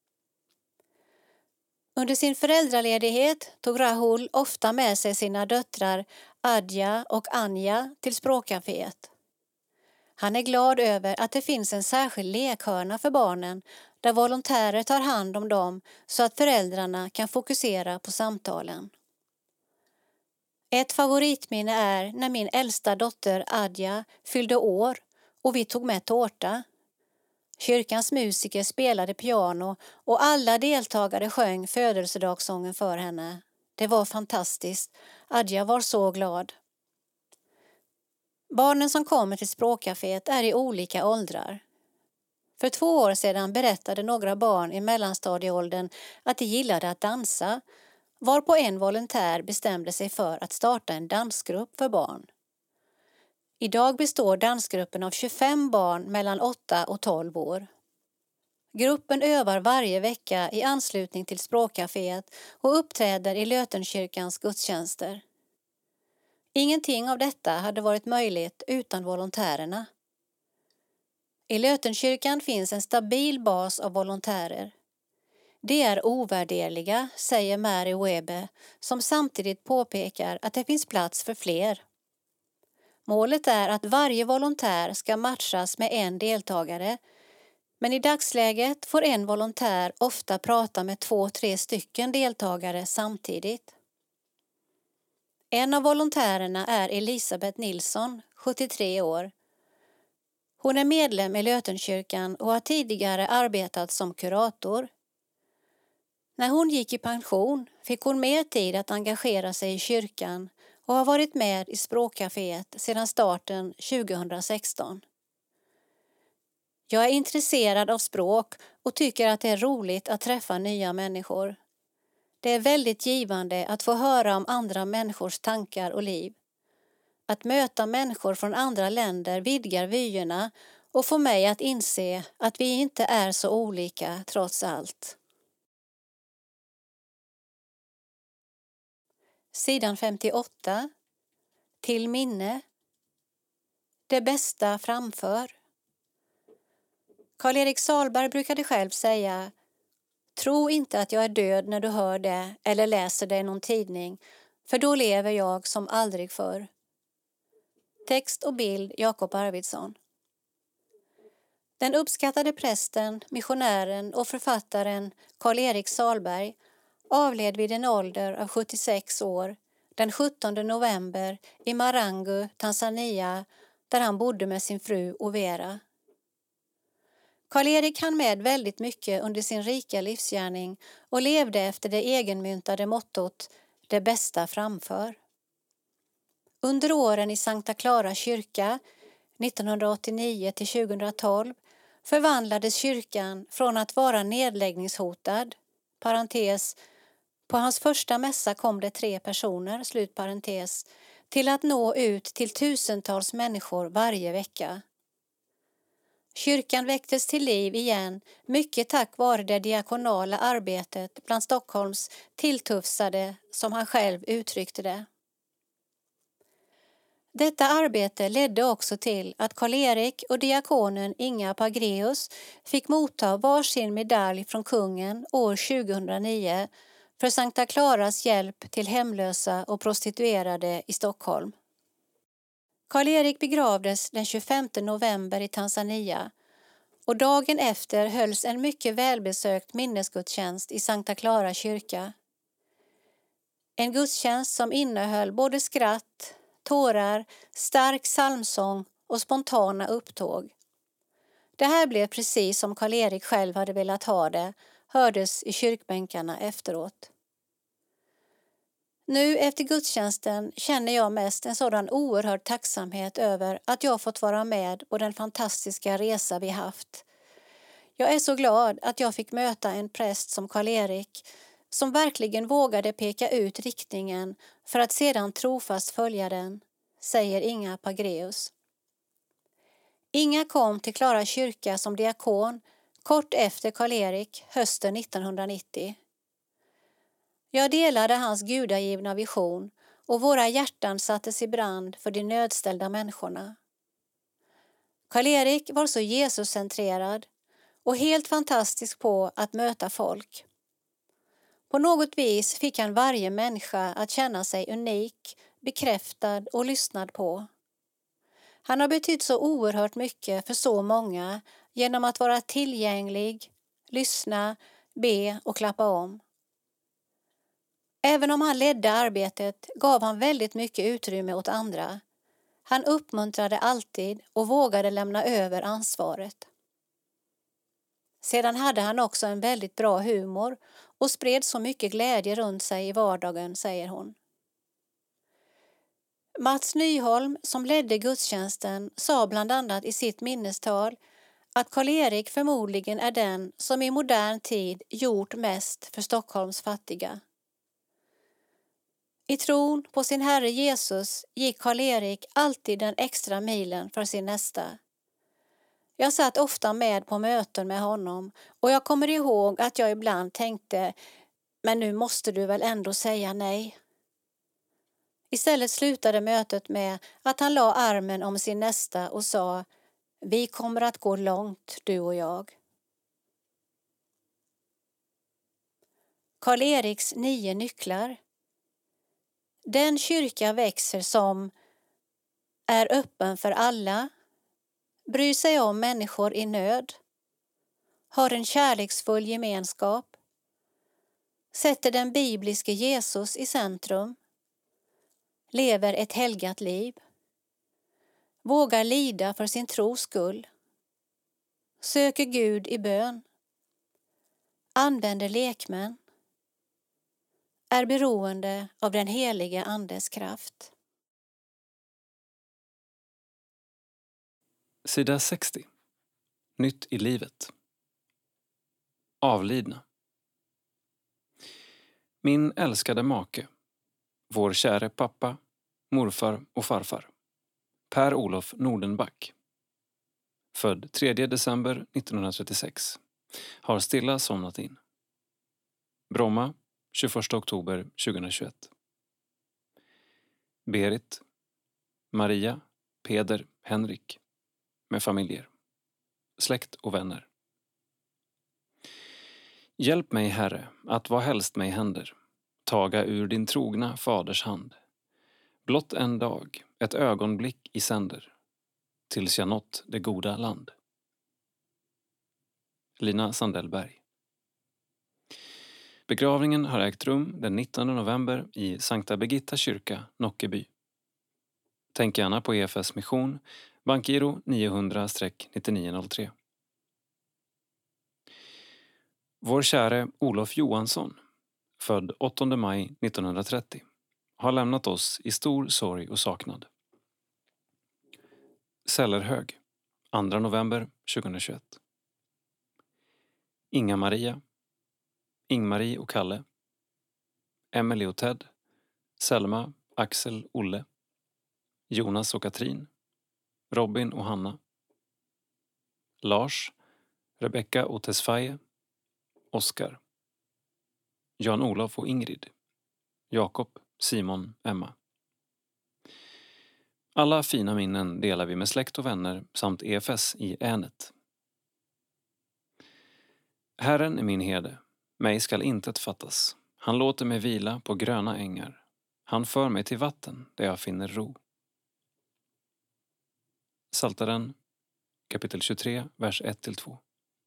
Under sin föräldraledighet tog Rahul ofta med sig sina döttrar Adja och Anja till språkcaféet. Han är glad över att det finns en särskild lekhörna för barnen där volontärer tar hand om dem så att föräldrarna kan fokusera på samtalen. Ett favoritminne är när min äldsta dotter Adja fyllde år och vi tog med tårta. Kyrkans musiker spelade piano och alla deltagare sjöng födelsedagssången för henne. Det var fantastiskt. Adja var så glad. Barnen som kommer till språkcaféet är i olika åldrar. För två år sedan berättade några barn i mellanstadieåldern att de gillade att dansa, varpå en volontär bestämde sig för att starta en dansgrupp för barn. Idag består dansgruppen av tjugofem barn mellan åtta och tolv år. Gruppen övar varje vecka i anslutning till språkcaféet och uppträder i Lötenkyrkans gudstjänster. Ingenting av detta hade varit möjligt utan volontärerna. I Lötenkyrkan finns en stabil bas av volontärer. De är ovärderliga, säger Mary Webe, som samtidigt påpekar att det finns plats för fler. Målet är att varje volontär ska matchas med en deltagare, men i dagsläget får en volontär ofta prata med två, tre stycken deltagare samtidigt. En av volontärerna är Elisabeth Nilsson, sjuttiotre år. Hon är medlem i Lötenkyrkan och har tidigare arbetat som kurator. När hon gick i pension fick hon mer tid att engagera sig i kyrkan och har varit med i språkcaféet sedan starten tjugohundrasexton. Jag är intresserad av språk och tycker att det är roligt att träffa nya människor. Det är väldigt givande att få höra om andra människors tankar och liv. Att möta människor från andra länder vidgar vyerna och får mig att inse att vi inte är så olika trots allt. Sidan femtioåtta. Till minne. Det bästa framför. Karl-Erik Salberg brukade själv säga: tro inte att jag är död när du hör det eller läser det i någon tidning, för då lever jag som aldrig förr. Text och bild Jakob Arvidsson. Den uppskattade prästen, missionären och författaren Karl-Erik Salberg avled vid en ålder av sjuttiosex år den sjuttonde november i Marangu, Tanzania där han bodde med sin fru Overa. Karl-Erik hann med väldigt mycket under sin rika livsgärning och levde efter det egenmyntade mottot "det bästa framför". Under åren i Sankta Clara kyrka nittonhundraåttionio till tjugohundratolv förvandlades kyrkan från att vara nedläggningshotad, parentes, på hans första mässa kom det tre personer, slut parentes, till att nå ut till tusentals människor varje vecka. Kyrkan väcktes till liv igen, mycket tack vare det diakonala arbetet bland Stockholms tilltufsade, som han själv uttryckte det. Detta arbete ledde också till att Karl-Erik och diakonen Inga Pagreus fick motta varsin medalj från kungen år tjugohundranio för Sankta Claras hjälp till hemlösa och prostituerade i Stockholm. Karl-Erik begravdes den tjugofemte november i Tanzania och dagen efter hölls en mycket välbesökt minnesgudstjänst i Sankta Clara kyrka. En gudstjänst som innehöll både skratt, tårar, stark psalmsång och spontana upptåg. Det här blev precis som Karl-Erik själv hade velat ha det, hördes i kyrkbänkarna efteråt. Nu efter gudstjänsten känner jag mest en sådan oerhörd tacksamhet över att jag fått vara med på den fantastiska resa vi haft. Jag är så glad att jag fick möta en präst som Karl-Erik som verkligen vågade peka ut riktningen för att sedan trofast följa den, säger Inga Pagreus. Inga kom till Klara kyrka som diakon kort efter Karl-Erik hösten nittonhundranittio. Jag delade hans gudagivna vision och våra hjärtan sattes i brand för de nödställda människorna. Karl-Erik var så Jesuscentrerad och helt fantastisk på att möta folk. På något vis fick han varje människa att känna sig unik, bekräftad och lyssnad på. Han har betytt så oerhört mycket för så många genom att vara tillgänglig, lyssna, be och klappa om. Även om han ledde arbetet gav han väldigt mycket utrymme åt andra. Han uppmuntrade alltid och vågade lämna över ansvaret. Sedan hade han också en väldigt bra humor och spred så mycket glädje runt sig i vardagen, säger hon. Mats Nyholm, som ledde gudstjänsten, sa bland annat i sitt minnestal att Karl-Erik förmodligen är den som i modern tid gjort mest för Stockholms fattiga. I tron på sin Herre Jesus gick Karl-Erik alltid den extra milen för sin nästa. Jag satt ofta med på möten med honom och jag kommer ihåg att jag ibland tänkte, men nu måste du väl ändå säga nej. Istället slutade mötet med att han la armen om sin nästa och sa, vi kommer att gå långt, du och jag. Karl-Eriks nio nycklar. Den kyrka växer som är öppen för alla, bryr sig om människor i nöd, har en kärleksfull gemenskap, sätter den bibliske Jesus i centrum, lever ett helgat liv, vågar lida för sin tros skull, söker Gud i bön, använder lekmän, är beroende av den helige Andes kraft. Sida sextio. Nytt i livet. Avlidna. Min älskade make, vår käre pappa, morfar och farfar, Per-Olof Nordenback, född tredje december nittonhundratrettiosex, har stilla somnat in. Bromma, tjugoförsta oktober tjugohundratjugoett. Berit, Maria, Peder, Henrik, med familjer, släkt och vänner. Hjälp mig, Herre, att vad helst mig händer, taga ur din trogna faders hand. Blott en dag, ett ögonblick i sänder, tills jag nått det goda land. Lina Sandellberg. Begravningen har ägt rum den nittonde november i Sankta Birgitta kyrka, Nockeby. Tänk gärna på E F S mission, bankgiro niohundra nittionio noll tre. Vår käre Olof Johansson, född åttonde maj nittonhundratrettio, har lämnat oss i stor sorg och saknad. Sällerhög, andra november tjugohundratjugoett. Inga-Maria, Ingmarie och Kalle, Emily och Ted, Selma, Axel, Olle, Jonas och Katrin, Robin och Hanna, Lars, Rebecca och Tesfaye, Oskar, Jan-Olof och Ingrid, Jakob, Simon, Emma. Alla fina minnen delar vi med släkt och vänner samt E F S i Änet. Herren är min herde, mig skall intet fattas. Han låter mig vila på gröna ängar. Han för mig till vatten där jag finner ro. Psaltaren kapitel tjugotre, vers ett till två.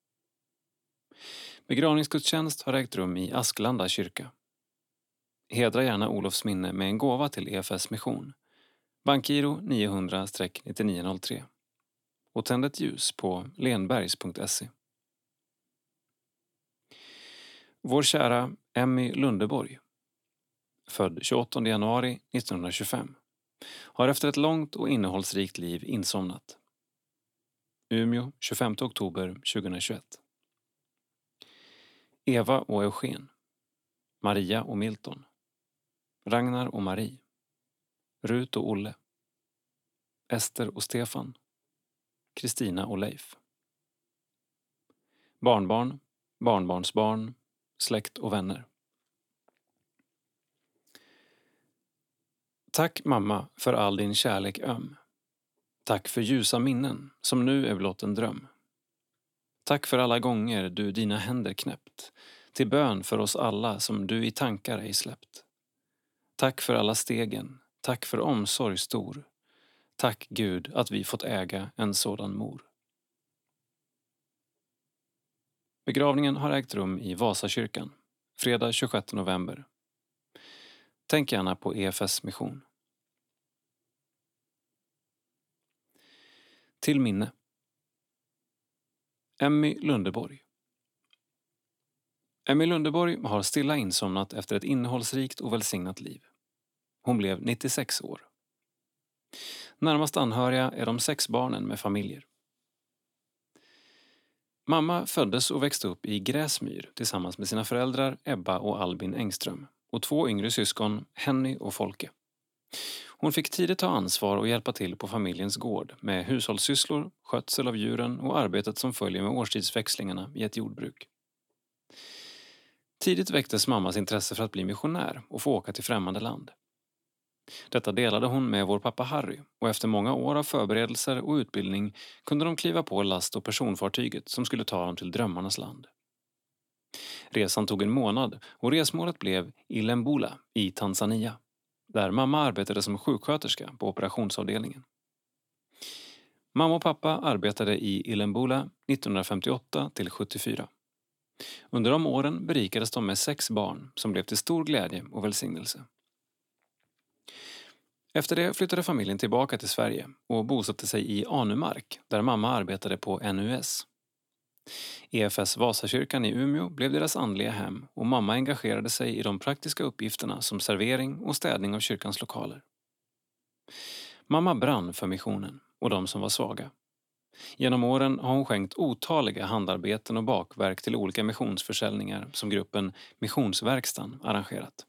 Begravningsgudstjänst har ägt rum i Asklanda kyrka. Hedra gärna Olofs minne med en gåva till E F S mission, bankgiro niohundra nittionio noll tre, och tänd ett ljus på lenbergs punkt se. Vår kära Emmy Lundeborg, född tjugoåttonde januari nittonhundratjugofem, har efter ett långt och innehållsrikt liv insomnat. Umeå, tjugofemte oktober tjugohundratjugoett. Eva och Eugen, Maria och Milton, Ragnar och Marie, Rut och Olle, Ester och Stefan, Kristina och Leif. Barnbarn, barnbarnsbarn, släkt och vänner. Tack mamma för all din kärlek öm. Tack för ljusa minnen som nu är blott en dröm. Tack för alla gånger du dina händer knäppt, till bön för oss alla som du i tankar ej släppt. Tack för alla stegen, tack för omsorg stor. Tack Gud att vi fått äga en sådan mor. Begravningen har ägt rum i Vasakyrkan, fredag tjugosjätte november. Tänk gärna på E F S mission. Till minne. Emmy Lundeborg. Emmy Lundeborg har stilla insomnat efter ett innehållsrikt och välsignat liv. Hon blev nittiosex år. Närmast anhöriga är de sex barnen med familjer. Mamma föddes och växte upp i Gräsmyr tillsammans med sina föräldrar Ebba och Albin Engström och två yngre syskon Henny och Folke. Hon fick tidigt ta ansvar och hjälpa till på familjens gård med hushållssysslor, skötsel av djuren och arbetet som följer med årstidsväxlingarna i ett jordbruk. Tidigt väcktes mammas intresse för att bli missionär och få åka till främmande land. Detta delade hon med vår pappa Harry och efter många år av förberedelser och utbildning kunde de kliva på last- och personfartyget som skulle ta dem till drömmarnas land. Resan tog en månad och resmålet blev Ilembula i Tanzania, där mamma arbetade som sjuksköterska på operationsavdelningen. Mamma och pappa arbetade i Ilembula nittonhundrafemtioåtta till sjuttiofyra. Under de åren berikades de med sex barn som blev till stor glädje och välsignelse. Efter det flyttade familjen tillbaka till Sverige och bosatte sig i Anumark där mamma arbetade på N U S. E F S Vasakyrkan i Umeå blev deras andliga hem och mamma engagerade sig i de praktiska uppgifterna som servering och städning av kyrkans lokaler. Mamma brann för missionen och de som var svaga. Genom åren har hon skänkt otaliga handarbeten och bakverk till olika missionsförsäljningar som gruppen Missionsverkstan arrangerat.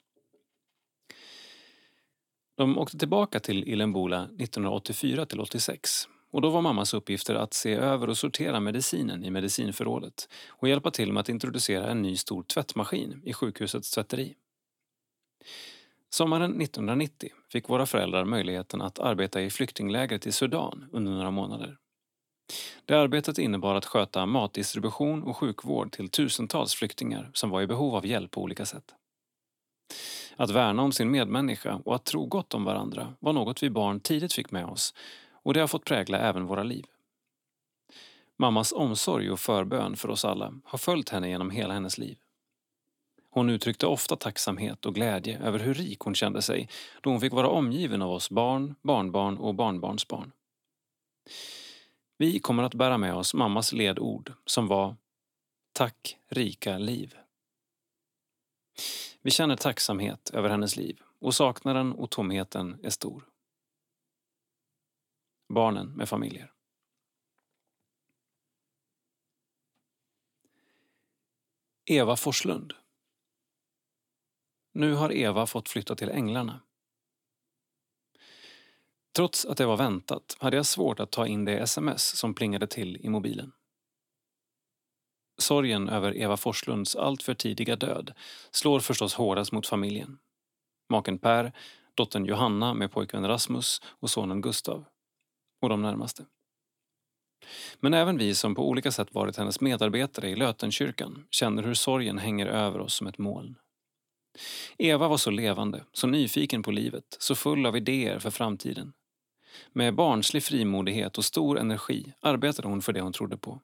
De åkte tillbaka till Ilembula nittonhundraåttiofyra till åttiosex och då var mammas uppgifter att se över och sortera medicinen i medicinförrådet och hjälpa till med att introducera en ny stor tvättmaskin i sjukhusets tvätteri. Sommaren nittonhundranittio fick våra föräldrar möjligheten att arbeta i flyktinglägret i Sudan under några månader. Det arbetet innebar att sköta matdistribution och sjukvård till tusentals flyktingar som var i behov av hjälp på olika sätt. Att värna om sin medmänniska och att tro gott om varandra var något vi barn tidigt fick med oss och det har fått prägla även våra liv. Mammas omsorg och förbön för oss alla har följt henne genom hela hennes liv. Hon uttryckte ofta tacksamhet och glädje över hur rik hon kände sig då hon fick vara omgiven av oss barn, barnbarn och barnbarnsbarn. Vi kommer att bära med oss mammas ledord som var tack rika liv. Vi känner tacksamhet över hennes liv och saknaden och tomheten är stor. Barnen med familjer. Eva Forslund. Nu har Eva fått flytta till Änglarna. Trots att det var väntat hade jag svårt att ta in det sms som plingade till i mobilen. Sorgen över Eva Forslunds alltför tidiga död slår förstås hårdast mot familjen. Maken Per, dottern Johanna med pojkvän Rasmus och sonen Gustav. Och de närmaste. Men även vi som på olika sätt varit hennes medarbetare i Lötenkyrkan känner hur sorgen hänger över oss som ett moln. Eva var så levande, så nyfiken på livet, så full av idéer för framtiden. Med barnslig frimodighet och stor energi arbetade hon för det hon trodde på.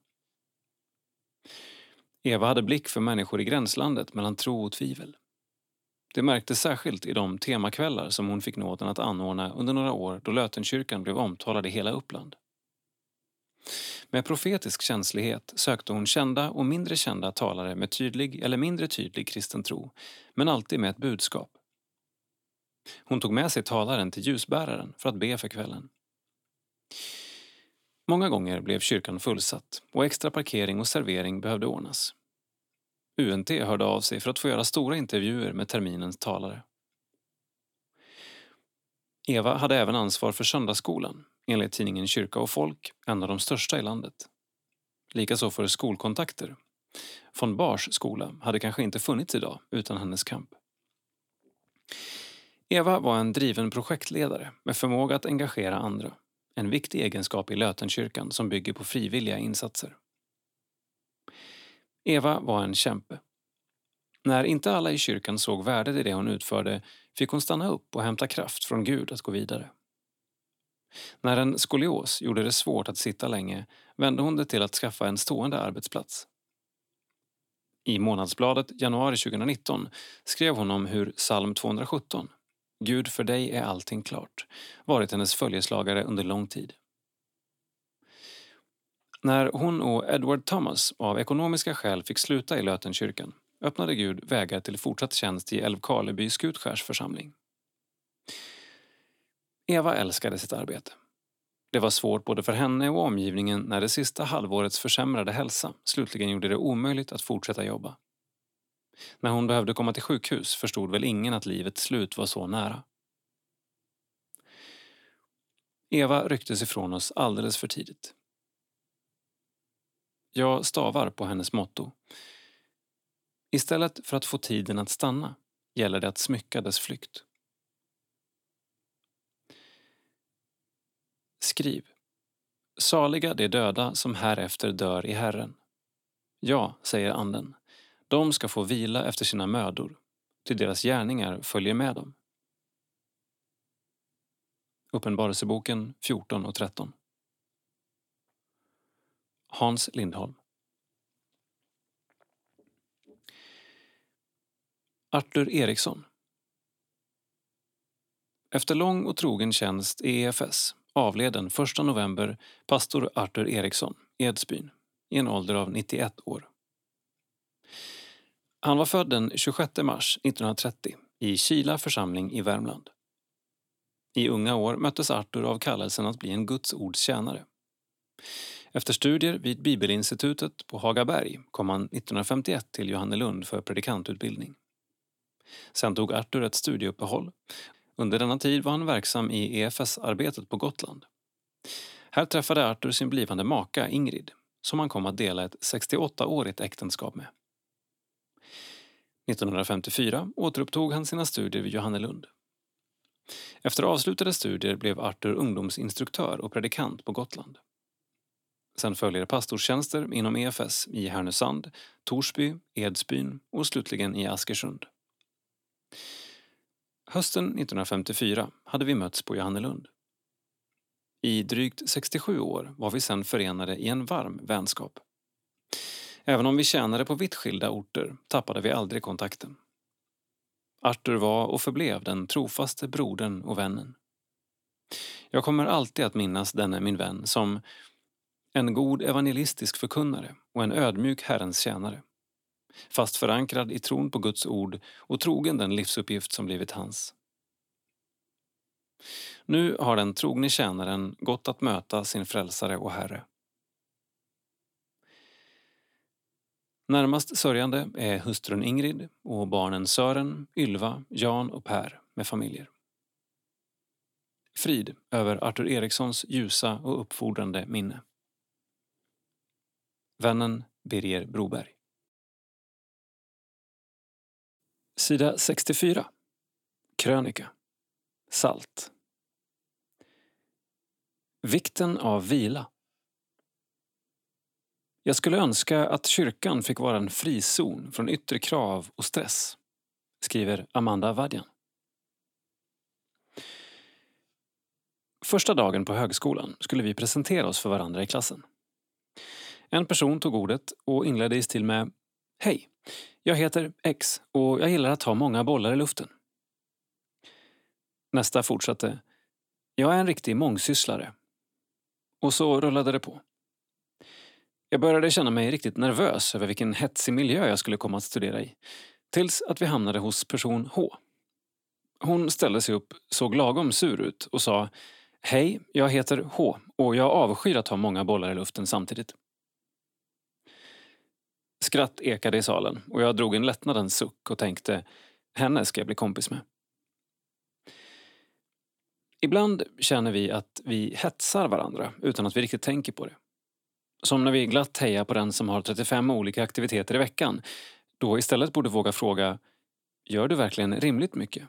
Eva hade blick för människor i gränslandet mellan tro och tvivel. Det märktes särskilt i de temakvällar som hon fick nåden att anordna under några år då Lötenkyrkan blev omtalad i hela Uppland. Med profetisk känslighet sökte hon kända och mindre kända talare med tydlig eller mindre tydlig kristen tro, men alltid med ett budskap. Hon tog med sig talaren till ljusbäraren för att be för kvällen. Många gånger blev kyrkan fullsatt och extra parkering och servering behövde ordnas. U N T hörde av sig för att få göra stora intervjuer med terminens talare. Eva hade även ansvar för söndagsskolan, enligt tidningen Kyrka och folk, en av de största i landet. Likaså för skolkontakter. Von Bars skola hade kanske inte funnits idag utan hennes kamp. Eva var en driven projektledare med förmåga att engagera andra. En viktig egenskap i Lötenkyrkan som bygger på frivilliga insatser. Eva var en kämpe. När inte alla i kyrkan såg värdet i det hon utförde fick hon stanna upp och hämta kraft från Gud att gå vidare. När en skolios gjorde det svårt att sitta länge vände hon det till att skaffa en stående arbetsplats. I månadsbladet januari tjugonitton skrev hon om hur psalm tvåhundrasjutton, Gud för dig är allting klart, varit hennes följeslagare under lång tid. När hon och Edward Thomas av ekonomiska skäl fick sluta i Lötenkyrkan öppnade Gud vägar till fortsatt tjänst i Älvkarleby Skutskärsförsamling. Eva älskade sitt arbete. Det var svårt både för henne och omgivningen när det sista halvårets försämrade hälsa slutligen gjorde det omöjligt att fortsätta jobba. När hon behövde komma till sjukhus förstod väl ingen att livets slut var så nära. Eva rycktes ifrån oss alldeles för tidigt. Jag stavar på hennes motto. Istället för att få tiden att stanna gäller det att smycka dess flykt. Skriv. Saliga de döda som härefter dör i Herren. Ja, säger anden, de ska få vila efter sina mödor, till deras gärningar följer med dem. Uppenbarelseboken fjorton och tretton. Hans Lindholm. Arthur Eriksson. Efter lång och trogen tjänst i E F S avled den första november pastor Arthur Eriksson, Edsbyn, i en ålder av nittioett år. Han var född den tjugosjätte mars nittonhundratrettio i Kila församling i Värmland. I unga år möttes Arthur av kallelsen att bli en Guds ords tjänare. Efter studier vid Bibelinstitutet på Hagaberg kom han nittonhundrafemtioett till Johannelund för predikantutbildning. Sen tog Arthur ett studieuppehåll. Under denna tid var han verksam i E F S-arbetet på Gotland. Här träffade Arthur sin blivande maka Ingrid, som han kom att dela ett sextioåttaårigt äktenskap med. nittonhundrafemtiofyra återupptog han sina studier vid Johannelund. Efter avslutade studier blev Arthur ungdomsinstruktör och predikant på Gotland. Sen följer pastorstjänster inom E F S i Härnösand, Torsby, Edsbyn och slutligen i Askersund. Hösten nittonhundrafemtiofyra hade vi mötts på Johannelund. I drygt sextiosju år var vi sedan förenade i en varm vänskap. Även om vi tjänade på vitt skilda orter tappade vi aldrig kontakten. Arthur var och förblev den trofaste brodern och vännen. Jag kommer alltid att minnas denne min vän som en god evangelistisk förkunnare och en ödmjuk Herrens tjänare. Fast förankrad i tron på Guds ord och trogen den livsuppgift som blivit hans. Nu har den trogne tjänaren gått att möta sin frälsare och Herre. Närmast sörjande är hustrun Ingrid och barnen Sören, Ylva, Jan och Per med familjer. Frid över Arthur Erikssons ljusa och uppfordrande minne. Vännen Birger Broberg. Sida sextiofyra. Krönika. Salt. Vikten av vila. Jag skulle önska att kyrkan fick vara en frizon från yttre krav och stress, skriver Amanda Vadjan. Första dagen på högskolan skulle vi presentera oss för varandra i klassen. En person tog ordet och inledde i stil med: Hej, jag heter X och jag gillar att ha många bollar i luften. Nästa fortsatte: Jag är en riktig mångsysslare. Och så rullade det på. Jag började känna mig riktigt nervös över vilken hetsig miljö jag skulle komma att studera i. Tills att vi hamnade hos person H. Hon ställde sig upp, såg lagom sur ut och sa: Hej, jag heter H och jag avskyr att ha många bollar i luften samtidigt. Skratt ekade i salen och jag drog en lättnadens suck och tänkte: henne ska jag bli kompis med. Ibland känner vi att vi hetsar varandra utan att vi riktigt tänker på det. Som när vi glatt hejar på den som har trettiofem olika aktiviteter i veckan, då istället borde våga fråga: gör du verkligen rimligt mycket?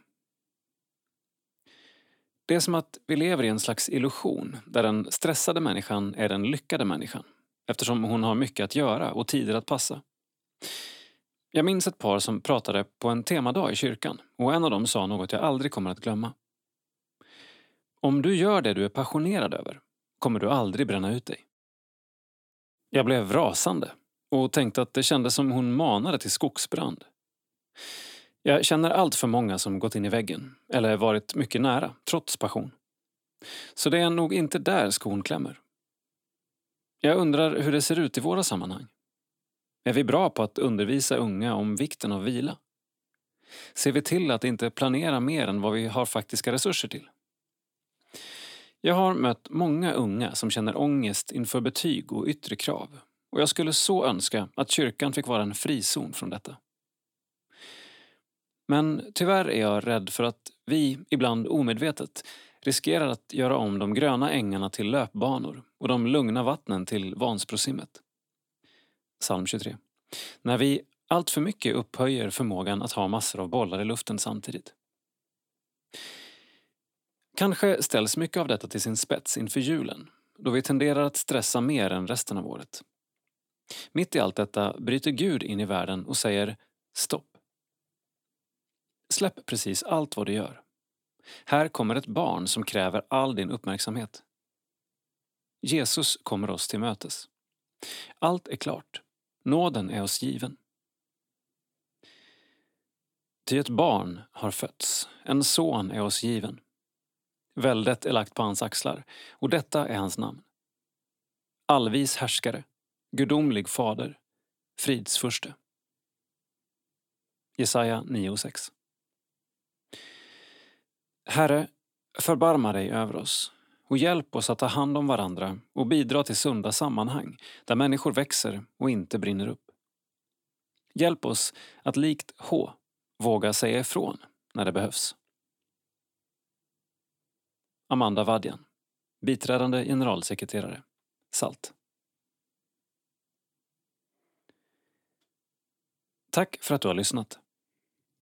Det är som att vi lever i en slags illusion där den stressade människan är den lyckade människan, eftersom hon har mycket att göra och tider att passa. Jag minns ett par som pratade på en temadag i kyrkan och en av dem sa något jag aldrig kommer att glömma. Om du gör det du är passionerad över kommer du aldrig bränna ut dig. Jag blev rasande och tänkte att det kändes som hon manade till skogsbrand. Jag känner allt för många som gått in i väggen eller varit mycket nära, trots passion. Så det är nog inte där skon klämmer. Jag undrar hur det ser ut i våra sammanhang. Är vi bra på att undervisa unga om vikten av vila? Ser vi till att inte planera mer än vad vi har faktiska resurser till? Jag har mött många unga som känner ångest inför betyg och yttre krav. Och jag skulle så önska att kyrkan fick vara en frizon från detta. Men tyvärr är jag rädd för att vi, ibland omedvetet, riskerar att göra om de gröna ängarna till löpbanor och de lugna vattnen till Vansbrosimmet. Psalm tjugotre. När vi allt för mycket upphöjer förmågan att ha massor av bollar i luften samtidigt. Kanske ställs mycket av detta till sin spets inför julen, då vi tenderar att stressa mer än resten av året. Mitt i allt detta bryter Gud in i världen och säger: stopp. Släpp precis allt vad du gör. Här kommer ett barn som kräver all din uppmärksamhet. Jesus kommer oss till mötes. Allt är klart. Nåden är oss given. Ty ett barn har fötts, en son är oss given. Väldet är lagt på hans axlar, och detta är hans namn. Allvis härskare, gudomlig fader, fridsfurste. Jesaja nio sex. Herre, förbarma dig över oss och hjälp oss att ta hand om varandra och bidra till sunda sammanhang där människor växer och inte brinner upp. Hjälp oss att likt H våga säga ifrån när det behövs. Amanda Vadjan, biträdande generalsekreterare, SALT. Tack för att du har lyssnat.